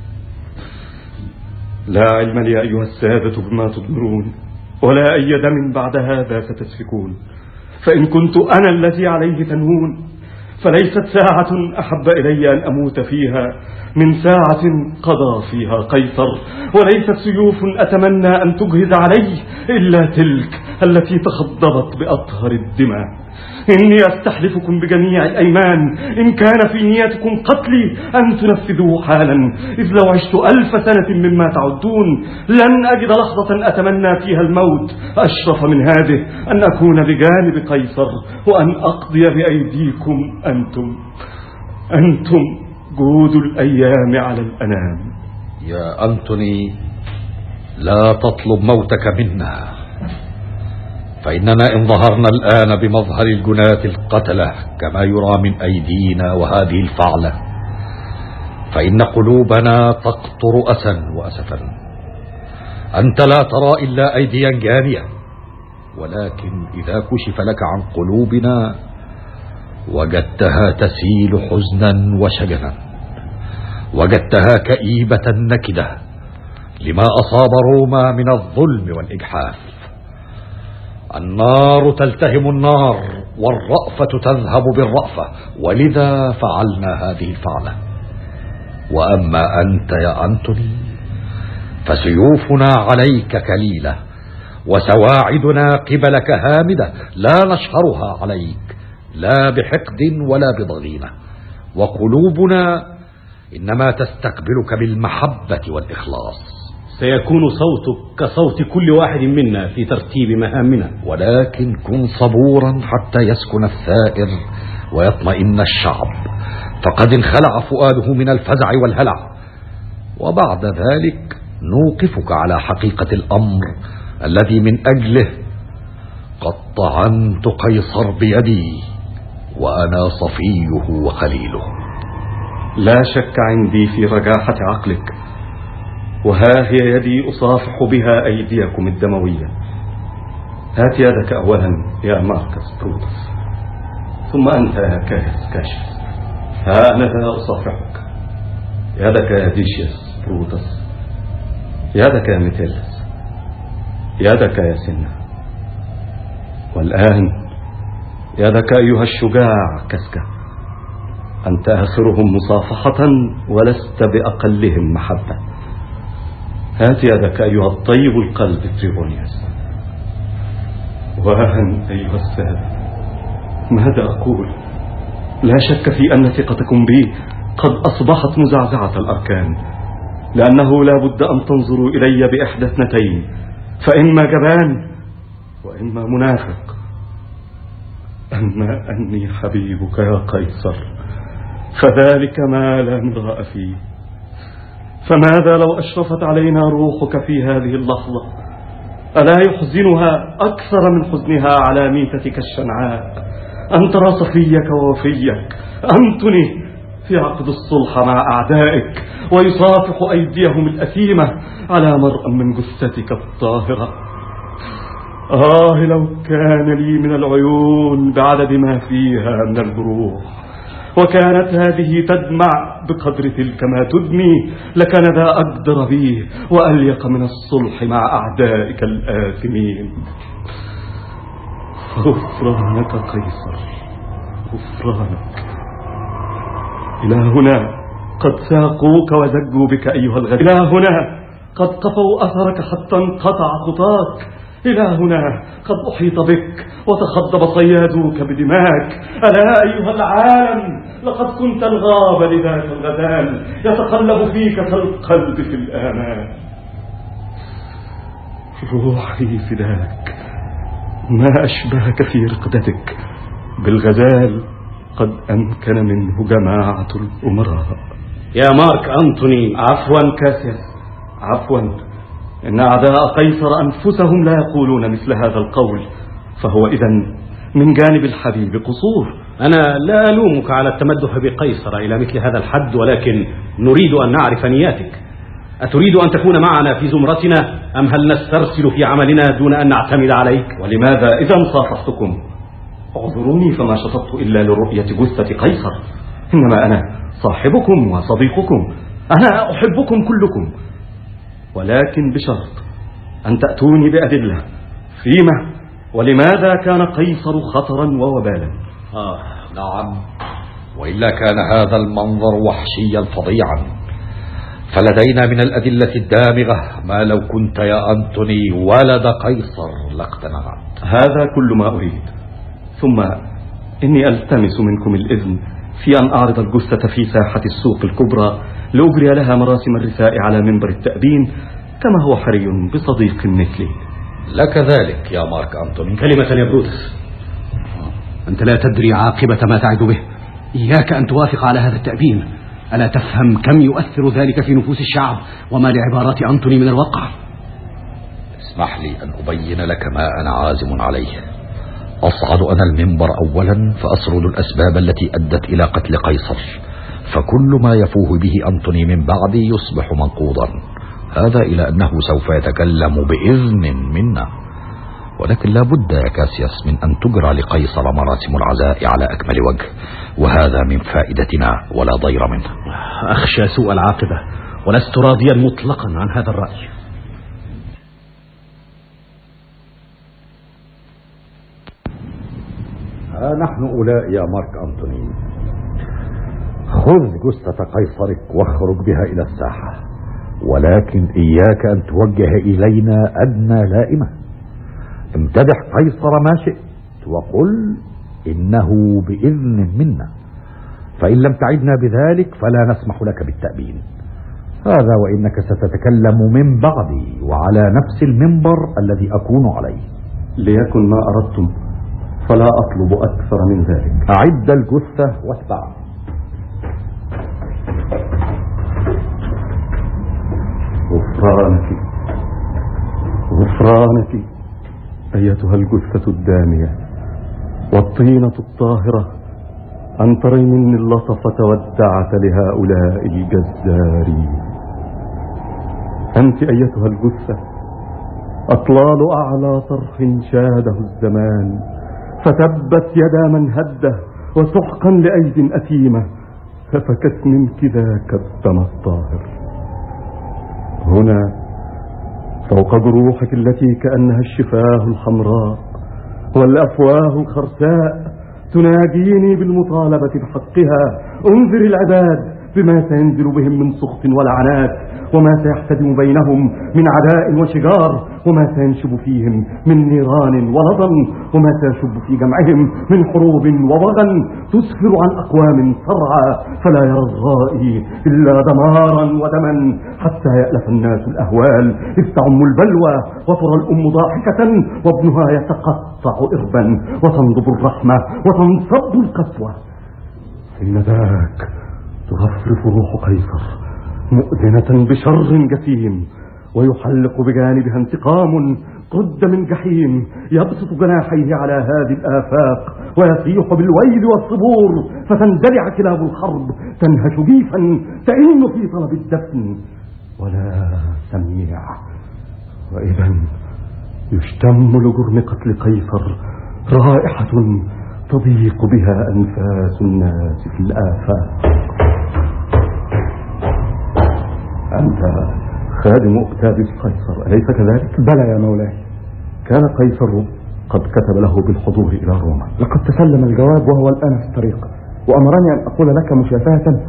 لا علم لي أيها السادة بما تضمرون، ولا أي دم بعد هذا ستسفكون، فإن كنت أنا الذي عليه تنهون فليست ساعة أحب إلي أن أموت فيها من ساعة قضى فيها قيصر، وليست سيوف أتمنى أن تجهز علي إلا تلك التي تخضبت بأطهر الدماء. إني أستحلفكم بجميع الأيمان إن كان في نيتكم قتلي أن تنفذوه حالا، إذ لو عشت 1000 سنة مما تعدون لن أجد لحظة أتمنى فيها الموت أشرف من هذه، أن أكون بجانب قيصر وأن أقضي بأيديكم أنتم جود الأيام على الأنام. يا أنتوني لا تطلب موتك منا، فإننا إن ظهرنا الآن بمظهر الجناة القتلة كما يرى من أيدينا وهذه الفعلة، فإن قلوبنا تقطر أسا وأسفا. أنت لا ترى إلا أيديا جانية، ولكن إذا كشف لك عن قلوبنا وجدتها تسيل حزنا وشجنا، وجدتها كئيبة نكدة لما أصاب روما من الظلم والإجحاف. النار تلتهم النار والرأفة تذهب بالرأفة، ولذا فعلنا هذه الفعلة. وأما أنت يا أنتوني فسيوفنا عليك كليلة، وسواعدنا قبلك هامدة لا نشهرها عليك لا بحقد ولا بضغينة، وقلوبنا إنما تستقبلك بالمحبة والإخلاص. سيكون صوتك كصوت كل واحد منا في ترتيب مهامنا، ولكن كن صبورا حتى يسكن الثائر ويطمئن الشعب، فقد انخلع فؤاده من الفزع والهلع، وبعد ذلك نوقفك على حقيقة الأمر الذي من أجله قد طعنت قيصر بيدي وأنا صفيه وخليله. لا شك عندي في رجاحة عقلك، وها هي يدي أصافح بها أيديكم الدموية. هات يدك أولا يا ماركس بروتس، ثم أنت يا كاشيوس. ها أنا ذا أصافحك. يدك يا ديشيوس بروتس، يدك يا ميتيلس، يدك يا سنة، والآن يدك أيها الشجاع كاسكا. أنت آخرهم مصافحة ولست بأقلهم محبة. هات يدك أيها الطيب القلب تريبونيوس. وهن أيها السادة، ماذا أقول؟ لا شك في أن ثقتكم بي قد أصبحت مزعزعة الأركان، لأنه لا بد أن تنظروا إلي بإحدى اثنتين، فإما جبان وإما منافق. أما أني حبيبك يا قيصر فذلك ما لا مراء فيه. فماذا لو أشرفت علينا روحك في هذه اللحظة؟ ألا يحزنها أكثر من حزنها على ميتتك الشنعاء أن ترى صفيك ووفيك أنتوني في عقد الصلح مع أعدائك ويصافح أيديهم الأثيمة على مرأى من جثتك الطاهرة؟ لو كان لي من العيون بعدد ما فيها من الجروح، وكانت هذه تدمع بقدر تلك ما تدمي، لكان ذا أقدر به وأليق من الصلح مع أعدائك الآثمين. غفرانك قيصر، غفرانك. إلى هنا قد ساقوك وزجوا بك أيها الغدير، إلى هنا قد قفوا أثرك حتى انقطع خطاك، إلى هنا قد أحيط بك وتخضب صيادوك بدماك. ألا أيها العالم لقد كنت الغاب لذاك الغزال يتقلب فيك كالقلب في الآمان. روحي فداك، ما أشبهك في رقدتك بالغزال قد أمكن منه جماعة الأمراء. يا مارك أنتوني. عفوا كاسياس، عفوا. إن أعداء قيصر أنفسهم لا يقولون مثل هذا القول، فهو إذن من جانب الحبيب قصور. أنا لا ألومك على التمدح بقيصر إلى مثل هذا الحد، ولكن نريد أن نعرف نياتك. أتريد أن تكون معنا في زمرتنا أم هل نسترسل في عملنا دون أن نعتمد عليك؟ ولماذا إذا صافحتكم؟ اعذروني فما شططت إلا لرؤية جثة قيصر، إنما أنا صاحبكم وصديقكم، أنا أحبكم كلكم، ولكن بشرط أن تأتوني بأدلة فيما ولماذا كان قيصر خطرا ووبالا. نعم، وإلا كان هذا المنظر وحشيا فظيعا، فلدينا من الأدلة الدامغة ما لو كنت يا أنتوني ولد قيصر لاقتنعت. هذا كل ما أريد. ثم إني ألتمس منكم الإذن في أن أعرض الجثة في ساحة السوق الكبرى لأجري لها مراسم الرثاء على منبر التأبين كما هو حري بصديق مثلي. لك ذلك يا مارك أنتوني. كلمة يا بروتس، أنت لا تدري عاقبة ما تعد به. إياك أن توافق على هذا التأبين. ألا تفهم كم يؤثر ذلك في نفوس الشعب وما لعبارات أنتوني من الواقع؟ اسمح لي أن أبين لك ما أنا عازم عليه. أصعد أنا المنبر أولا فأسرد الأسباب التي أدت إلى قتل قيصر، فكل ما يفوه به أنتوني من بعدي يصبح منقوضا، هذا إلى أنه سوف يتكلم بإذن منا. ولكن لا بد يا كاسياس من أن تجرى لقيصر مراسم العزاء على أكمل وجه، وهذا من فائدتنا ولا ضير منه. أخشى سوء العاقبة ولست راضيا مطلقا عن هذا الرأي. نحن أولاء يا مارك أنتوني. خذ جثة قيصرك واخرج بها إلى الساحة، ولكن إياك أن توجه إلينا أدنى لائمة. امتدح قيصر ما شئت وقل إنه بإذن منا، فإن لم تعدنا بذلك فلا نسمح لك بالتأبين. هذا وإنك ستتكلم من بعدي وعلى نفس المنبر الذي أكون عليه. ليكن ما أردتم، فلا أطلب أكثر من ذلك. أعد الجثة واتبعني. غفرانك غفرانك أيتها الجثة الدامية والطينة الطاهرة، أن تري مني اللطفة والدعة لهؤلاء الجزارين. أنت أيتها الجثة أطلال أعلى طرف شاهده الزمان، فتبت يدا من هده وسحقا لأيد أثيمة، ففكت منك ذاك الدم الطاهر. هنا فوق جروحك التي كأنها الشفاه الحمراء والأفواه الخرساء تناجيني بالمطالبة بحقها. انذر العباد بما سينزل بهم من سخط ولعنات، وما سيحتدم بينهم من عداء وشجار، وما سينشب فيهم من نيران ولظى، وما سيشب في جمعهم من حروب ووغن تسفر عن أقوام صرعى، فلا يرى الغائي إلا دمارا ودما، حتى يألف الناس الأهوال إذ تعم البلوى وترى الأم ضاحكة وابنها يتقطع إربا، وتنضب الرحمة وتنصب القسوة. حين ذاك ترفرف روح قيصر مؤذنة بشر جسيم، ويحلق بجانبها انتقام قد من جحيم، يبسط جناحيه على هذه الآفاق ويصيح بالويل والصبور، فتندلع كلاب الحرب تنهش جيفا تئن في طلب الدفن ولا سميع. وإذا يشتم لجرم قتل قيصر رائحة تضيق بها أنفاس الناس في الآفاق. أنت خادم أكتافيوس قيصر أليس كذلك؟ بلى يا مولاي. كان قيصر قد كتب له بالحضور إلى روما. لقد تسلم الجواب وهو الآن في الطريق، وأمرني أن أقول لك مشافهة.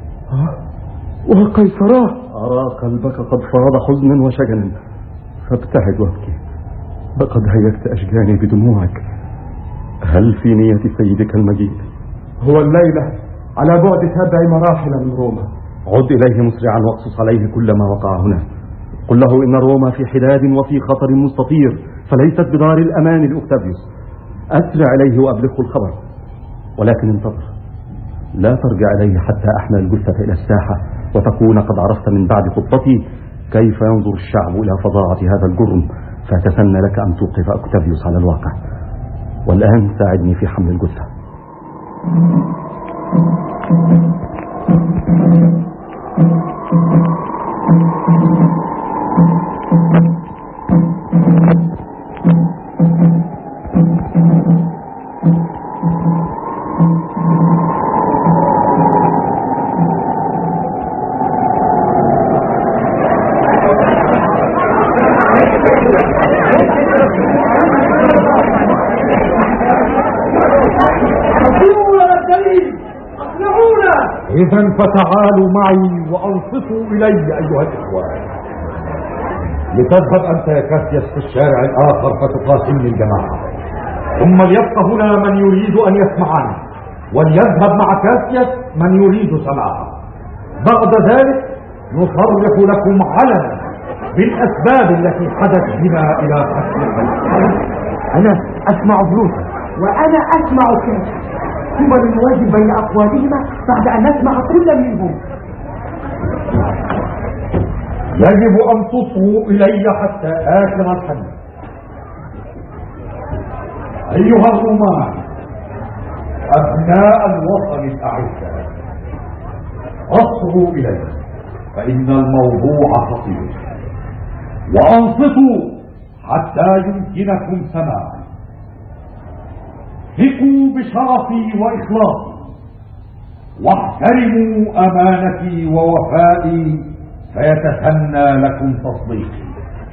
وقيصراه أرى قلبك قد فاض حزنا وشجنا، فابتعد وابكي، لقد هيجت أشجاني بدموعك. هل في نية سيدك المجيء؟ هو الليلة على بعد 7 مراحل من روما. عد إليه مسرعا واقصص عليه كل ما وقع هنا. قل له إن روما في حداد وفي خطر مستطير، فليست بدار الأمان لأكتافيوس. أسرع إليه وأبلغه الخبر، ولكن انتظر، لا ترجع إليه حتى أحمل الجثة إلى الساحة، وتكون قد عرفت من بعد خطتي كيف ينظر الشعب إلى فظاعة هذا الجرم، فأتسنى لك أن توقف أكتافيوس على الواقع. والآن ساعدني في حمل الجثة. إذن فتعالوا معي وأنصتوا إلي أيها الإخوان، لتذهب أنت يا كاسياس في الشارع الآخر فتقاتلني الجماعة، ثم ليبقى هنا من يريد أن يسمعني، وليذهب مع كاسياس من يريد سماعه. بعد ذلك نصرح لكم علنا بالأسباب التي حدث بنا إلى قتل قيصر. أنا أسمع بروتا وأنا أسمع كاسياس، ثم نوازن بين أقوالهما بعد أن نسمع كل منهم. يجب أن تصغوا إلي حتى آخر الحديث. أيها الرومان أبناء الوطن الأعزاء، أصغوا إلي فإن الموضوع خطير، وأنصتوا حتى يمكنكم سماعي. ثقوا بشرفي وإخلاصي، واحترموا أمانتي ووفائي، فيتسنى لكم تصديقي.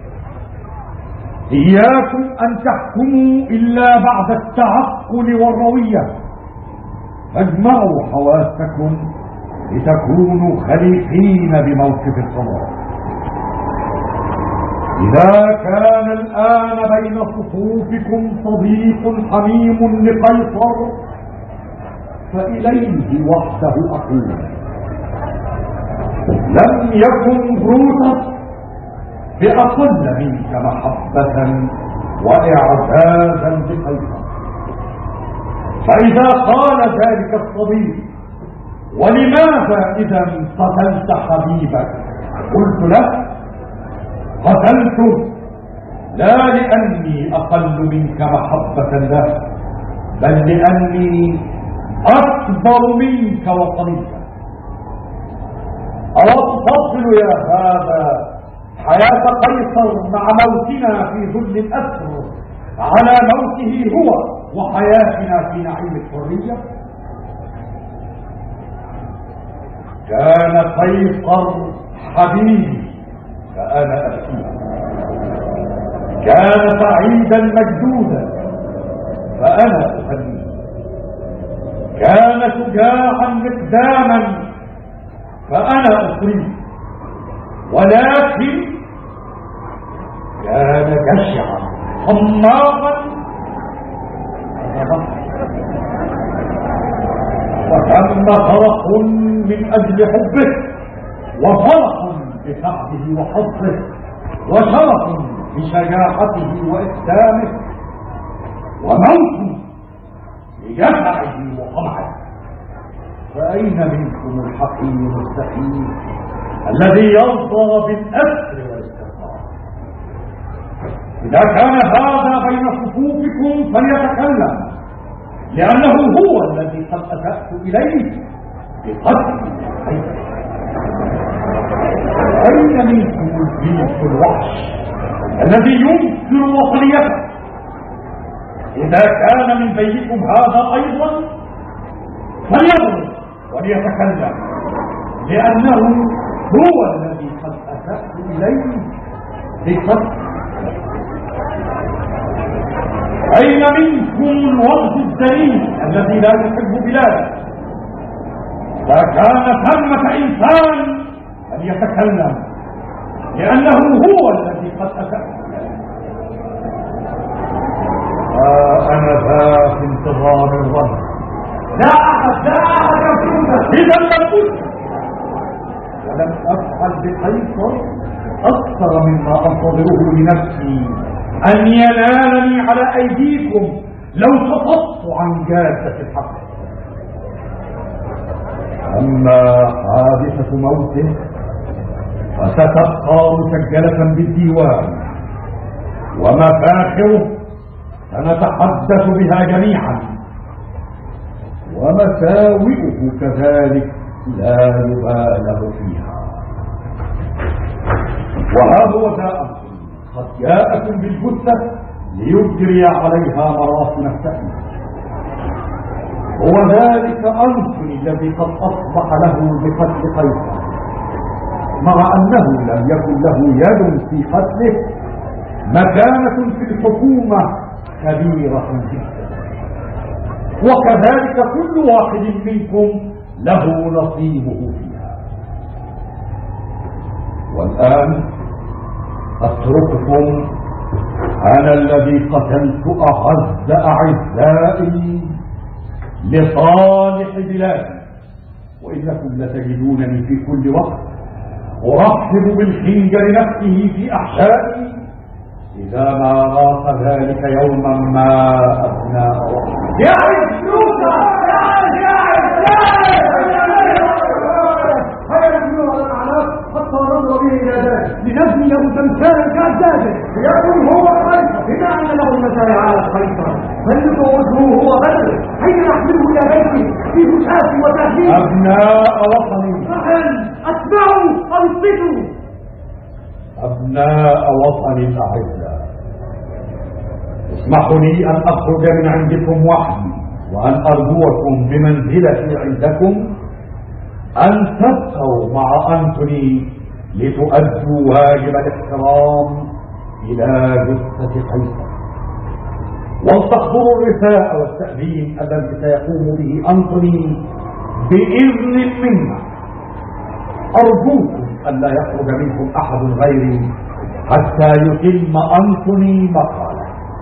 إياكم أن تحكموا إلا بعد التعقل والروية، فاجمعوا حواسكم لتكونوا خليقين بموقف القضاء. إذا كان الآن بين صفوفكم صديق حميم لقيصر فإليه وحده أقول. لم يكن بروتس بأقل منك محبة وإعزازا بقيصر، فإذا قال ذلك الصديق ولماذا إذا قتلت حبيبك، قلت له قتلته لا لأني أقل منك محبة له، بل لأني أكبر منك وطنيا. أوصل يا هذا حياة قيصر مع موتنا في ذل الأسر على موته هو وحياتنا في نعيم الحرية؟ كان قيصر حبيبي فأنا أبكيه، كان سعيدا مجدودا فأنا أهنيه، كان شجاعا مقداما فأنا أطريه، ولكن كان جشعا صماغا فهم فرح من أجل حبه، وفرح بسعده وحظه، وشرف بشجاعته وإقدامه، وموت لجشعه وطمعه. فأين منكم الحكيم السخيف الذي يرضى بالأسر والاستقرار؟ إذا كان هذا بين صفوفكم فليتكلم، لأنه هو الذي قد أسأت إليه بقتل حيث. أين منكم الجنس الوحش الذي ينكر وطنيته؟ إذا كان من بينكم هذا أيضا فليضرب وليتكلم، لأنه هو الذي قد أسأت إليه بقتل. أين منكم الوغد الدليل الذي لا يحب بلاده؟ إذا كان ثمة إنسان فليتكلم، لأنه هو الذي قد أسأت إليه. أنا ذا في انتظار الرد. لا أحد إذا لم قلت، ولم أفعل بقيصر أكثر مما أنتظره لنفسي أن ينالني على أيديكم لو سقطت عن جادة الحق. أما حادثة موته فستبقى مسجلة بالديوان، ومفاخره سنتحدث بها جميعا، ومساوئه كذلك لا يبالغ فيها. وها هو ذا قد جاءكم بالجثة ليجري عليها مراسم التأمين. هو ذلك أنتوني الذي قد أصبح له بقتل قيصر، مع أنه لم يكن له يد في قتله، مكانة في الحكومة كبيرة جدا، وكذلك كل واحد منكم له نصيبه فيها. والآن أترككم أنا الذي قتلت أعز أعزائي لصالح بلادي، وإنكم لتجدونني في كل وقت أرحب بالخنجر نفسه في أحشائي إذا ما راق ذلك يوما ما أبناء وحدي. يا عزوزة يا حتى ننظر به إلى ذلك لنبني له تمثالا كعزازه يكون هو قيصر، بما أن له المزايا على قيصر فليكن وجهه هو بدر، حين نحمله إلى بيته في بشاش وتهديد. أبناء وطني أسمعوا أنصتوا. أبناء وطني الأعزاء، اسمحوا لي أن أخرج من عندكم وحدي، وأن أرجوكم بمنزلتي عندكم أن تبقوا مع أنتوني لتؤدوا واجب الاحترام إلى جثة قيصر، ولتحضروا الرثاء والتأمين الذي سيقوم به أنتوني بإذن منا. أرجوكم أن لا يخرج منكم أحد غيري حتى يتم أنتوني مقاله.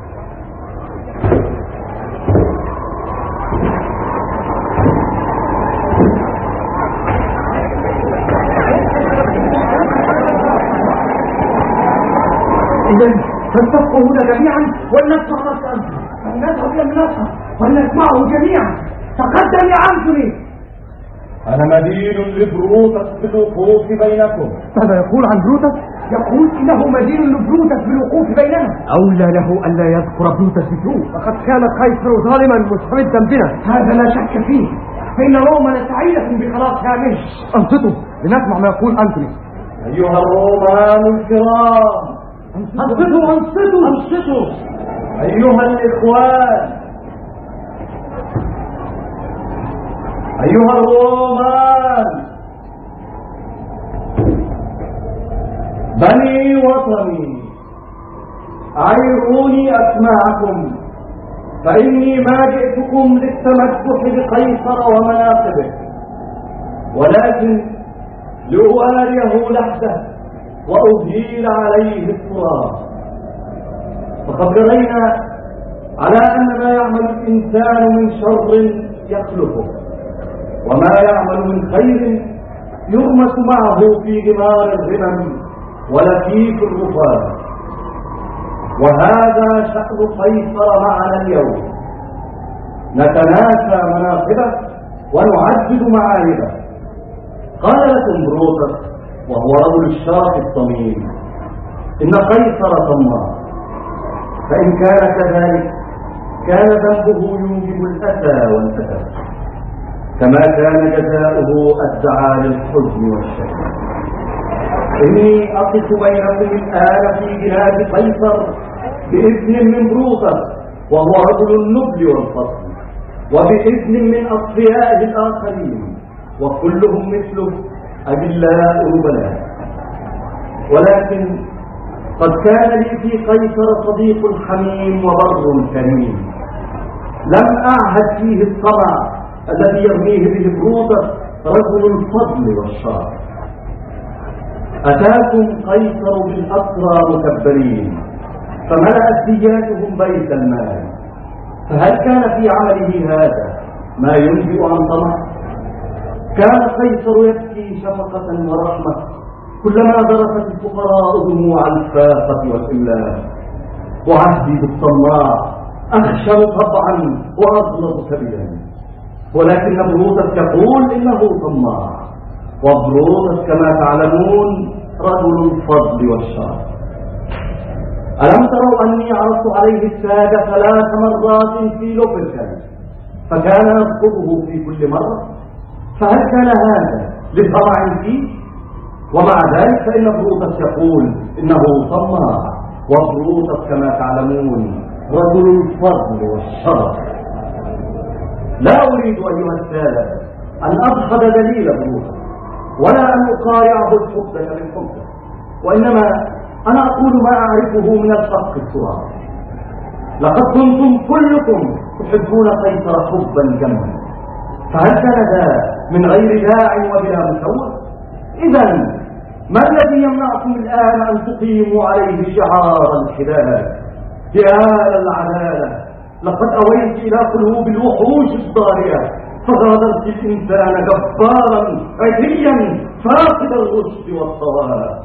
إذن فلتبقوا هنا جميعا ولنسمع رأس أنتوني، فلنذهب إلى المنصة ولنسمعه جميعا. تقدم يا أنتوني. أنا مدين لبروتس بالوقوف بينكم. ماذا يقول عن بروتس؟ يقول إنه مدين لبروتس بالوقوف بيننا. أولى له ألا يذكر بروتس بسوء، فقد كان قيصر ظالما مستمدا بنا. هذا لا شك فيه، فإن روما سعيدة بخلاصها منه. أنصتوا لنسمع ما يقول أنتوني. أيها الرومان الكرام، أنصتوا أيها الإخوان، أيها الرومان، بني وطني، أعيروني أسماعكم، فإني ما جئتكم للتمدح بقيصر ومناقبه، ولكن لأواريه لحده وأهيل عليه التراب. فقد رأينا على أن ما يعمل الإنسان من شر يخلفه، وما يعمل من خير يغمس معه في جمار الغنم ولفيف الرفات. وهذا شأن قيصر معنا اليوم، نتناسى مناقبه ونعدد معايبه. قال لكم بروتس وهو رجل الشرف الصميم إن قيصر طماع، فإن كان كذلك كان ذنبه يوجب الأسى والأسى، كما كان جزاؤه الدعاء للحزن والشك. إني أقف بينكم الآن في بلاد قيصر بإذن من بروتس وهو رجل النبل والفضل، وبإذن من أصفيائه الآخرين وكلهم مثله أجلاء نبلاء. ولكن قد كان لي في قيصر صديق حميم وبر كريم، لم أعهد فيه الطمع الذي يرميه به بروتس رجل الفضل والشرف. أتاكم قيصر بالأسرى مكبرين، فملأت دياتهم بيت المال، فهل كان في عمله هذا ما ينبئ عن طمع؟ كان قيصر يبكي شفقة ورحمة كلما درست الفقراء دموع الفاقة والإملاك. وعهدي بالطماع أخشى طبعا وأغلظ كبيرا، ولكن بروتس يقول إنه طماع، وبروتس كما تعلمون رجل الفضل والشرف. ألم تروا أني عرضت عليه السادة 3 مرات في لوبركان فكان يرفضه في كل مرة؟ فهل كان هذا لطمع فيه؟ ومع ذلك فإن بروتس يقول إنه طماع، وبروتس كما تعلمون رجل الفضل والشرف. لا أريد أيها السادة أن أبخذ دليل بروتس ولا أن أقارعه الحجة بالحجة، وإنما أنا أقول ما أعرفه من الحق التراب. لقد كنتم كلكم تحبون قيصر حبا جما، فهل كان ذا من غير داع وبلا مسوى؟ إذن ما الذي يمنعكم الآن أن تقيموا عليه شعار الحداد؟ يا للعدالة، لقد أويت إلى قلوب الوحوش الضارية، فغادرت الإنسان جبارا عتيا فاقد الرشد والصواب.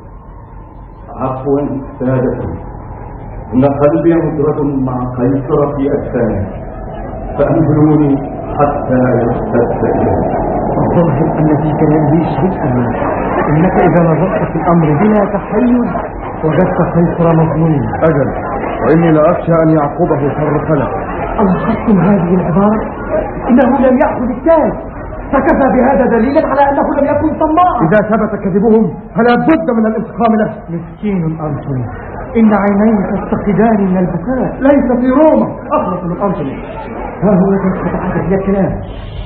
عفوا سادتي، إن قلبي مدرج مع قيصر في أجسامه، فأنزلوني حتى يرتد إليه. الظاهر أن في كلامه شيئا، إنك إذا نظرت في الأمر بلا تحيز وجدت قيصر مظلوما. أجل، وإني لأخشى أن يعقبه شر خلق. ألخصتم هذه العبارة؟ إنه لم يأخذ التاج، فكفى بهذا دليلا على أنه لم يكن طماعا. إذا ثبت كذبهم فلا بد من الانتقام له. مسكين أنتوني، إن عينيك تفتقدان من البكاء. ليس في روما أخلص من أنتوني. ها هو قد فتحت لي الكلام.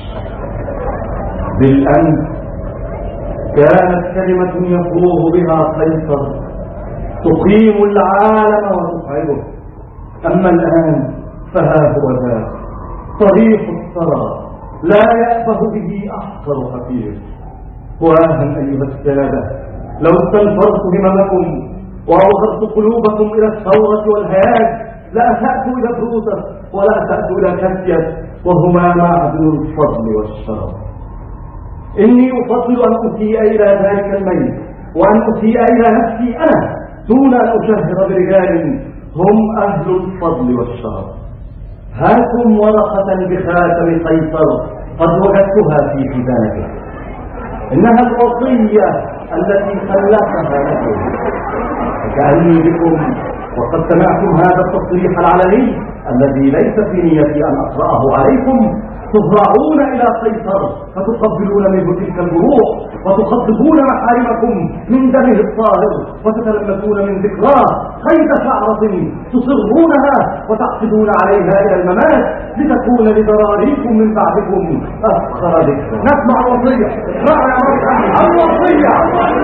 بالأمس كانت كلمة يفوه بها قيصر تقيم العالم وتسعده، أما الآن فها هو ذا صريح الثرى لا يأبه به أحقر حفير. وآها أيها السادة، لو استنفرت هممكم وأوهرت قلوبكم إلى الثورة والهياج لأسأت إلى بروتس ولأسأت إلى كاسياس، وهما معدن الفضل والشرف. إني أفضل أن أسيء إلى ذلك الميت وأن أسيء إلى نفسي أنا دون أن أشهر برجال هم أهل الفضل والشرف. هاكم ورقة بخاتم قيصر قد وجدتها في خزانته، إنها الوصية التي خلقها لكم. كأني بكم وقد سمعتم هذا التصريح العلني الذي ليس في نيتي أن أقرأه عليكم، تهرعون إلى قيصر فتقبلون منه تلك الجروح وتخطبون محارمكم من دمه الطاهر وتتلمسون من ذكراه قيد شعرة تصرونها وتعقدون عليها إلى الممات لتكون لذراريكم من بعدكم أفخر ذكرى. نسمع الوصية. الوصية.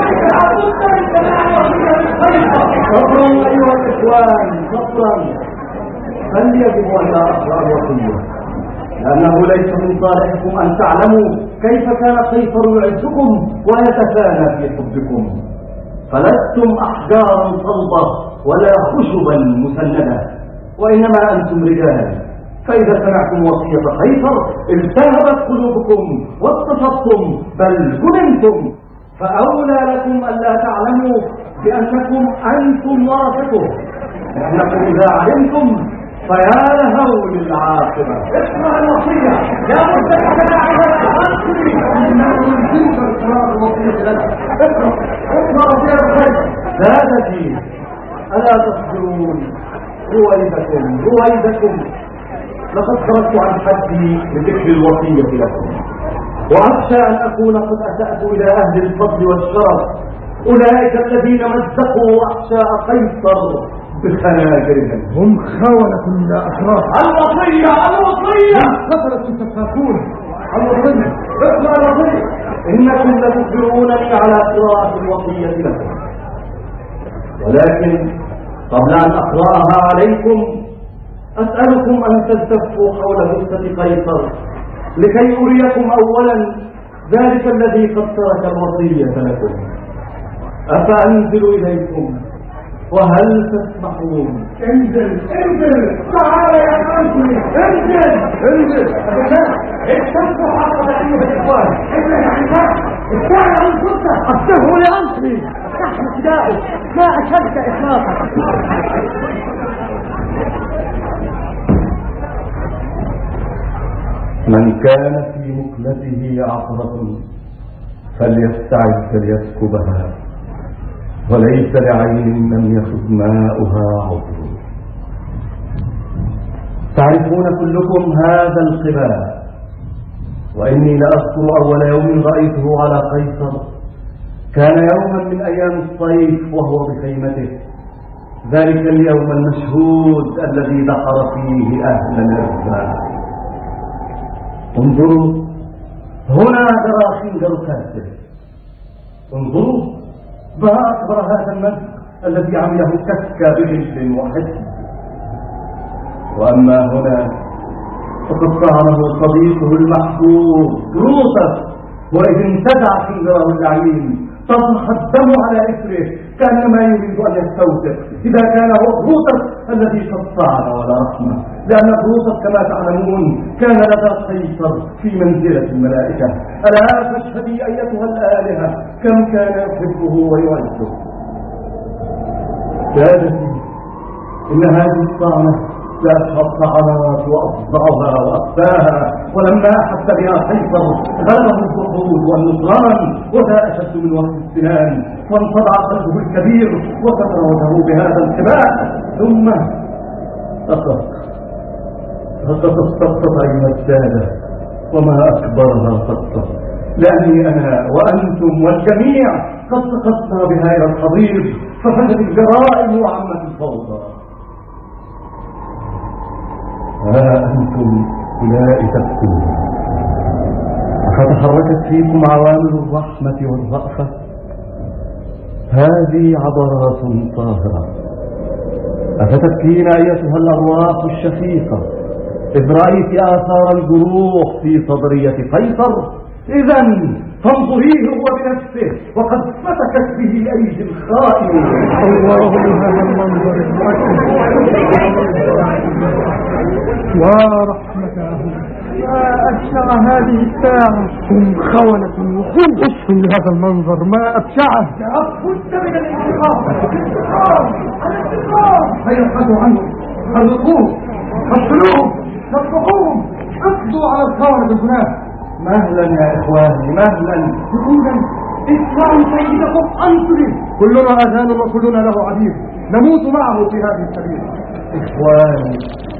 صبرا أيها الإخوان، صبرا. هل يجب أن لا أقرأ الوصية؟ لأنه ليس من صالحكم أن تعلموا كيف كان قيصر يعزكم ويتفانى في حبكم، فلستم أحجارا صلبة ولا خشبا مسندة، وإنما أنتم رجال. فإذا سمعتم وصية قيصر التهبت قلوبكم واتصفتم بل جننتم، فأولى لكم ألا تعلموا بأنكم أنتم ورثته، لأنكم إذا علمتم فيا لهول العاقبة. اسمع الوصية يا مستحق سادتي ألا تصبرون؟ رويدكم لقد خرجت عن حدي لذكر الوصية لكم، وأخشى أن أكون قد أسأت إلى أهل الفضل والشرف، أولئك الذين مزقوا أحشاء قيصر بخناجرهم. هم خونة لا أشراف. الوصية كثرة تستخافون. الوصية. اسمع الوصية. إنكم لتخبرونني على قراءة الوصية لكم، ولكن قبل أن أقرأها عليكم أسألكم أن تلتفوا حول جثة قيصر لكي أريكم أولا ذلك الذي قد ترك الوصية لكم. أفأنزل إليكم وهل تسمحون؟ انزل تعال يا أنتوني، انزل اكتبوا حقا أيها الإخوان. استعلى عن صدق أفتحه لأنتوني، تحت ابتدائه ما أشدت إخلاقك. من كان في مقلته عقرة فليستعد ليسكبها، وليس لعين لم يخذ ماؤها عذر. تعرفون كلكم هذا القباء، وإني لأذكر أول يوم رأيته على قيصر كان يوما من أيام الصيف وهو بخيمته، ذلك اليوم المشهود الذي دحر فيه أهل الإرسال. انظروا هنا ترى خنجر كاسر، انظروا ما أكبر هذا المسك الذي عمله كسك بغل وحسن. وأما هنا فقد طعنه صديقه المحبوب روسس، وإذ انتزع خنجره اللعين طفح الدم على إثره كأنما يريد أن يستوثق إذا كان هو روسس الذي قد طعن ولا رحمة، لأن روسس كما تعلمون كان لدى قيصر في منزلة الملائكة. ألا فاشهدي أيتها الآلهة كم كان يحبه ويعزه. سادتي إن هذه الطعنة لأشهى الطعنات وأفظعها وأخفاها، ولما أحس بها قيصر غلبه الضغوط والنصران وذا أشد من وقت السنان، وانصدع قلبه الكبير وكسر وجهه بهذا الكباء، ثم فقد استقطت أيها السادة، وما أكبرها قطة، لأني أنا وأنتم والجميع قد سقطنا بها إلى الحضيض ففشت الجرائم وعمت الفوضى. ها أنتم أولئك تكتبون، فتحركت فيكم عوامل الرحمة والرأفة. هذه عبرات طاهرة، أفتبكين أيتها الأرواح الشفيقة إذ رأيت آثار الجروح في صدرية قيصر؟ إذن فانظريه هو بنفسه وقد فتكت به أيدي الخائن. اللهم هذا المنظر ورحمته ما أبشع هذه الساعة. هم خونة وخبث لهذا المنظر ما أبشعه. لابد من الانتقام. فيبحثوا عنه، خلقوه، قتلوهم، نطقوهم، اقضوا على الخونة الجناه. مهلا يا إخواني مهلا. سكونا اسمعوا سيدكم أنتوني. كلنا أذان وكلنا له عبيد، نموت معه في هذه السبيل. إخواني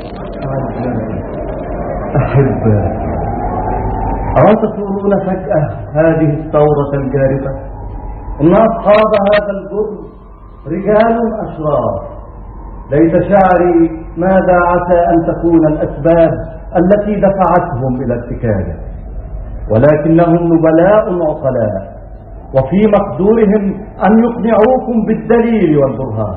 أحبائي، أتصورون فجأة هذه الثورة الجارفة؟ إن أصحاب هذا الجرم رجال أشرار. ليت شعري ماذا عسى أن تكون الأسباب التي دفعتهم إلى ارتكابه، ولكنهم نبلاء عقلاء، وفي مقدورهم أن يقنعوكم بالدليل والبرهان.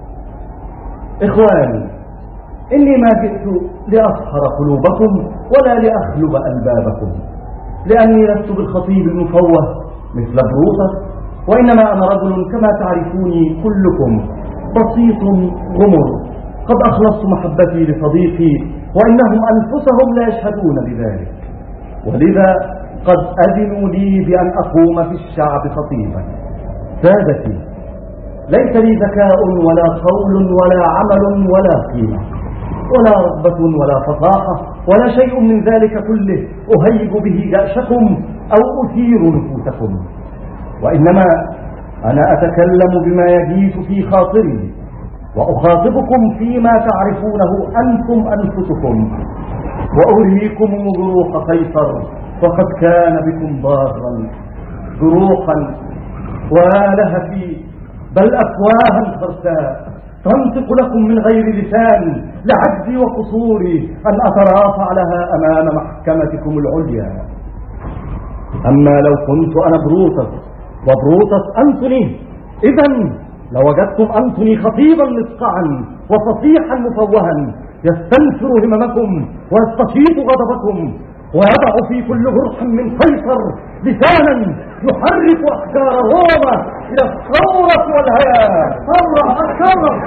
إخواني، إني ما جئت لأسحر قلوبكم ولا لأخلب ألبابكم، لأني لست بالخطيب المفوه مثل بروطس، وإنما أنا رجل كما تعرفوني كلكم، بسيط غمر، قد أخلصت محبتي لصديقي، وإنهم أنفسهم لا يشهدون بذلك، ولذا قد أذنوا لي بأن أقوم في الشعب خطيبا. سادتي، ليس لي ذكاء ولا قول ولا عمل ولا قيمة ولا رغبة ولا فصاحة ولا شيء من ذلك كله أهيج به جأشكم أو أثير نفوسكم، وإنما أنا أتكلم بما يجيش في خاطري، وأخاطبكم فيما تعرفونه أنتم أنفسكم، وأرهيكم جروح قيصر، فقد كان بكم ضارا جروحا ولهفي، بل أفواها خرساء تنطق لكم من غير لسان، لعجزي وقصوري أن أترافع لها أمام محكمتكم العليا. أما لو كنت أنا بروتس وبروتس أنتوني، إذن لوجدتم أنتوني خطيبا مصقعا وفصيحا مفوها، يستنفر هممكم ويستشيط غضبكم، ويضع في كل جرح من قيصر لسانا يحرك أحجار روما إلى الثورة والهيام. ثورة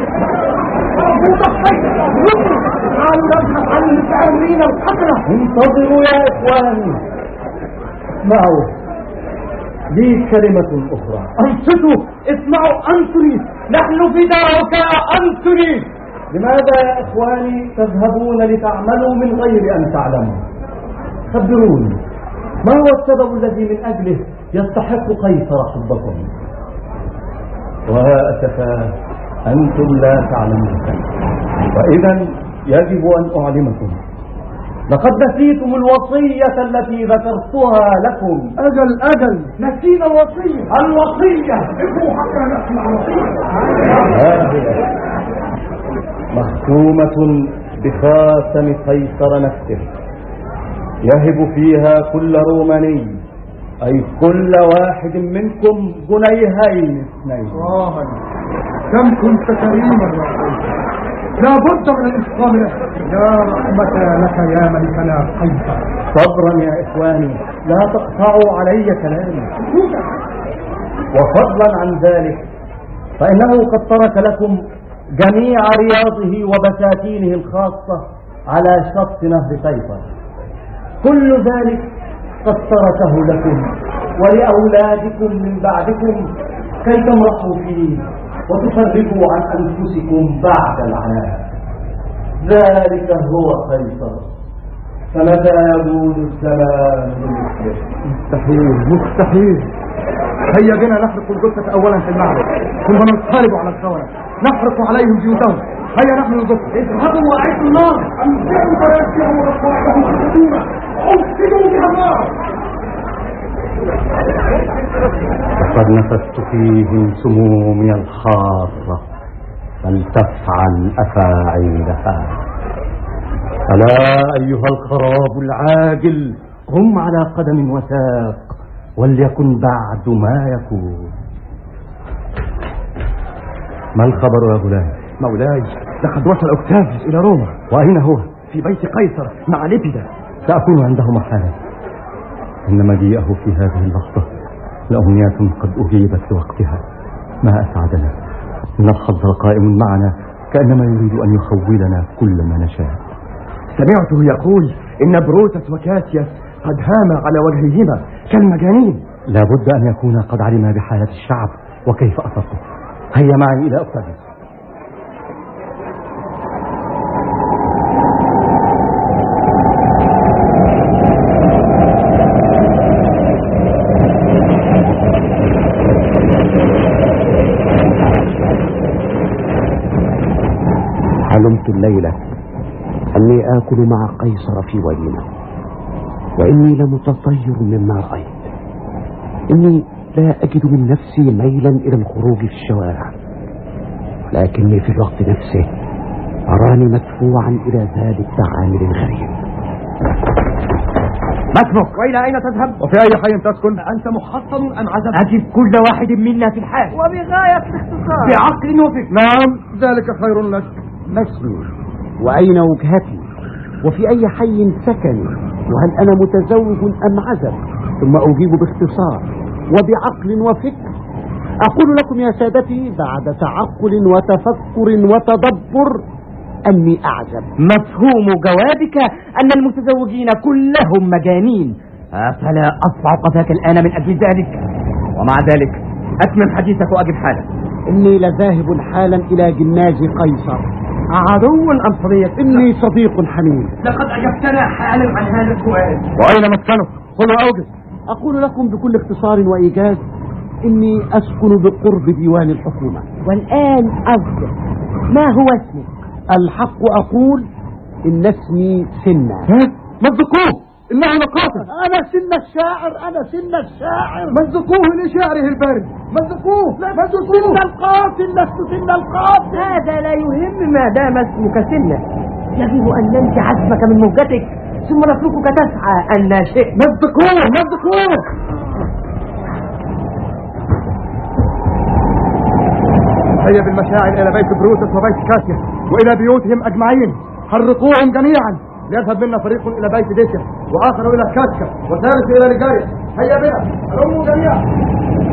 قالوا نبحث عن المتآمرين القتلة. انتظروا يا إخواني، اسمعوا لي كلمة أخرى. أنصتوا، اسمعوا أنتوني، نحن فداؤك يا أنتوني. لماذا يا إخواني تذهبون لتعملوا من غير أن تعلموا؟ خبروني، ما هو السبب الذي من أجله يستحق قيصر حبكم؟ وأسفا أنتم لا تعلمون، وإذا يجب أن أعلمكم. لقد نسيتم الوصية التي ذكرتها لكم. أجل نسينا الوصية. ابقوا حتى نسمع الوصية. مختومة بخاتم قيصر نفسه، يهب فيها كل روماني، أي كل واحد منكم جنيهين اثنين. كم كنت كريما يا قيصر، لا بد من الإسلام له. يا رحمة لك يا ملكنا قيصر. صبرا يا إخواني، لا تقطعوا علي كلامي. وفضلا عن ذلك فإنه قد ترك لكم جميع رياضه وبساتينه الخاصة على شط نهر قيصر. كل ذلك قد تركه لكم ولأولادكم من بعدكم كي تمرحوا فيه وتفرقوا عن أنفسكم بعد العناء. ذلك هو قيصر، فمتى يقول الزمان بمثله؟ مستحيل. هيا بنا نحرق الجثة أولا في المعبد، ثم ننقلب على الخونة نحرق عليهم بيوتهم. هيا نحن الجثة. اذهبوا وأعدوا النار، أمسكوا فراسهم ورفاعهم بالخطورة، أفسدوا بها النار. لقد نفست فيهم سمومي الحارة، فلتفعل أفاعيلها. ألا أيها الخراب العاجل، قم على قدم وساق، وليكن بعد ما يكون. ما الخبر يا غلام؟ مولاي، لقد وصل أوكتافيوس إلى روما. وأين هو؟ في بيت قيصر مع ليبيدا. سأكون عنده محالا. إن مجيئه في هذه اللحظة لأمنيات قد أجيبت لوقتها. ما أسعدنا إن الحظ القائم معنا كأنما يريد أن يخولنا كل ما نشاء. سمعته يقول إن بروتس وكاسياس قد هاما على وجههما كالمجانين. لا بد أن يكون قد علم بحالة الشعب وكيف أصبته. هيا معي إلى أوكتافيوس. الليلة أني آكل مع قيصر في وليمة، وإني لمتطير مما رأيت. إني لا أجد من نفسي ميلا إلى الخروج في الشوارع، لكني في الوقت نفسه أراني مدفوعا إلى ذلك عامل غريب. ما اسمك؟ وإلى أين تذهب؟ وفي أي حي تسكن؟ أنت محصن أم عزب؟ أجد كل واحد منا في الحال وبغاية الاختصار بعقل وفكر. نعم ذلك خير لك. ما اسمي؟ وأين وجهتي؟ وفي أي حي سكني؟ وهل أنا متزوج أم عزب؟ ثم أجيب باختصار وبعقل وفكر. أقول لكم يا سادتي بعد تعقل وتفكر وتدبر أني أعزب. مفهوم جوابك أن المتزوجين كلهم مجانين، فلا أصفع قفاك الآن من أجل ذلك. ومع ذلك أتمم حديثك وأجب حالك. إني لذاهب حالا إلى جناز قيصر. عدو أم صديق؟ إني صديق حميم. لقد أجبتنا حالا عن هذا السؤال. وأين مسكنه؟ قل وأوجز. أقول لكم بكل اختصار وإيجاز إني أسكن بقرب ديوان الحكومة. والآن أصدق، ما هو اسمك؟ الحق أقول إن اسمي سنة. مزقوه إنه لقاتل. أنا سنة الشاعر، أنا سنة الشاعر. مزقوه لشعره البارد. مزقوه سنة القاتل، لست سنة القاتل. هذا لا يهم ما دام اسمك سنة. يجب أن ننسى عزمك من موجتك ثم نتركك تسعى أن لا شيء. مزقوه. هيا بالمشاعر إلى بيت بروتس وبيت كاسيا وإلى بيوتهم أجمعين. حرقوهم جميعا. ليذهب منا فريق إلى بيت ديسيا وآخر إلى كاسكا وثالث إلى رجاريا. هيا بنا هلموا جميعا.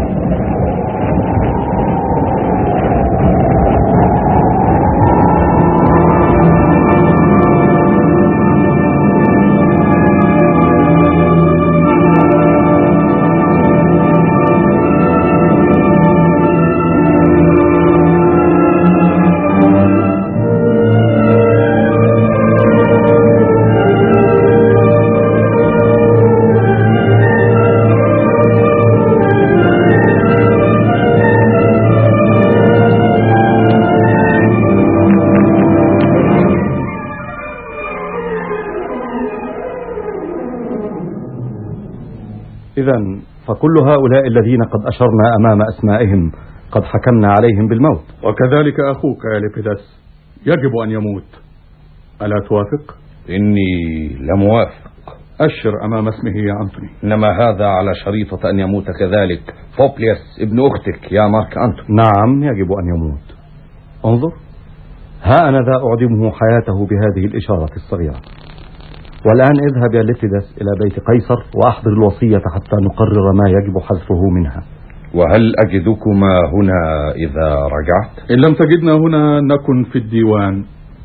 إذن فكل هؤلاء الذين قد أشرنا أمام أسمائهم قد حكمنا عليهم بالموت. وكذلك أخوك يا ليبيداس يجب أن يموت، ألا توافق؟ إني لموافق. أشر أمام اسمه يا أنتوني. إنما هذا على شريطة أن يموت كذلك بوبليوس ابن أختك يا مارك أنتوني. نعم يجب أن يموت. انظر، ها أنا ذا أعدمه حياته بهذه الإشارة الصغيرة. والآن اذهب يا ليبيداس إلى بيت قيصر وأحضر الوصية حتى نقرر ما يجب حذفه منها. وهل أجدكما هنا إذا رجعت؟ إن لم تجدنا هنا نكن في الديوان.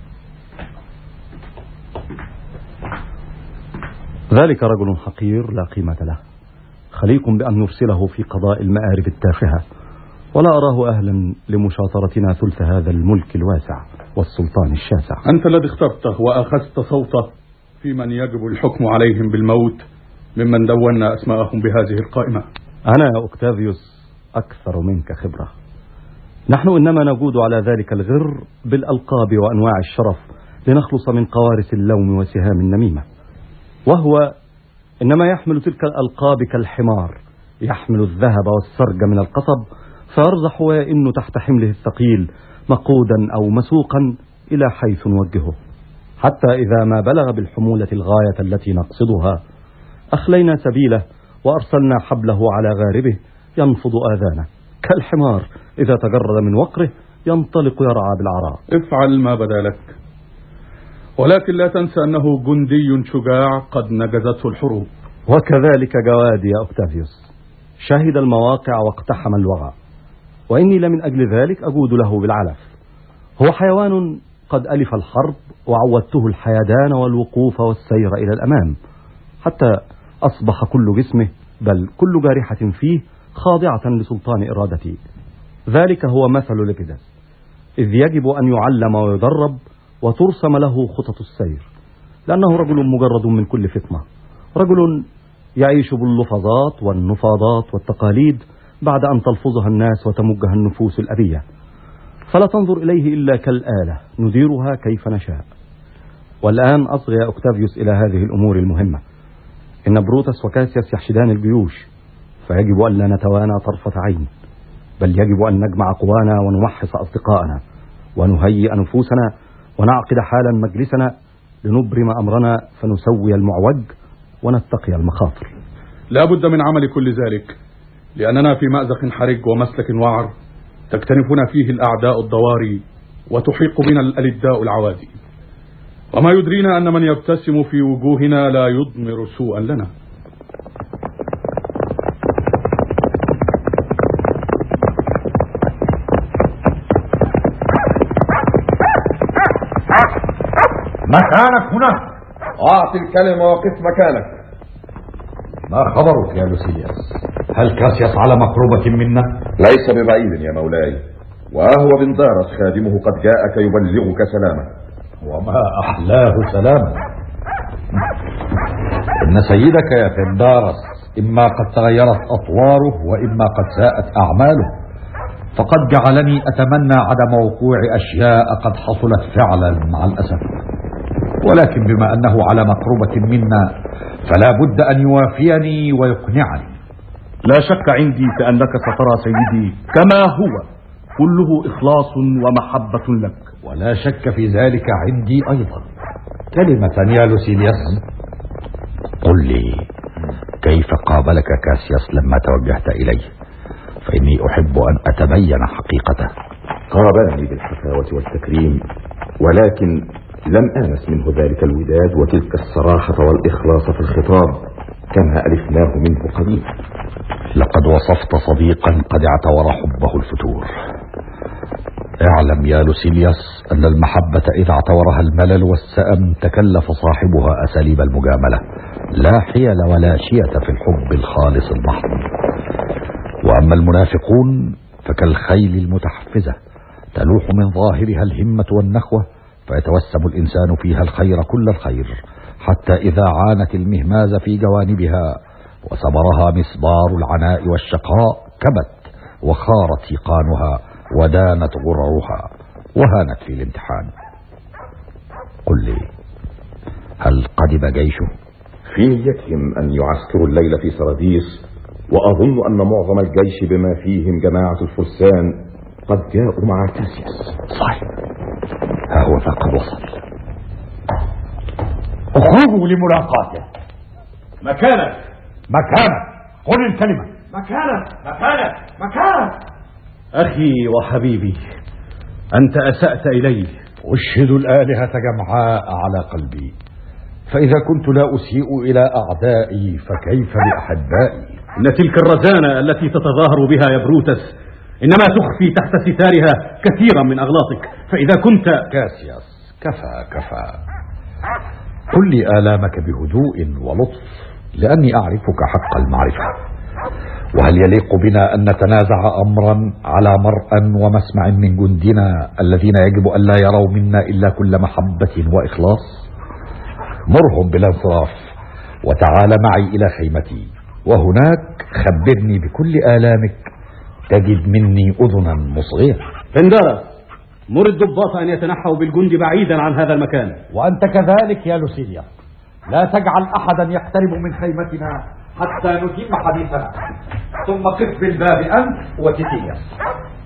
ذلك رجل حقير لا قيمة له، خليق بأن نرسله في قضاء المآرب التافهة، ولا أراه أهلا لمشاطرتنا ثلث هذا الملك الواسع والسلطان الشاسع. أنت الذي اخترته وأخذت صوته في من يجب الحكم عليهم بالموت ممن دوننا أسماءهم بهذه القائمة. أنا يا أوكتافيوس أكثر منك خبرة. نحن إنما نجود على ذلك الغر بالألقاب وأنواع الشرف لنخلص من قوارث اللوم وسهام النميمة، وهو إنما يحمل تلك الألقاب كالحمار يحمل الذهب والسرج من القصب، فيرزح ويئن تحت حمله الثقيل مقودا أو مسوقا إلى حيث نوجهه، حتى إذا ما بلغ بالحمولة الغاية التي نقصدها أخلينا سبيله وأرسلنا حبله على غاربه ينفض آذانه، كالحمار إذا تجرد من وقره ينطلق يرعى بالعراء. افعل ما بدا لك، ولكن لا تنسى أنه جندي شجاع قد نجزته الحروب. وكذلك جوادي يا أوكتافيوس، شهد المواقع واقتحم الوغى، وإني لمن أجل ذلك أجود له بالعلف. هو حيوان قد ألف الحرب وعودته الحيدان والوقوف والسير إلى الأمام، حتى أصبح كل جسمه بل كل جارحة فيه خاضعة لسلطان إرادتي. ذلك هو مثل ليبيداس، إذ يجب أن يعلم ويدرب وترسم له خطط السير، لأنه رجل مجرد من كل فطنة، رجل يعيش باللفظات والنفاضات والتقاليد بعد أن تلفظها الناس وتمجها النفوس الأبية. فلا تنظر إليه إلا كالآلة نديرها كيف نشاء. والآن أصغي يا أكتافيوس إلى هذه الأمور المهمة. إن بروتس وكاسياس يحشدان الجيوش، فيجب أن لا نتوانى طرفة عين، بل يجب أن نجمع قوانا ونمحص أصدقائنا ونهيئ نفوسنا ونعقد حالا مجلسنا لنبرم أمرنا فنسوي المعوج ونتقي المخاطر. لا بد من عمل كل ذلك، لأننا في مأزق حرج ومسلك وعر تكتنفنا فيه الأعداء الضواري وتحيق بنا الألداء العوادي، وما يدرينا أن من يبتسم في وجوهنا لا يضمر سوءا لنا. مكانك هنا. أعطي الكلمة وقف مكانك. ما خبرك يا لوسيلياس؟ هل كاسياس على مقربة منا؟ ليس ببعيد يا مولاي، وهو بندارس خادمه قد جاءك يبلغك سلامه. وما أحلاه سلامه. إن سيدك يا بندارس إما قد تغيرت أطواره وإما قد ساءت أعماله، فقد جعلني أتمنى عدم وقوع أشياء قد حصلت فعلا مع الأسف، ولكن بما أنه على مقربة منا فلا بد أن يوافيني ويقنعني. لا شك عندي كأنك سترى سيدي كما هو كله إخلاص ومحبة لك. ولا شك في ذلك عندي أيضا. كلمة يا لوسيلياس، قل لي كيف قابلك كاسياس لما توجهت إليه، فإني أحب أن أتبين حقيقته. قابلني بالحفاوة والتكريم، ولكن لم آنس منه ذلك الوداد وتلك الصراحة والإخلاص في الخطاب كما ألفناه منه قديما. لقد وصفت صديقا قد اعتور حبه الفتور. اعلم يا لوسيلياس أن المحبة إذا اعتورها الملل والسأم تكلف صاحبها أساليب المجاملة، لا حيل ولا شية في الحب الخالص المحض. وأما المنافقون فكالخيل المتحفزة تلوح من ظاهرها الهمة والنخوة، فيتوسم الإنسان فيها الخير كل الخير، حتى إذا عانت المهماز في جوانبها وثمرها مسبار العناء والشقاء كبت وخارت سيقانها ودانت غررها وهانت في الامتحان. قل لي، هل قدم جيشه؟ في نيتهم أن يعسكروا الليل في سراديس، وأظن أن معظم الجيش بما فيهم جماعة الفرسان قد جاءوا مع كاسياس. صحيح، ها هو فقد وصل. اخرجوا لملاقاته. مكانك. قل الكلمة. مكانك. أخي وحبيبي، أنت أسأت إلي. أشهد الآلهة جمعاء على قلبي، فإذا كنت لا أسيء إلى أعدائي فكيف بأحبائي؟ إن تلك الرزانة التي تتظاهر بها يا بروتس إنما تخفي تحت ستارها كثيرا من أغلاطك، فإذا كنت كاسياس كفى. قل لي آلامك بهدوء ولطف، لأني أعرفك حق المعرفة. وهل يليق بنا أن نتنازع أمرا على مرأى ومسمع من جندنا الذين يجب أن لا يروا منا إلا كل محبة وإخلاص؟ مرهم بالانصراف وتعال معي إلى خيمتي، وهناك خبرني بكل آلامك تجد مني أذنا مصغية. بندارس، مر الضباط أن يتنحوا بالجند بعيدا عن هذا المكان. وأنت كذلك يا لوسيليا، لا تجعل أحدا يقترب من خيمتنا حتى نتم حديثنا، ثم قف بالباب أنت وتيتياس.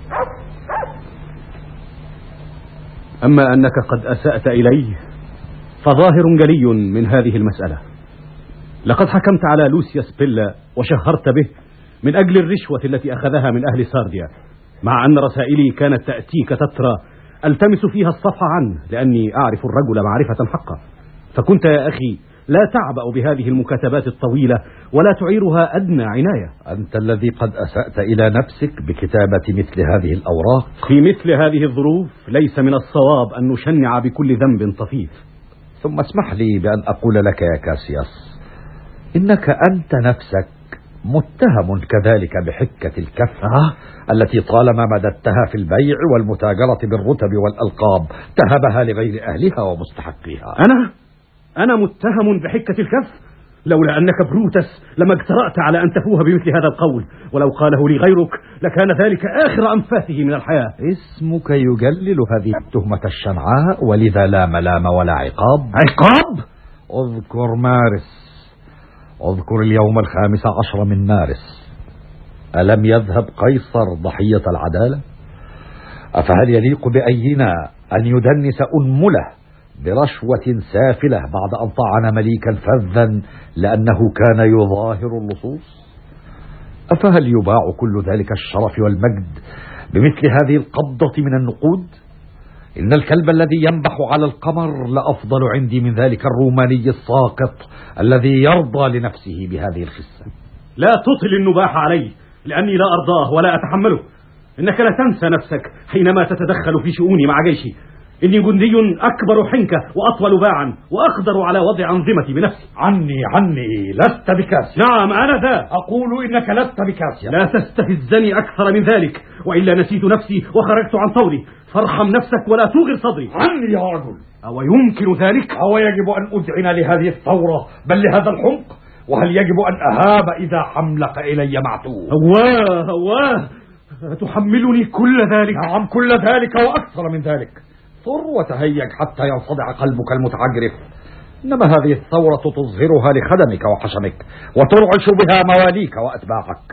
أما أنك قد أسأت إليه فظاهر جلي من هذه المسألة. لقد حكمت على لوسياس بيلا وشهرت به من أجل الرشوة التي أخذها من أهل سارديا، مع أن رسائلي كانت تأتيك تترى ألتمس فيها الصفح عنه، لأني أعرف الرجل معرفة حقا. فكنت يا أخي لا تعبأ بهذه المكاتبات الطويلة ولا تعيرها أدنى عناية. أنت الذي قد أسأت إلى نفسك بكتابة مثل هذه الأوراق. في مثل هذه الظروف ليس من الصواب أن نشنع بكل ذنب طفيف. ثم اسمح لي بأن أقول لك يا كاسياس، إنك أنت نفسك متهم كذلك بحكة الكف التي طالما مددتها في البيع والمتاجرة بالرتب والألقاب تهبها لغير أهلها ومستحقيها. أنا متهم بحكة الكف؟ لولا أنك بروتس لما اجترأت على أن تفوه بمثل هذا القول، ولو قاله لي غيرك لكان ذلك آخر أنفاسه من الحياة. اسمك يجلل هذه التهمة الشنعاء، ولذا لا ملام ولا عقاب. عقاب؟ اذكر مارس، اذكر اليوم 15 من مارس. ألم يذهب قيصر ضحية العدالة؟ أفهل يليق بأينا أن يدنس أنمله برشوة سافلة بعد أن طعن مليكا فذا لأنه كان يظاهر اللصوص؟ أفهل يباع كل ذلك الشرف والمجد بمثل هذه القبضة من النقود؟ إن الكلب الذي ينبح على القمر لأفضل عندي من ذلك الروماني الساقط الذي يرضى لنفسه بهذه الخسة. لا تطل النباح علي، لأني لا أرضاه ولا أتحمله. إنك لا تنسى نفسك حينما تتدخل في شؤوني مع جيشي. إني جندي أكبر حنكة وأطول باعا وأقدر على وضع أنظمتي بنفسي. عني لست بكاسيا. نعم أنا ذا. أقول إنك لست بكاسيا. لا تستفزني أكثر من ذلك، وإلا نسيت نفسي وخرجت عن طوري. فارحم نفسك ولا توغر صدري. عني يا رجل. أو يمكن ذلك؟ أو يجب أن أذعن لهذه الثورة بل لهذا الحمق؟ وهل يجب أن أهاب إذا حملك إلي معتوه؟ هواه تحملني كل ذلك؟ نعم كل ذلك وأكثر من ذلك. ثر وتهيج حتى ينصدع قلبك المتعجرف. إنما هذه الثورة تظهرها لخدمك وحشمك وترعش بها مواليك وأتباعك.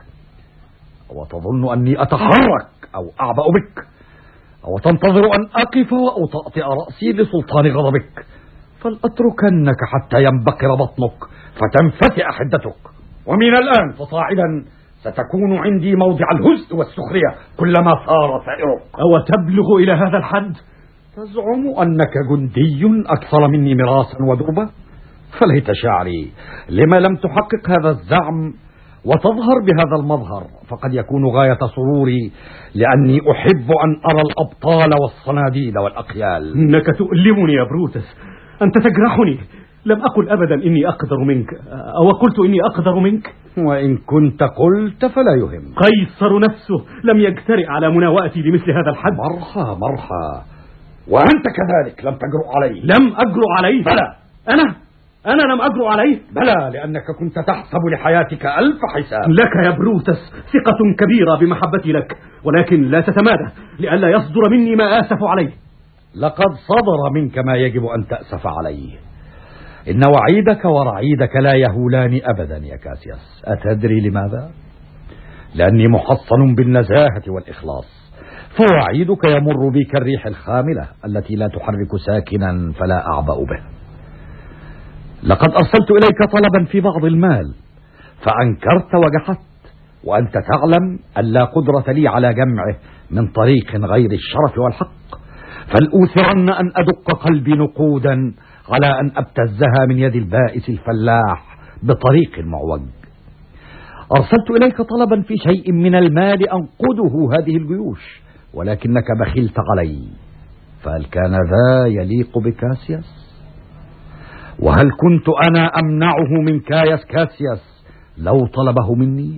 وتظن أني أتحرك أو أعبأ بك، أو تنتظر أن أقف وأطأطئ رأسي لسلطان غضبك؟ فلأتركنك حتى ينبقر بطنك فتنفتئ حدتك، ومن الآن فصاعدا ستكون عندي موضع الهزء والسخرية كلما صار سائرك. أو تبلغ إلى هذا الحد؟ تزعم أنك جندي أكثر مني مراسا ودربة؟ فليت شعري لما لم تحقق هذا الزعم وتظهر بهذا المظهر، فقد يكون غاية سروري لأني أحب أن أرى الأبطال والصناديد والأقيال. إنك تؤلمني يا بروتس، أنت تجرحني. لم أقل أبدا إني أقدر منك، أو قلت إني أقدر منك؟ وإن كنت قلت فلا يهم. قيصر نفسه لم يجترئ على مناوئتي بمثل هذا الحد. مرحى وأنت كذلك لم تجرؤ عليه. لم أجرؤ عليه؟ بلى. أنا لم أجرؤ عليه؟ بلى، لأنك كنت تحسب لحياتك 1000 حساب. لك يا بروتس ثقة كبيرة بمحبتي لك، ولكن لا تتمادى لئلا يصدر مني ما آسف عليه. لقد صدر منك ما يجب أن تأسف عليه. إن وعيدك ورعيدك لا يهولان أبدا يا كاسياس. أتدري لماذا؟ لأني محصن بالنزاهة والإخلاص، فوعيدك يمر بي كالريح الخاملة التي لا تحرك ساكنا فلا أعبأ به. لقد أرسلت إليك طلبا في بعض المال فأنكرت وجحدت، وأنت تعلم أن لا قدرة لي على جمعه من طريق غير الشرف والحق، فلأوثرن أن أدق قلبي نقودا على أن أبتزها من يد البائس الفلاح بطريق معوج. أرسلت إليك طلبا في شيء من المال أنقذه هذه الجيوش، ولكنك بخلت علي. فهل كان ذا يليق بكاسياس؟ وهل كنت أنا أمنعه من كاسياس لو طلبه مني؟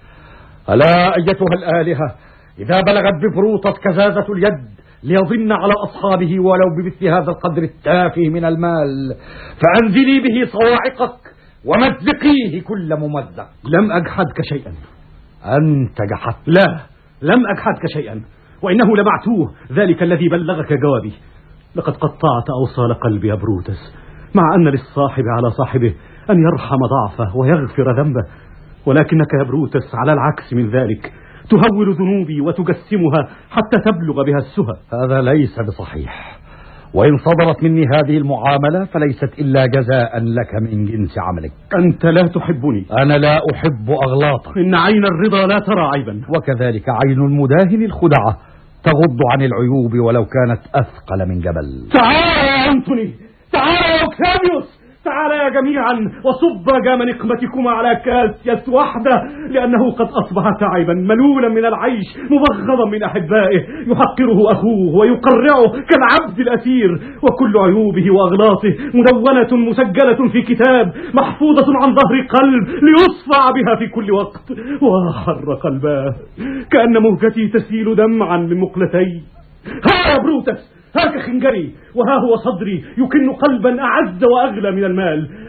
ألا أيتها الآلهة، إذا بلغت ببروطة كزازة اليد ليظن على أصحابه ولو بمثل هذا القدر التافه من المال، فأنزلي به صواعقك ومزقيه كل ممزق. لم أجحدك شيئا. أنت جحدت. لا، لم أجحدك شيئا، وإنه لمعتوه ذلك الذي بلغك جوابي. لقد قطعت أوصال قلبي يا بروتس، مع أن للصاحب على صاحبه أن يرحم ضعفه ويغفر ذنبه، ولكنك يا بروتس على العكس من ذلك تهول ذنوبي وتجسمها حتى تبلغ بها السهى. هذا ليس بصحيح، وإن صدرت مني هذه المعاملة فليست إلا جزاء لك من جنس عملك. أنت لا تحبني. أنا لا أحب أغلاطك. إن عين الرضا لا ترى عيبا، وكذلك عين المداهن الخدعة تغض عن العيوب ولو كانت أثقل من جبل. تعال يا أنتوني، تعال يا أوكتافيوس، تعال يا جميعا وصب جام نقمتكما على كاسياس وحده، لأنه قد أصبح تعبا ملولا من العيش مبغضا من أحبائه، يحقره أخوه ويقرعه كالعبد الأسير، وكل عيوبه وأغلاطه مدونة مسجلة في كتاب محفوظة عن ظهر قلب ليصفع بها في كل وقت. وحر قلباه كأن مهجتي تسيل دمعا من مقلتي. ها يا بروتس، هاك خنجري، وها هو صدري يكن قلبا أعز وأغلى من المال،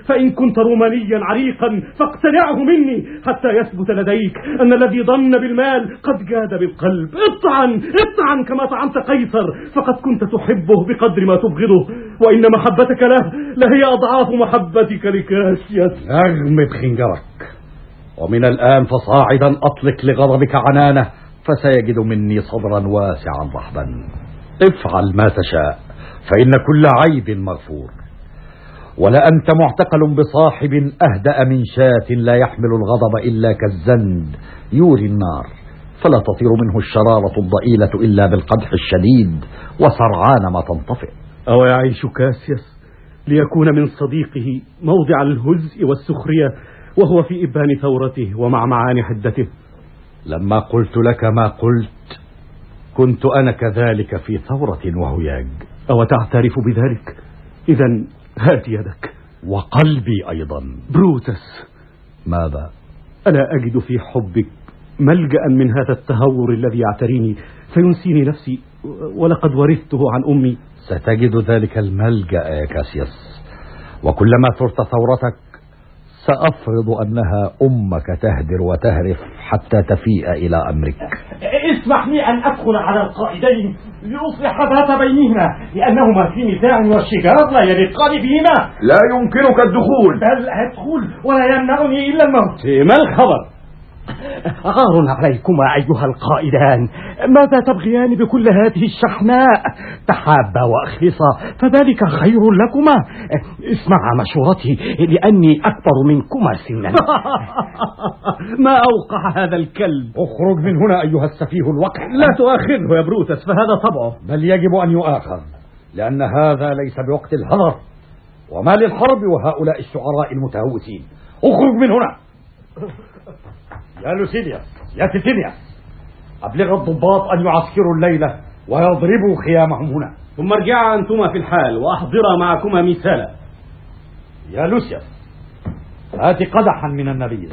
فإن كنت رومانيا عريقا فاقتنعه مني حتى يثبت لديك أن الذي ظن بالمال قد جاد بالقلب. اطعن كما طعنت قيصر، فقد كنت تحبه بقدر ما تبغضه، وإن محبتك له لهي أضعاف محبتك لكاسياس. أغمد خنجرك، ومن الآن فصاعدا أطلق لغضبك عنانه، فسيجد مني صدرا واسعا رحبا. افعل ما تشاء، فإن كل عيب مغفور. ولأنت معتقل بصاحب أهدأ من شاة لا يحمل الغضب إلا كالزند يوري النار، فلا تطير منه الشرارة الضئيلة إلا بالقدح الشديد، وسرعان ما تنطفئ. أو يعيش كاسياس ليكون من صديقه موضع الهزء والسخرية وهو في إبان ثورته ومع معاني حدته؟ لما قلت لك ما قلت كنت أنا كذلك في ثورة وهياج. أو تعترف بذلك؟ إذن هات يدك. وقلبي أيضا. بروتس، ماذا؟ ألا أجد في حبك ملجأ من هذا التهور الذي يعتريني فينسيني نفسي، ولقد ورثته عن أمي؟ ستجد ذلك الملجأ يا كاسياس، وكلما ثرت ثورتك سأفرض أنها أمك تهدر وتهرف حتى تفيء إلى أمرك. اسمح لي أن أدخل على القائدين لأصلح ذات بينهما، لأنهما في نزاع والشجار لا يليقان بهما. لا يمكنك الدخول. بل أدخل ولا يمنعني إلا الموت. ما الخبر؟ غار عليكما أيها القائدان، ماذا تبغيان بكل هذه الشحناء؟ تحابا وأخلصا فذلك خير لكما. اسمعا مشورتي لأني أكبر منكما سنا. ما أوقع هذا الكلب. اخرج من هنا أيها السفيه الوقح. لا تؤاخذه يا بروتس، فهذا طبعه. بل يجب أن يؤاخذ، لأن هذا ليس بوقت الهذر، وما للحرب وهؤلاء الشعراء المتهوسين. اخرج من هنا. يا لوسيلياس، يا تيتينياس، أبلغ الضباط أن يعسكروا الليلة ويضربوا خيامهم هنا، ثم ارجعا أنتما في الحال وأحضرا معكما مثالا. يا لوسياس، هات قدحا من النبيذ.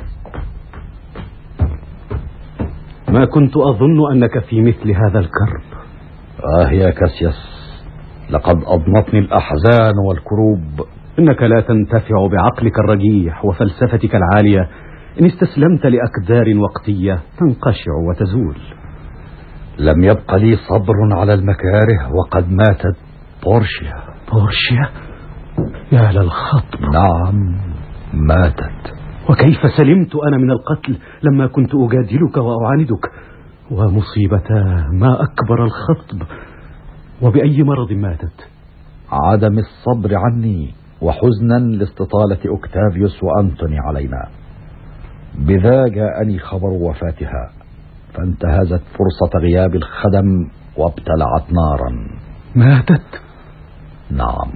ما كنت أظن أنك في مثل هذا الكرب. يا كاسياس، لقد أضنتني الأحزان والكروب. إنك لا تنتفع بعقلك الرجيح وفلسفتك العالية إن استسلمت لأكدار وقتية تنقشع وتزول. لم يبق لي صبر على المكاره وقد ماتت بورشيا. بورشيا؟ يا للخطب. نعم ماتت. وكيف سلمت أنا من القتل لما كنت أجادلك وأعاندك؟ ومصيبتا ما أكبر الخطب. وبأي مرض ماتت؟ عدم الصبر عني وحزنا لاستطالة أوكتافيوس وأنتوني علينا. بذا جاءني خبر وفاتها، فانتهزت فرصة غياب الخدم وابتلعت نارا. ماتت؟ نعم.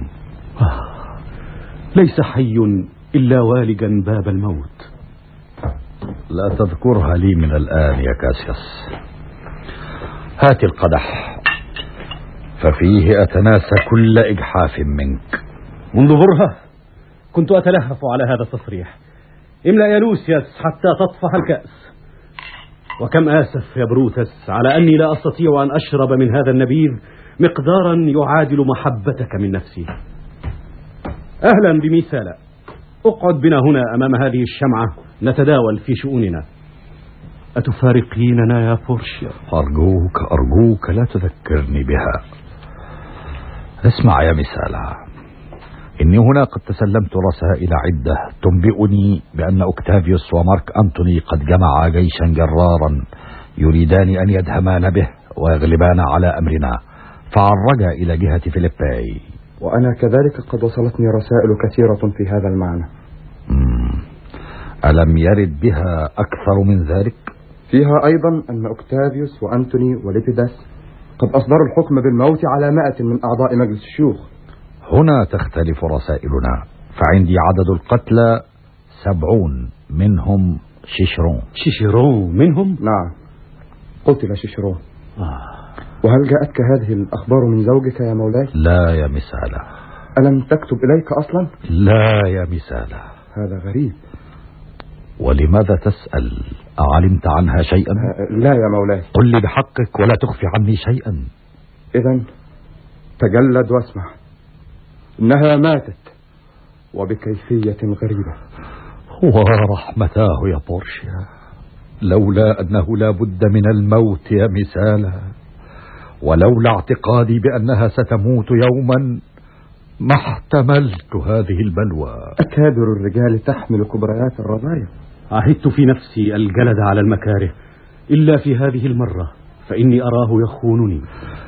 ليس حي إلا والجا باب الموت. لا تذكرها لي من الآن يا كاسياس. هات القدح ففيه أتناسى كل إجحاف منك. منذ برهة كنت أتلهف على هذا التصريح. املأ يا لوسياس حتى تطفح الكأس. وكم آسف يا بروتس على أني لا أستطيع أن أشرب من هذا النبيذ مقدارا يعادل محبتك من نفسي. أهلا بميسالا، اقعد بنا هنا أمام هذه الشمعة نتداول في شؤوننا. أتفارقيننا يا بورشيا؟ أرجوك لا تذكرني بها. اسمع يا ميسالا، إني هنا قد تسلمت رسائل عدة تنبئني بأن أوكتافيوس ومارك أنتوني قد جمعا جيشا جرارا يريدان أن يدهمان به ويغلبان على أمرنا، فعرجا إلى جهة فيليباي. وأنا كذلك قد وصلتني رسائل كثيرة في هذا المعنى. ألم يرد بها أكثر من ذلك؟ فيها أيضا أن أوكتافيوس وأنتوني وليبيداس قد أصدروا الحكم بالموت على 100 من أعضاء مجلس الشيوخ. هنا تختلف رسائلنا، فعندي عدد القتلى 70 منهم شيشرون. شيشرون منهم؟ نعم، قتل شيشرون. وهل جاءتك هذه الأخبار من زوجك يا مولاي؟ لا يا مسالة. ألم تكتب إليك أصلا؟ لا يا مسالة. هذا غريب. ولماذا تسأل؟ أعلمت عنها شيئا؟ لا يا مولاي. قل لي بحقك ولا تخفي عني شيئا. إذن تجلد واسمع. إنها ماتت وبكيفية غريبة. ورحمتاه يا بورشيا، لولا أنه لا بد من الموت يا مثالا، ولولا اعتقادي بأنها ستموت يوما ما احتملت هذه البلوى. أكابر الرجال تحمل كبريات الرضايا. عهدت في نفسي الجلد على المكاره، إلا في هذه المرة فإني أراه يخونني.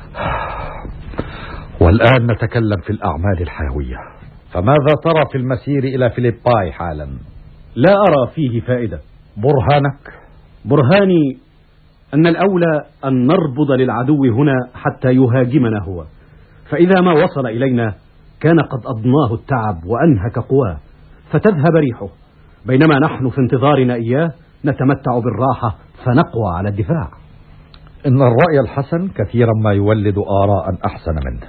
والآن نتكلم في الأعمال الحيوية. فماذا ترى في المسير إلى فيليباي حالا؟ لا أرى فيه فائدة. برهانك؟ برهاني أن الأولى أن نربض للعدو هنا حتى يهاجمنا هو، فإذا ما وصل إلينا كان قد أضناه التعب وأنهك قواه فتذهب ريحه، بينما نحن في انتظارنا إياه نتمتع بالراحة فنقوى على الدفاع. إن الرأي الحسن كثيرا ما يولد آراء أحسن منه.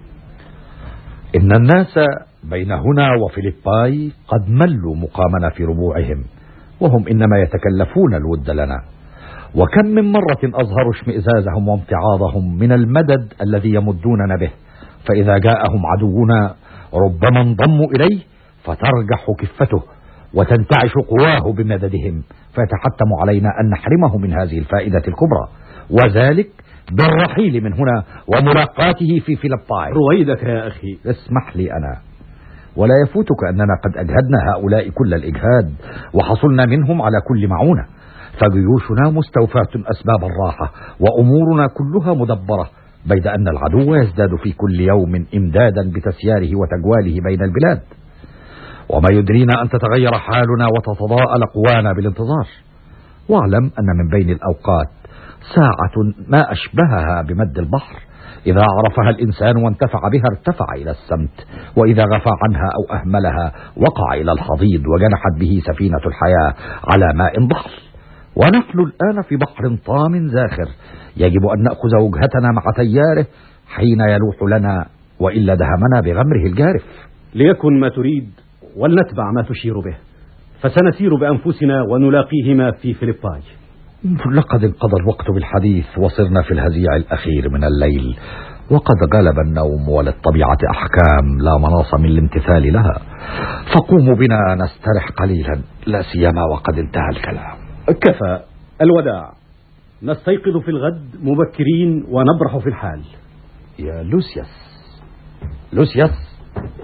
إن الناس بين هنا وفيليباي قد ملوا مقامنا في ربوعهم، وهم إنما يتكلفون الود لنا. وكم من مرة أظهروا اشمئزازهم وامتعاضهم من المدد الذي يمدوننا به، فإذا جاءهم عدونا ربما انضموا إليه فترجح كفته وتنتعش قواه بمددهم، فيتحتم علينا أن نحرمه من هذه الفائدة الكبرى، وذلك بالرحيل من هنا وملاقاته في فيليباي. رويدك يا أخي. اسمح لي أنا. ولا يفوتك أننا قد أجهدنا هؤلاء كل الإجهاد وحصلنا منهم على كل معونة، فجيوشنا مستوفاة أسباب الراحة وأمورنا كلها مدبرة، بيد أن العدو يزداد في كل يوم إمدادا بتسياره وتجواله بين البلاد. وما يدرينا أن تتغير حالنا وتتضاءل قوانا بالانتظار. واعلم أن من بين الأوقات ساعة ما أشبهها بمد البحر، إذا عرفها الإنسان وانتفع بها ارتفع إلى السمت، وإذا غفى عنها أو أهملها وقع إلى الحضيض وجنحت به سفينة الحياة على ماء ضحل. ونحن الآن في بحر طام زاخر، يجب أن نأخذ وجهتنا مع تياره حين يلوح لنا، وإلا دهمنا بغمره الجارف. ليكن ما تريد ولنتبع ما تشير به، فسنسير بأنفسنا ونلاقيهما في فيليباي. لقد انقضى الوقت بالحديث وصرنا في الهزيع الأخير من الليل، وقد غلب النوم، وللطبيعة أحكام لا مناص من الامتثال لها. فقوموا بنا نسترح قليلا، لا سيما وقد انتهى الكلام. كفى. الوداع. نستيقظ في الغد مبكرين ونبرح في الحال. يا لوسياس، لوسياس،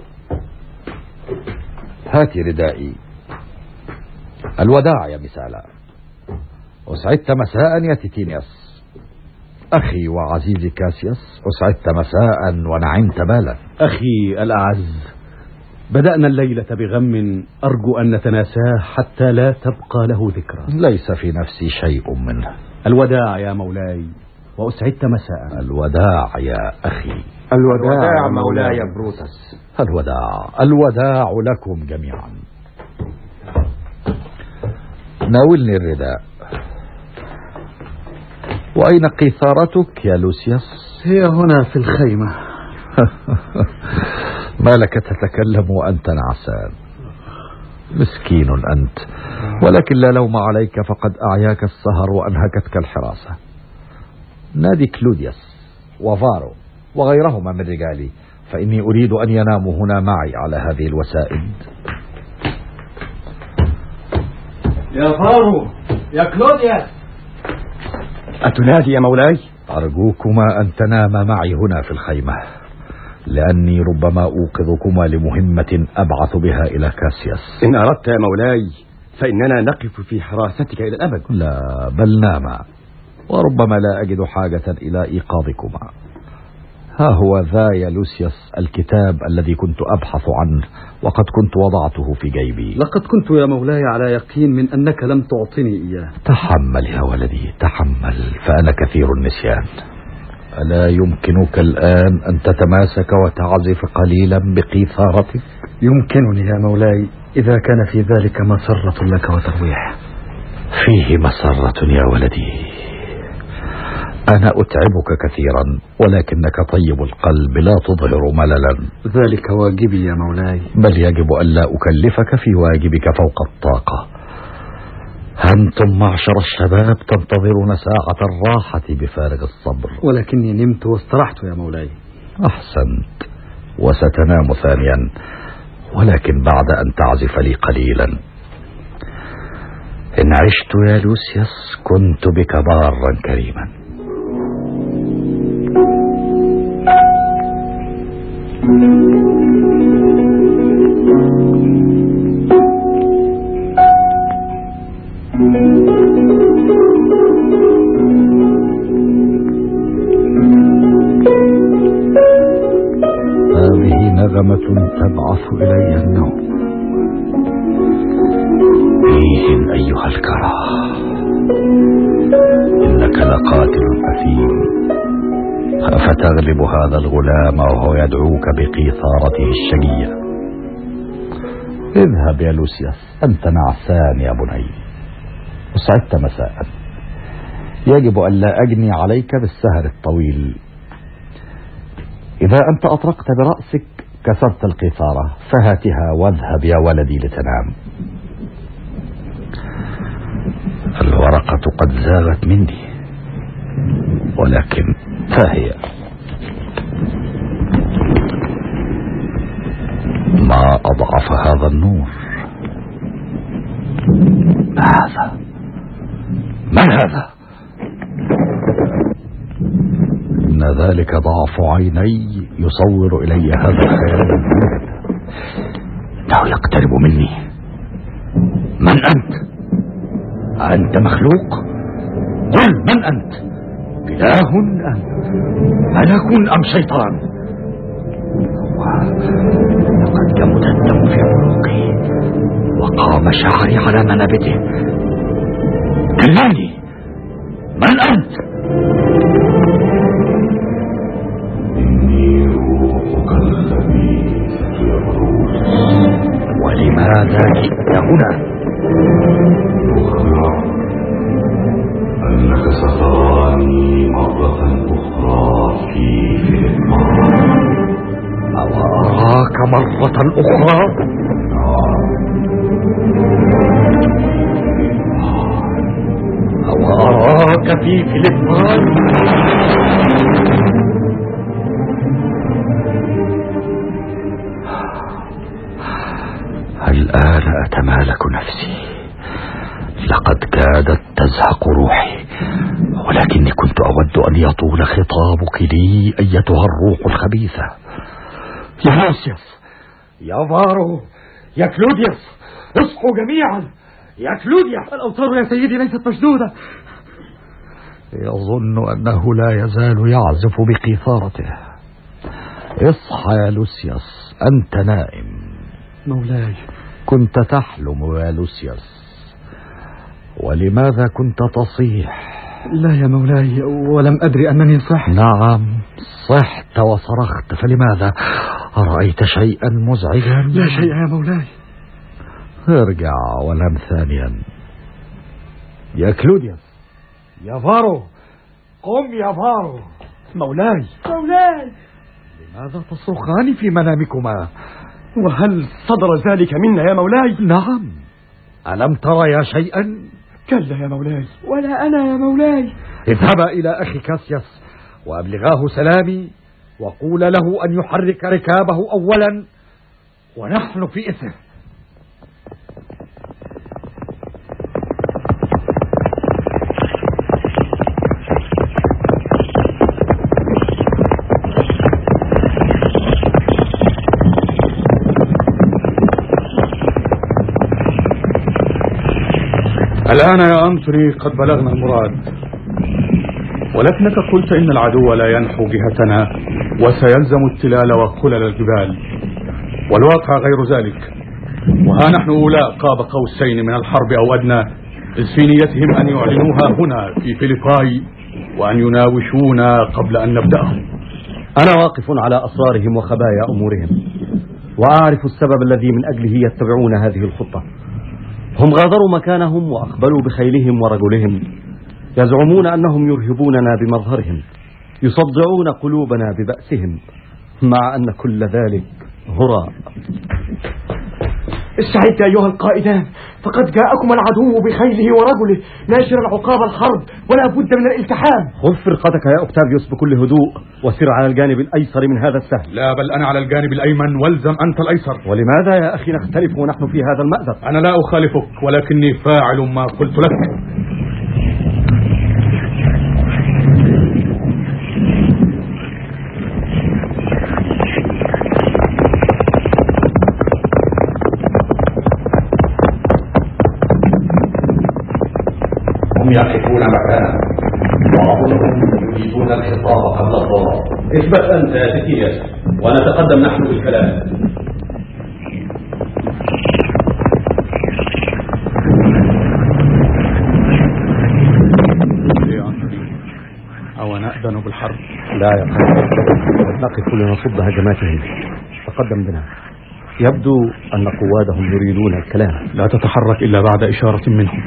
هاتي ردائي. الوداع يا مثالا. أسعدت مساء يا تيتينياس. أخي وعزيزي كاسياس، أسعدت مساء ونعمت بالا. أخي الأعز، بدأنا الليلة بغم أرجو أن نتناساه حتى لا تبقى له ذكرى. ليس في نفسي شيء منه. الوداع يا مولاي، وأسعدت مساء. الوداع يا أخي. الوداع مولاي بروتس. الوداع. الوداع لكم جميعا. ناولني الرداء. وأين قيثارتك يا لوسياس؟ هي هنا في الخيمة. ما لك تتكلم وأنت نعسان؟ مسكين أنت، ولكن لا لوم عليك، فقد أعياك السهر وأنهكتك الحراسة. نادي كلودياس وفارو وغيرهما من رجالي، فإني أريد أن يناموا هنا معي على هذه الوسائد. يا فارو، يا كلودياس، أتنادي يا مولاي؟ أرجوكما أن تناما معي هنا في الخيمة، لأني ربما أوقظكما لمهمة أبعث بها إلى كاسياس. إن أردت يا مولاي فإننا نقف في حراستك إلى الأبد. لا، بل ناما، وربما لا أجد حاجة إلى إيقاظكما. ها هو ذا يا لوسياس الكتاب الذي كنت أبحث عنه، وقد كنت وضعته في جيبي. لقد كنت يا مولاي على يقين من أنك لم تعطني إياه. تحمل يا ولدي، تحمل، فأنا كثير النسيان. ألا يمكنك الآن أن تتماسك وتعزف قليلا بقيثارتك؟ يمكنني يا مولاي، إذا كان في ذلك مسرة لك وترويح. فيه مسرة يا ولدي. أنا أتعبك كثيرا، ولكنك طيب القلب لا تظهر مللا. ذلك واجبي يا مولاي. بل يجب ألا أكلفك في واجبك فوق الطاقة. أنتم معشر الشباب تنتظرون ساعة الراحة بفارغ الصبر، ولكني نمت واسترحت يا مولاي. أحسنت، وستنام ثانيا، ولكن بعد أن تعزف لي قليلا. إن عشت يا لوسيوس كنت بك بارا كريما. هذه نغمة تبعث إلي النوم. فيه أيها الكرى، إنك لقاتل أثيم، أفتغلب هذا الغلام وهو يدعوك بقيثارته الشقية؟ اذهب يا لوسيوس، أنت نعسان يا بني، وسعدت مساء. يجب أن لا أجني عليك بالسهر الطويل. إذا أنت أطرقت برأسك كسرت القيثارة، فهاتها واذهب يا ولدي لتنام. الورقة قد زاغت مني، ولكن فهي. ما أضعف هذا النور. ما هذا؟ من هذا؟ إن ذلك ضعف عيني يصور إلي هذا الخيال الموجود. إنه يقترب مني. من أنت؟ أنت مخلوق؟ قل من أنت؟ إله أنت؟ ملك أم شيطان؟ لقد جمد الدم في عنقي وقام شعري على منابته. كلمني، من أنت؟ إني روحك الخبيثة يا بروس. ولماذا جئت هنا؟ أنك ستراني مرة أخرى في فيلبان. أو أراك مرة أخرى؟ أو أراك في فيلبان؟ الآن أتمالك نفسي. لقد كادت تزهق روحي، ولكني كنت أود أن يطول خطابك لي أيتها الروح الخبيثة. يا لوسيوس، يا فارو، يا كلوديوس، اصحوا جميعا. يا كلوديوس، الأوتار يا سيدي ليست مشدودة. يظن أنه لا يزال يعزف بقيثارته. اصحى يا لوسيوس، أنت نائم. مولاي، كنت تحلم يا لوسيوس. ولماذا كنت تصيح؟ لا يا مولاي، ولم أدري أنني صحت. نعم صحت وصرخت، فلماذا؟ أرأيت شيئا مزعجا؟ لا شيء يا مولاي. ارجع ونم ثانيا. يا كلوديوس، يا فارو، قم يا فارو. مولاي، مولاي، لماذا تصرخان في منامكما؟ وهل صدر ذلك منا يا مولاي؟ نعم. ألم تريا شيئا؟ كلا يا مولاي. ولا أنا يا مولاي. اذهبا إلى أخي كاسياس وأبلغاه سلامي، وقول له أن يحرك ركابه أولا ونحن في إثره. الآن يا أنتوني قد بلغنا المراد، ولكنك قلت إن العدو لا ينحو جهتنا وسيلزم التلال وقلل الجبال، والواقع غير ذلك. وها نحن أولاء قاب قوسين من الحرب أو أدنى، إذ في نيتهم أن يعلنوها هنا في فيليباي وأن يناوشونا قبل أن نبدأهم. أنا واقف على أسرارهم وخبايا أمورهم، وأعرف السبب الذي من أجله يتبعون هذه الخطة. هم غادروا مكانهم وأقبلوا بخيلهم ورجلهم، يزعمون أنهم يرهبوننا بمظهرهم، يصدعون قلوبنا ببأسهم، مع أن كل ذلك هراء. استعد أيها القائدان، فقد جاءكم العدو بخيله ورجله ناشرا عقاب الحرب، ولا بد من الالتحام. خذ فرقتك يا أوكتافيوس بكل هدوء وسر على الجانب الأيسر من هذا السهل. لا، بل أنا على الجانب الأيمن، والزم أنت الأيسر. ولماذا يا أخي نختلف ونحن في هذا المأزق؟ أنا لا أخالفك، ولكني فاعل ما قلت لك. هم يقفون مكانا وأظنهم يجيبون الخطاب قبل الضرب. اثبت أنت يا تكياس ونتقدم نحن بالكلام. أو نأذن بالحرب؟ لا يا قائد، نقف لنصد هجماتهم. تقدم بنا. يبدو أن قوادهم يريدون الكلام. لا تتحرك إلا بعد إشارة منهم.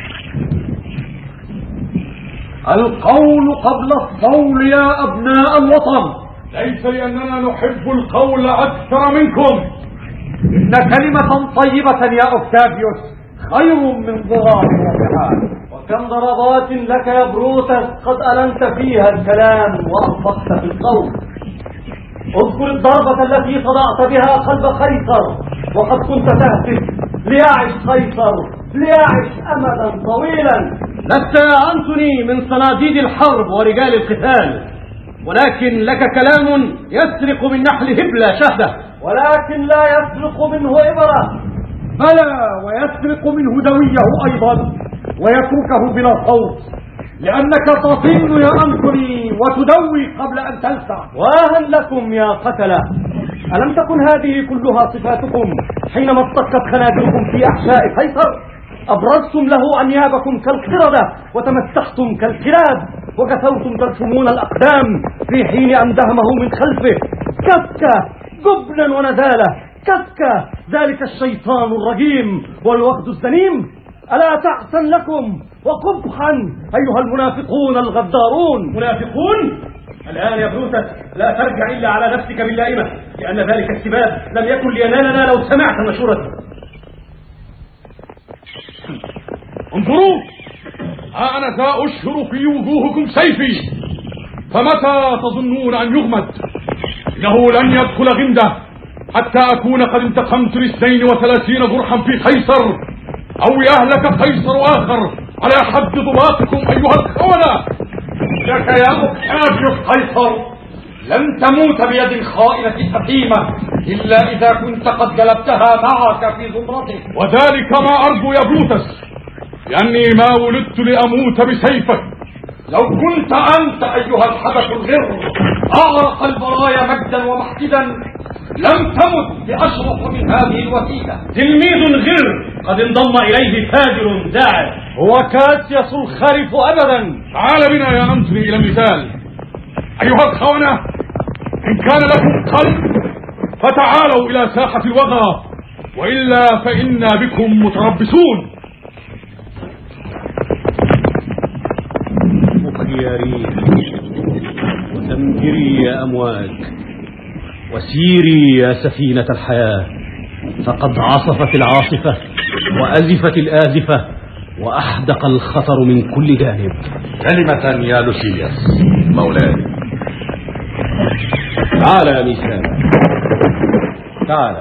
القول قبل الصول يا أبناء الوطن. ليس لأننا نحب القول أكثر منكم، إن كلمة طيبة يا أوكتافيوس خير من ضراب وفحال. وكم ضربات لك يا بروتس قد ألنت فيها الكلام وأنفقت في القول. اذكر الضربة التي صدعت بها قلب قيصر وقد كنت تهتف ليعش قيصر ليعش أمدا طويلا. لست يا أنتوني من صناديد الحرب ورجال القتال، ولكن لك كلام يسرق من نحل هبلة شهدة، ولكن لا يسرق منه إبرة، بلى ويسرق منه دويه أيضا ويتركه بلا صوت، لأنك تطين يا أنتوني وتدوي قبل أن تلسع. واهن لكم يا قتلة، ألم تكن هذه كلها صفاتكم حينما اصطكت خناجركم في أحشاء قيصر؟ أبرزتم له أنيابكم كالقردة وتمسحتم كالكلاب وكثوتم ترسمون الأقدام في حين أن دهمه من خلفه. كفكة جبنا ونذالة، كفكة ذلك الشيطان الرجيم والوفد الزنيم. ألا تعسا لكم وقبحا أيها المنافقون الغدارون. منافقون؟ الآن يا بروتس لا ترجع إلا على نفسك باللائمة، لأن ذلك السباب لم يكن لينالنا لو سمعت مشورتي. انظروا، ها أنا ذا أشهر في وجوهكم سيفي، فمتى تظنون أن يغمد؟ إنه لن يدخل غمده حتى أكون قد انتقمت ل32 جرحا في قيصر، أو يهلك قيصر آخر على حد ضباطكم أيها الخونة. لك يا أوكتافيوس قيصر لن تموت بيد خائنة حكيمة إلا إذا كنت قد جلبتها معك في زمرتك. وذلك ما أرجو يا بروتس، لأني ما ولدت لأموت بسيفك. لو كنت أنت أيها الحدث الغر أعرق البرايا مجدا ومحتدا لم تمت بأشرف من هذه الوسيلة. تلميذ غر قد انضم إليه فاجر داعر، هو كاسياس الخرف أبدا. تعال بنا يا أنتوني إلى المثال. أيها الخونة، إن كان لكم قلب فتعالوا إلى ساحة الوغى، وإلا فإنا بكم متربصون. مخياري وتمجري يا أمواج، وسيري يا سفينة الحياة، فقد عصفت العاصفة وأزفت الآزفة وأحدق الخطر من كل جانب. كلمة يا لوسيليوس مولاي. تعال يا ميسان، تعال.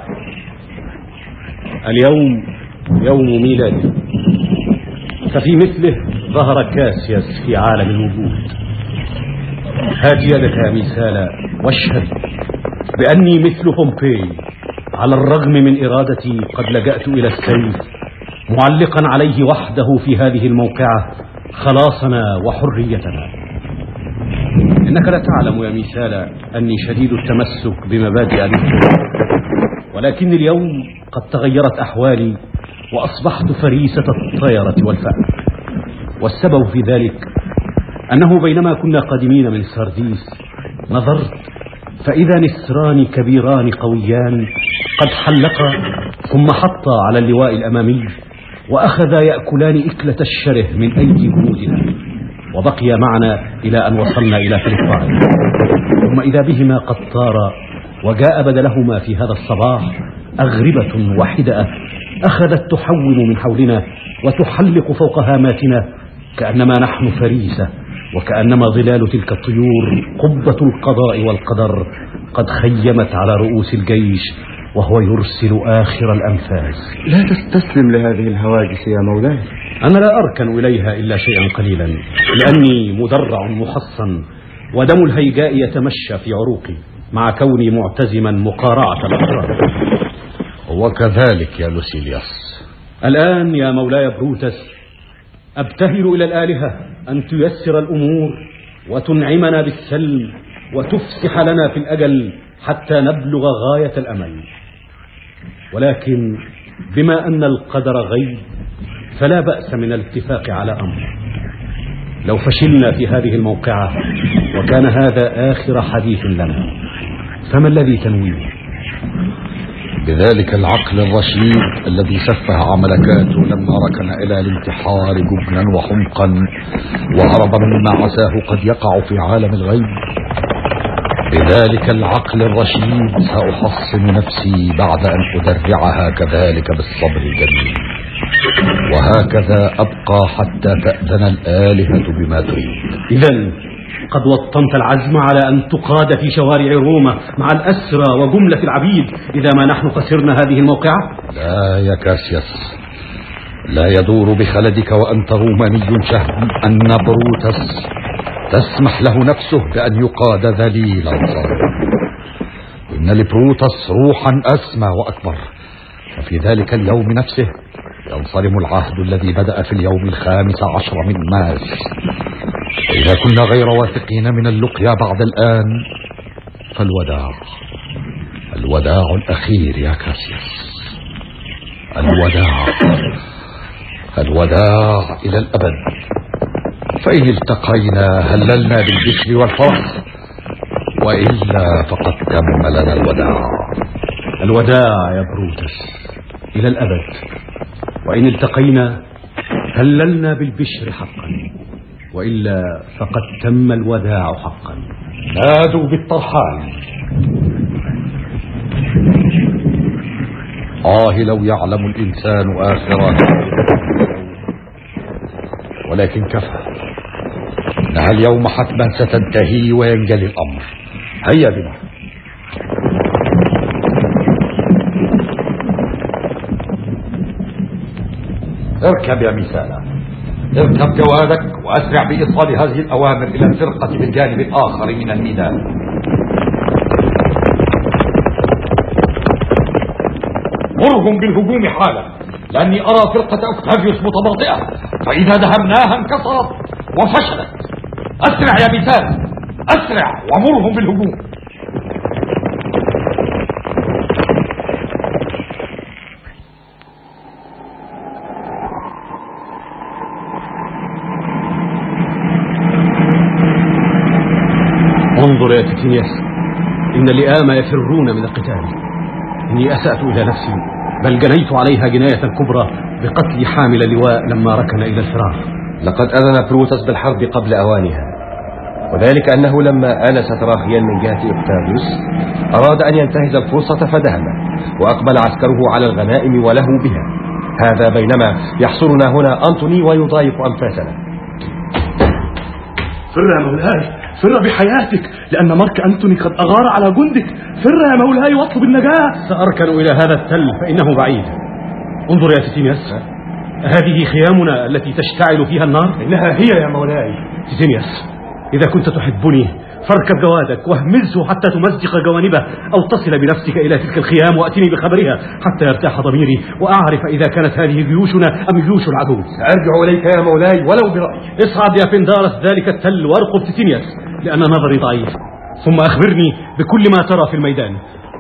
اليوم يوم ميلادي، ففي مثله ظهر كاسياس في عالم الوجود. هات يدك يا ميسالا واشهد بأني مثل بومبي، على الرغم من إرادتي قد لجأت إلى السيف معلقا عليه وحده في هذه الموقعة خلاصنا وحريتنا. إنك لا تعلم يا ميسالا أني شديد التمسك بمبادئ الإسلام، ولكن اليوم قد تغيرت أحوالي وأصبحت فريسة الطيرة والفأر. والسبب في ذلك أنه بينما كنا قادمين من سارديس نظرت فإذا نسران كبيران قويان قد حلقا ثم حطا على اللواء الأمامي وأخذا يأكلان إكلة الشره من أيدي جنودنا، وبقي معنا إلى أن وصلنا إلى فلسطين. ثم إذا بهما قد طارا، وجاء بدلهما في هذا الصباح أغربة وحدة أخذت تحوم من حولنا وتحلق فوق هاماتنا كأنما نحن فريسة، وكأنما ظلال تلك الطيور قبة القضاء والقدر قد خيمت على رؤوس الجيش وهو يرسل آخر الأنفاس. لا تستسلم لهذه الهواجس يا مولاي. أنا لا أركن إليها إلا شيئا قليلا، لأني مدرع محصن ودم الهيجاء يتمشى في عروقي مع كوني معتزما مقارعة الأطراف. وكذلك يا لوسيليوس. الآن يا مولاي بروتس أبتهل إلى الآلهة أن تيسر الأمور وتنعمنا بالسلم وتفسح لنا في الأجل حتى نبلغ غاية الأمل. ولكن بما أن القدر غيب فلا بأس من الاتفاق على أمر. لو فشلنا في هذه الموقعة وكان هذا آخر حديث لنا، فما الذي تنويه؟ بذلك العقل الرشيد الذي سفه عملكاته لما ركن إلى الانتحار جبنا وحمقا وهرب مما عساه قد يقع في عالم الغيب، بذلك العقل الرشيد سأحصن نفسي بعد أن أدرعها كذلك بالصبر الجميل، وهكذا أبقى حتى تأذن الآلهة بما تريد. إذن قد وطنت العزم على أن تقاد في شوارع روما مع الأسرى وجملة العبيد إذا ما نحن خسرنا هذه الموقعة؟ لا يا كاسياس، لا يدور بخلدك وأنت روماني شهم أن بروتس تسمح له نفسه بأن يقاد ذليلا صارما. إن لبروتس روحا أسمى وأكبر، وفي ذلك اليوم نفسه ينصرم العهد الذي بدأ في اليوم 15 من مارس. إذا كنا غير واثقين من اللقيا بعد الآن فالوداع، الوداع الأخير يا كاسياس، الوداع، الوداع إلى الأبد. فإن التقينا هللنا بالبشر والفرح، وإلا فقد تم لنا الوداع. الوداع يا بروتس إلى الأبد، وإن التقينا هللنا بالبشر حقا، وإلا فقد تم الوداع حقا. نادوا بالطرحان. لو يعلم الإنسان آخرة، ولكن كفى، إنها اليوم حتما ستنتهي وينجلي الأمر. هيا بنا. اركب يا ميسالا، اركب جوادك وأسرع بإيصال هذه الأوامر إلى الفرقة بالجانب الآخر من الميدان. مرهم بالهجوم حالا، لأني أرى فرقة أوكتافيوس متباطئة، فإذا دهمناها انكسرت وفشلت. أسرع يا ميسالا، أسرع ومرهم بالهجوم. انظر يا تيتينياس، إن اللئام يفرون من القتال. إني أسأت إلى نفسي، بل جنيت عليها جناية كبرى بقتل حامل اللواء لما ركن إلى الفرار. لقد أذن بروتس بالحرب قبل أوانها، وذلك أنه لما آنس تراخيا من جهة أوكتافيوس أراد أن ينتهز الفرصة فدهم، وأقبل عسكره على الغنائم وله بها. هذا بينما يحصرنا هنا أنطوني ويضايق أنفاسنا. فر يا مولاي، فر بحياتك، لأن مارك أنتوني قد أغار على جندك. فر يا مولاي واطلب النجاة. سأركن إلى هذا التل فإنه بعيد. انظر يا تيتينياس، هذه خيامنا التي تشتعل فيها النار. إنها هي يا مولاي. تيتينياس، إذا كنت تحبني فاركب جوادك واهمزه حتى تمزق جوانبه، أو تصل بنفسك إلى تلك الخيام وأتني بخبرها حتى يرتاح ضميري وأعرف إذا كانت هذه جيوشنا أم جيوش العدو. سأرجع إليك يا مولاي ولو برأيي. اصعد يا فندارس ذلك التل وارقب تيتينياس، لأن نظري ضعيف، ثم أخبرني بكل ما ترى في الميدان.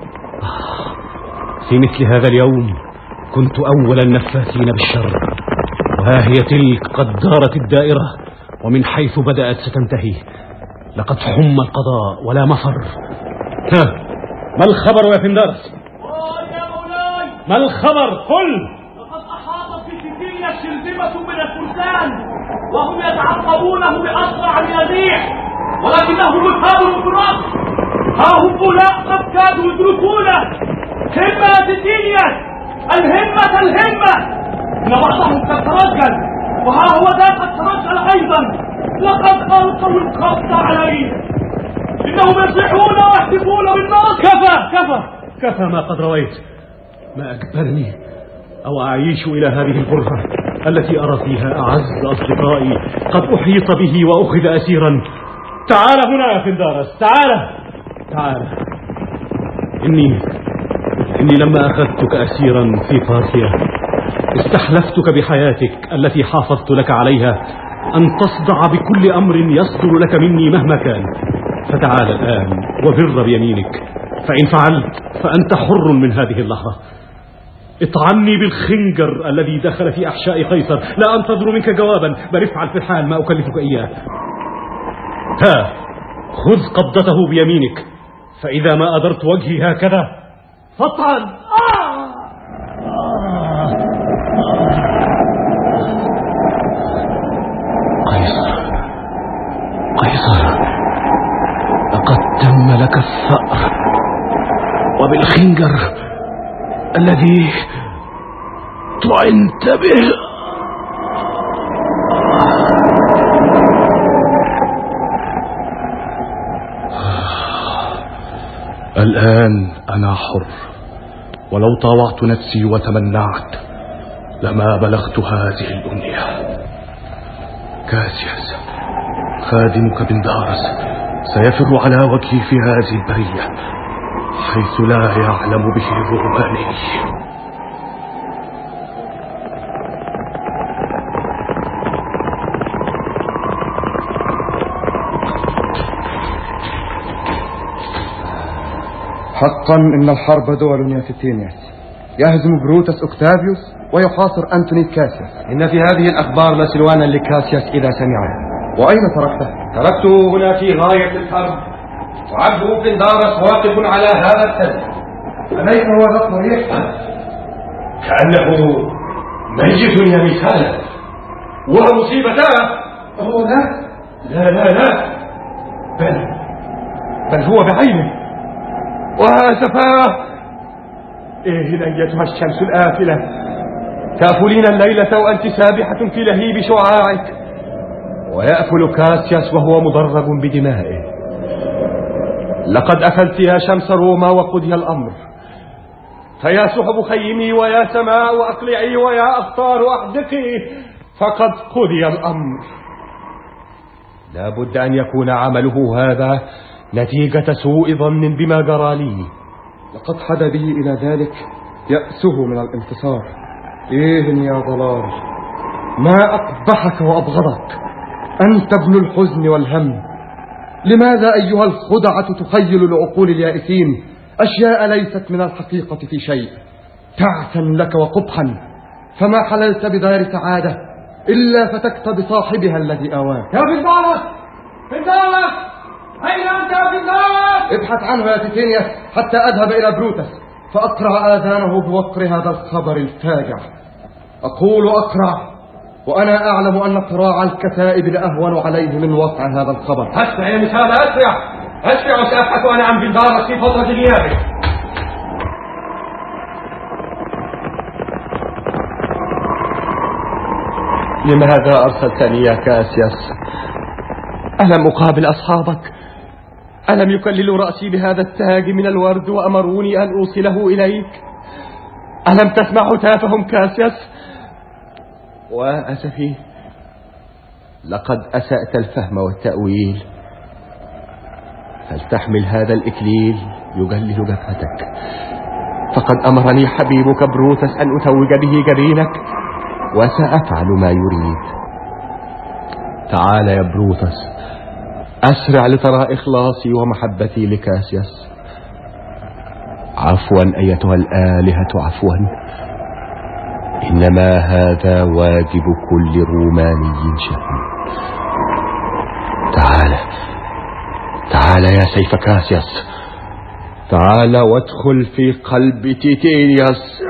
في مثل هذا اليوم كنت أول النفاثين بالشر، وها هي تلك قد دارت الدائرة، ومن حيث بدأت ستنتهي. لقد حم القضاء ولا مفر. ما الخبر يا فندارس؟ يا مولاي، ما الخبر؟ قل. لقد أحاط في تيتينياس شرذمة من الفرسان، وهم يتعقبونه بأسرع من الريح، ولكنه متهاب في الرأس. هؤلاء قد كادوا يدركونه. همة يا تيتينياس، الهمة قوة الهمة، إن بعضهم قد ترجل، وها هو ذا قد ترجل أيضا. لقد ألقوا القبض عليه، إنهم يصيحون ويحتفون بالنصر. كفى ما قد رويت. ما أجبرني أو أعيش إلى هذه الغرفة التي أرى فيها أعز أصدقائي قد أحيط به وأخذ أسيرا. تعال هنا يا فندارس، تعال. إني لما أخذتك أسيرا في بارثيا استحلفتك بحياتك التي حافظت لك عليها أن تصدع بكل أمر يصدر لك مني مهما كان. فتعال الآن وبر بيمينك، فإن فعلت فأنت حر من هذه اللحظة. اطعني بالخنجر الذي دخل في أحشاء قيصر، لا أنتظر منك جوابا، بل افعل في الحال ما أكلفك إياه. ها، خذ قبضته بيمينك، فإذا ما أدرت وجهي هكذا فاطعن. قيصر، لقد تم لك الثأر، وبالخنجر الذي طعنت به. الآن أنا حر، ولو طاوعت نفسي وتمنعت لما بلغت هذه الأمنية. كاسياس خادمك بندارس سيفر على وجهي في هذه البرية حيث لا يعلم به الروماني. حقا إن الحرب دول يا ستينياس. يهزم بروتس أكتافيوس ويحاصر أنتوني كاسياس. إن في هذه الأخبار لسلوانا لكاسياس إذا سمعها. وأين تركته؟ تركته هنا في غاية الحرب، وعبده بندارس واقف على هذا السد. أليس هو ذا الطريق؟ كأنه ميت يا مثالا، ومصيبتاه. هو ذا؟ لا بل هو بعينه. واسفاه. إيه أيتها الشمس الآفلة، تأكلين الليلة وأنت سابحة في لهيب شعاعك، ويأكل كاسياس وهو مضرب بدمائه. لقد أكلت يا شمس روما وقضي الأمر، فيا سحب خيمي ويا سماء أقلعي ويا أخطار أحدقي، فقد قضي الأمر. لا بد أن يكون عمله هذا نتيجة سوء ظن بما جرى لي. لقد حدا به إلى ذلك يأسه من الانتصار. إيه يا ضلال، ما أقبحك وأبغضك، أنت ابن الحزن والهم. لماذا أيها الخدعة تخيل لعقول اليائسين أشياء ليست من الحقيقة في شيء؟ تعسا لك وقبحا، فما حللت بدار سعادة إلا فتكت بصاحبها الذي آواك. يا فندارس، أين أنت يا فندارس؟ ابحث عنه يا تيتينياس حتى أذهب إلى بروتس فأقرع آذانه بوقر هذا الخبر الفاجع. أقول أقرع وأنا أعلم أن قراع الكتائب لأهون عليه من وقع هذا الخبر. أسرع يا مثال، أسرع وسأبحث أنا عن بندارس في فترة غيابه. لماذا أرسلتني يا كاسياس؟ ألم أقابل أصحابك؟ ألم يكللوا رأسي بهذا التاج من الورد وأمروني أن أوصله إليك؟ ألم تسمع هتافهم كاسياس؟ وأسفي، لقد أسأت الفهم والتأويل، فلتحمل هذا الإكليل يجلل جبهتك، فقد أمرني حبيبك بروتس أن أتوج به جبينك، وسأفعل ما يريد. تعال يا بروتس، أسرع لترى إخلاصي ومحبتي لكاسياس. عفوا أيتها الآلهة، عفوا، إنما هذا واجب كل روماني شهم. تعال يا سيف كاسياس، تعال وادخل في قلب تيتينياس.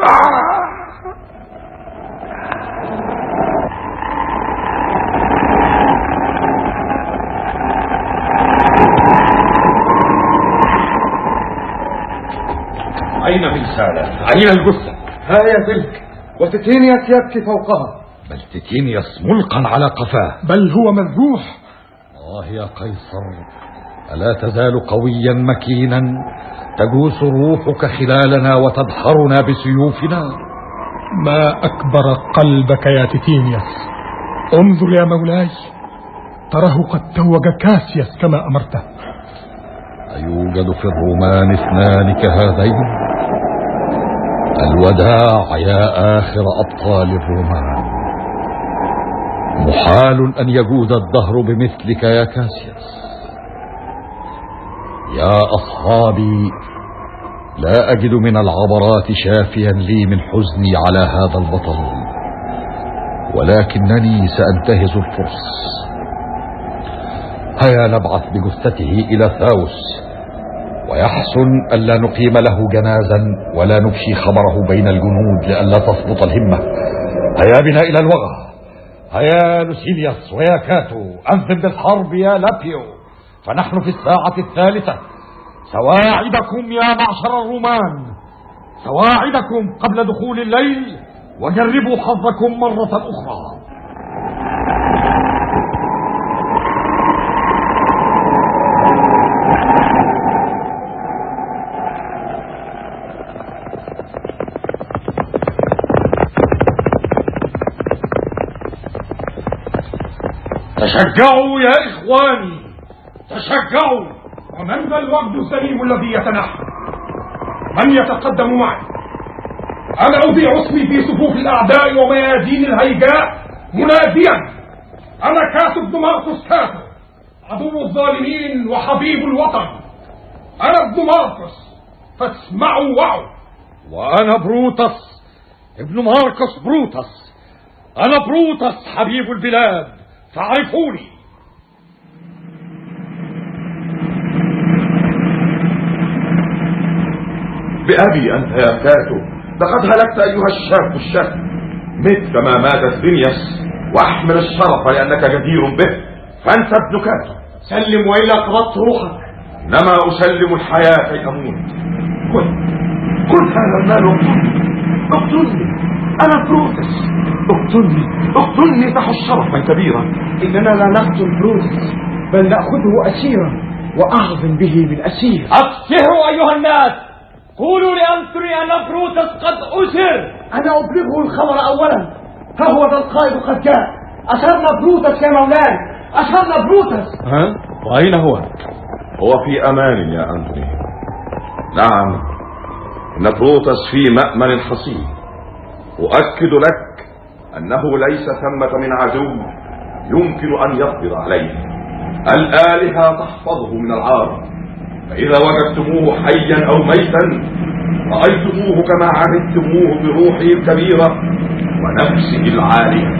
أين بلسانة؟ أين الجثة؟ ها يا تلك، وتيتينيوس يبكي فوقها. بل تيتينيوس ملقا على قفاه، بل هو مذبوح. يا قيصر، ألا تزال قويا مكينا تجوس روحك خلالنا وتدحرنا بسيوفنا؟ ما أكبر قلبك يا تيتينيوس. انظر يا مولاي، تراه قد توج كاسياس كما أمرته. أيوجد في الرومان اثنان كهذين؟ الوداع يا آخر أبطال الرومان. محال أن يجود الدهر بمثلك يا كاسياس. يا أصحابي، لا أجد من العبرات شافيا لي من حزني على هذا البطل، ولكنني سأنتهز الفرص. هيا نبعث بجثته إلى ثاوس، ويحسن ألا نقيم له جنازا ولا نفشي خبره بين الجنود لئلا تسقط الهمة. هيا بنا إلى الوغى. هيا لوسيليوس ويا كاتو، أنذب بالحرب يا لابيو، فنحن في الساعة الثالثة. سواعدكم يا معشر الرومان، سواعدكم قبل دخول الليل، وجربوا حظكم مرة أخرى. تشجعوا يا إخواني، تشجعوا. ومن ذا الوفد السليم الذي يتنحى؟ من يتقدم معي؟ أنا أضيع اسمي في صفوف الأعداء وميادين الهيجاء مناديا: أنا كاتو بن ماركوس كاتو، عدو الظالمين وحبيب الوطن. أنا ابن ماركوس، فاسمعوا وعوا. وأنا بروتس ابن ماركوس بروتس. أنا بروتس حبيب البلاد، فاعرفوني. بأبي أنت يا كاتو، لقد هلكت أيها الشاب الشاب. مت كما مات ثبنيوس، واحمل الشرف لأنك جدير به، فأنت ابن كاتو. سلم وإلا قبضت روحك. إنما أسلم الحياة كي أموت. كل هذا المال اقتلني. أنا بروتس، اقتلني تحت شرفا كبيرا. إننا لا نقتل بروتس، بل نأخذه أسيرا وأعظم به من أسير. أبشروا أيها الناس، قولوا لأنتوني أن بروتس قد أسر. أنا أبلغه الخبر أولا. ها هو ذا القائد قد جاء. أسرنا بروتس يا مولاي، أسرنا بروتس. وأين هو؟ هو في أمان يا أنتوني. نعم، إن بروتس في مأمن حصين. أؤكد لك أنه ليس ثمة من عدو يمكن أن يقبض عليه. الآلهة تحفظه من العار، فإذا وجدتموه حيا أو ميتا رأيتموه كما عهدتموه بروحه الكبيرة ونفسه العالية.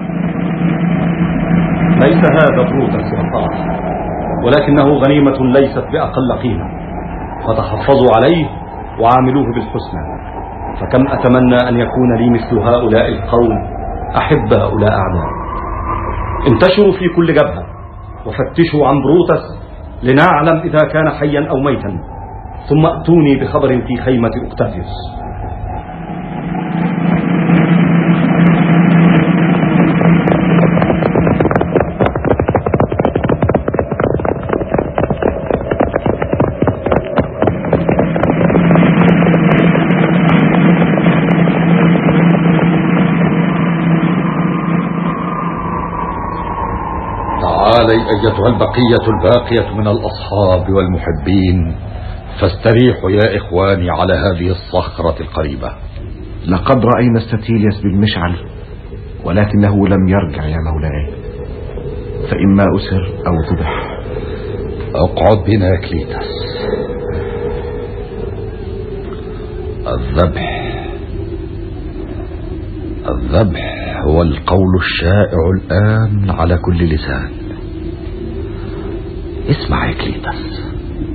ليس هذا بروتس يا صاحبي، ولكنه غنيمة ليست بأقل قيمة، فتحفظوا عليه وعاملوه بالحسنى. فكم أتمنى أن يكون لي مثل هؤلاء القوم أحباء لا أعداء. انتشروا في كل جبهة وفتشوا عن بروتس لنعلم إذا كان حيا أو ميتا، ثم أتوني بخبر في خيمة أوكتافيوس. تعالي أيتها البقية الباقية من الأصحاب والمحبين، فاستريحوا يا إخواني على هذه الصخرة القريبة. لقد رأينا ستيليوس بالمشعل، ولكنه لم يرجع يا مولاي، فإما أسر أو ذبح. اقعد بنا يا كليتس. الذبح هو القول الشائع الآن على كل لسان. اسمع يا كليتس.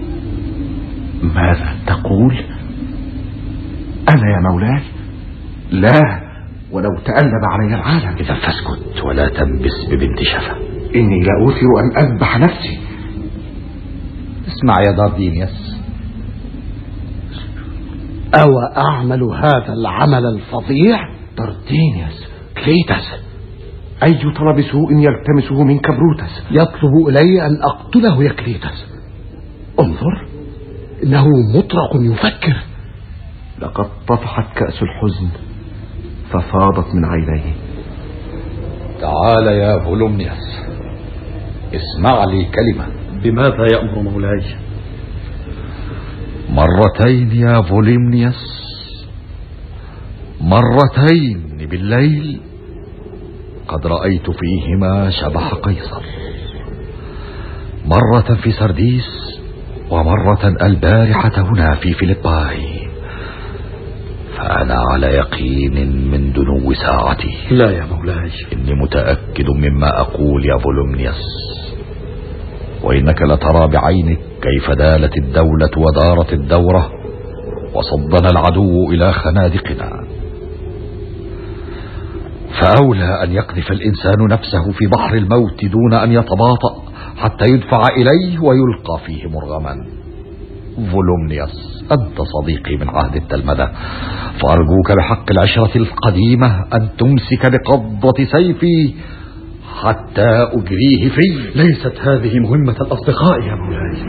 ماذا تقول؟ أنا يا مولاي؟ لا، ولو تألم علي العالم. إذا فاسكت ولا تنبس ببنت شفا. إني لأوثر أن أذبح نفسي. اسمع يا داردينيوس. أو أعمل هذا العمل الفظيع؟ ترتينيوس، كليتس، أي طلب سوء يلتمسه منك بروتس؟ يطلب إلي أن أقتله يا كليتس. انظر، إنه مطرق يفكر. لقد طفحت كأس الحزن ففاضت من عينيه. تعال يا فولومنيوس، اسمع لي كلمة. بماذا يأمر مولاي؟ مرتين يا فولومنيوس، مرتين بالليل قد رأيت فيهما شبح قيصر، مرة في سرديس ومرة البارحة هنا في فيليباي، فأنا على يقين من دنو ساعتي. لا يا مولاي، إني متأكد مما أقول يا فولومنيوس، وإنك لترى بعينك كيف دالت الدولة ودارت الدورة وصدنا العدو إلى خنادقنا. فأولى أن يقذف الإنسان نفسه في بحر الموت دون أن يتباطأ حتى يدفع إليه ويلقى فيه مرغما. فولومنيوس، أنت صديقي من عهد التلمذة، فأرجوك بحق العشرة القديمة أن تمسك بقبضة سيفي حتى أجريه فيه. ليست هذه مهمة الأصدقاء يا مولاي.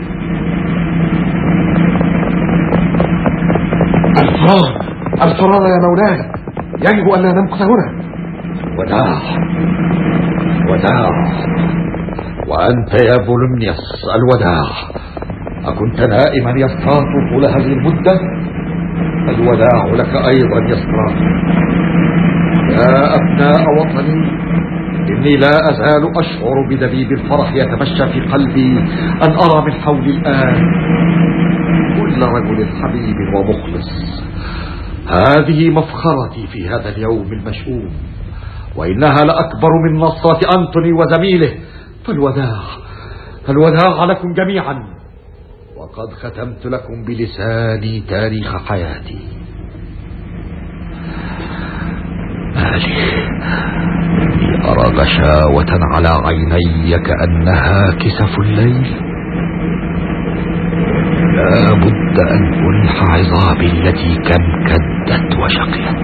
الفرار يا مولاي، يجب أن لا نمكث هنا. وداع وداع، وأنت يا فولومنيوس الوداع. أكنت نائما يا ستراتو طول هذه المدة؟ الوداع لك أيضا يا ستراتو. يا أبناء وطني، إني لا أزال أشعر بدبيب الفرح يتمشى في قلبي أن أرى من حولي الآن كل رجل حبيب ومخلص. هذه مفخرتي في هذا اليوم المشؤوم، وإنها لأكبر من نصرة أنتوني وزميله. فالوداع لكم جميعا، وقد ختمت لكم بلساني تاريخ حياتي. مالي إني أرى غشاوة على عيني كأنها كسف الليل. لا بد أن ألح عظامي التي كم كدت وشقيت.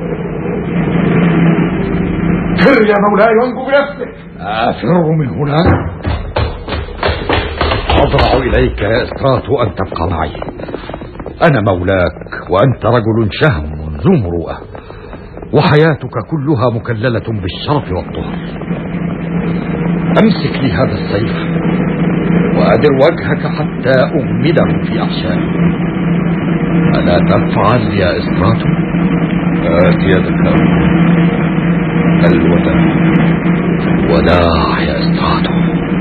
فر يا مولاي وانجو بنفسك. أفر من هنا؟ أضرع إليك يا ستراتو أن تبقى معي. أنا مولاك وأنت رجل شهم ذو مروءة، وحياتك كلها مكللة بالشرف والطهر. أمسك لي هذا السيف وأدر وجهك حتى أغمده في أحشائي. ألا تفعل يا ستراتو؟ هات يدك. الوداع يا ستراتو.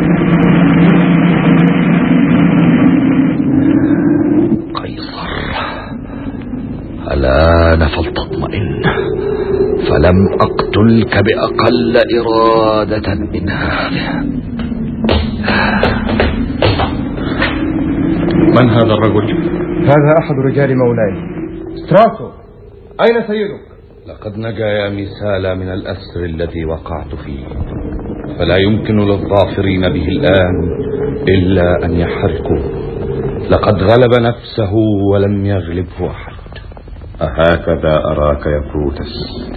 قيصر، الآن فلتطمئن، فلم أقتلك بأقل إرادة من هذه. من هذا الرجل؟ هذا أحد رجال مولاي. ستراتو، أين سيدك؟ لقد نجا يا ميسالا من الأسر الذي وقعت فيه، فلا يمكن للظافرين به الآن إلا أن يحرقوا. لقد غلب نفسه ولم يغلبه أحد. أهكذا أراك يا بروتس؟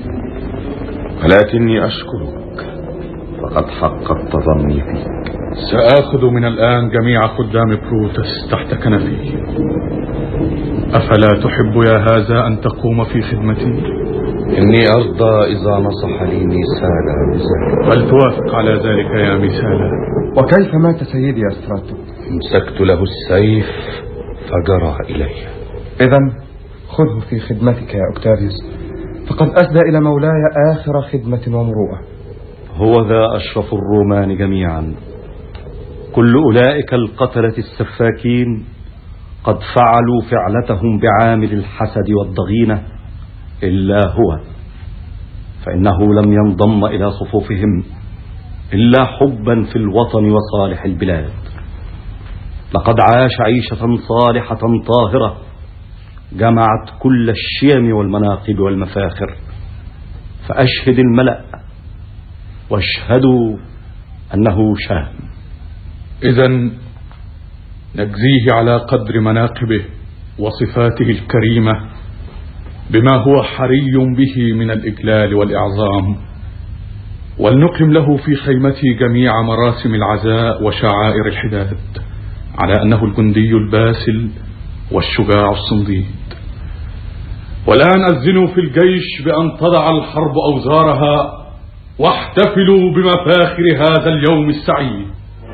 ولكني أشكرك، فقد حققت ظني فيك. سآخذ من الآن جميع خدام بروتس تحت كنفي. أفلا تحب يا هذا أن تقوم في خدمتي؟ إني أرضى إذا نصح لي ميسالا بذلك. هل توافق على ذلك يا ميسالا؟ وكيف مات سيدي يا ستراتو؟ امسكت له السيف فجرى إلي. إذن خذه في خدمتك يا أوكتافيوس، فقد أسدى إلى مولاي آخر خدمة ومروءة. هو ذا أشرف الرومان جميعا. كل أولئك القتلة السفاكين قد فعلوا فعلتهم بعامل الحسد والضغينة إلا هو، فإنه لم ينضم إلى صفوفهم إلا حبا في الوطن وصالح البلاد. لقد عاش عيشة صالحة طاهرة جمعت كل الشيم والمناقب والمفاخر. فأشهد الملأ واشهدوا أنه شهم. إذن نجزيه على قدر مناقبه وصفاته الكريمة بما هو حري به من الإجلال والإعظام، ولنقم له في خيمته جميع مراسم العزاء وشعائر الحداد على أنه الجندي الباسل والشجاع الصنديد. والآن أذنوا في الجيش بأن تضع الحرب أوزارها، واحتفلوا بمفاخر هذا اليوم السعيد.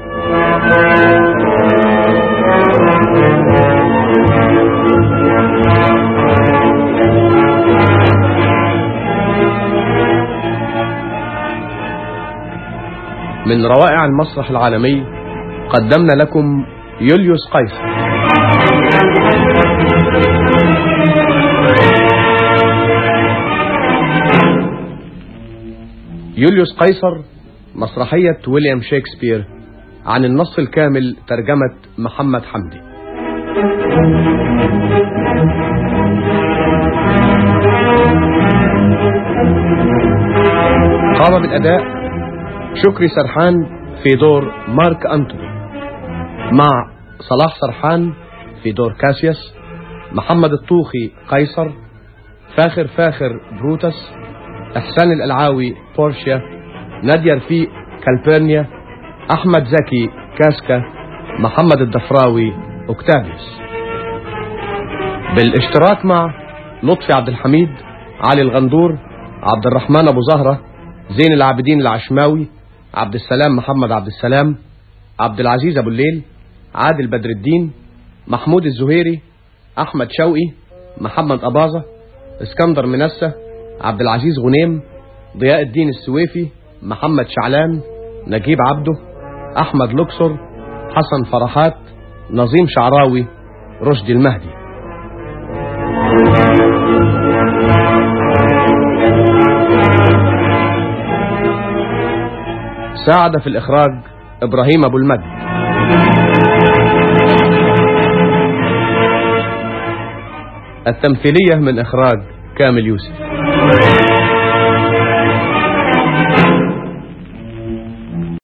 من روائع المسرح العالمي قدمنا لكم يوليوس قيصر. يوليوس قيصر مسرحية ويليام شكسبير عن النص الكامل ترجمة محمد حمدي. قام بالأداء شكري سرحان في دور مارك أنتوني، مع صلاح سرحان في دور كاسياس، محمد الطوخي قيصر، فاخر بروتس، إحسان الألعاوي بورشيا، نادية رفيق كالبيرنيا، أحمد زكي كاسكا، محمد الدفراوي أوكتافيوس، بالاشتراك مع لطفي عبد الحميد، علي الغندور، عبد الرحمن أبو زهرة، زين العابدين العشماوي، عبد السلام محمد عبد السلام، عبد العزيز أبو الليل، عادل بدر الدين، محمود الزهيري، أحمد شوقي، محمد أباظة، اسكندر منسة، عبد العزيز غنيم، ضياء الدين السويفي، محمد شعلان، نجيب عبده، أحمد لوكسور، حسن فرحات، نظيم شعراوي، رشدي المهدي. ساعد في الإخراج إبراهيم أبو المجد. التمثيلية من إخراج كامل يوسف.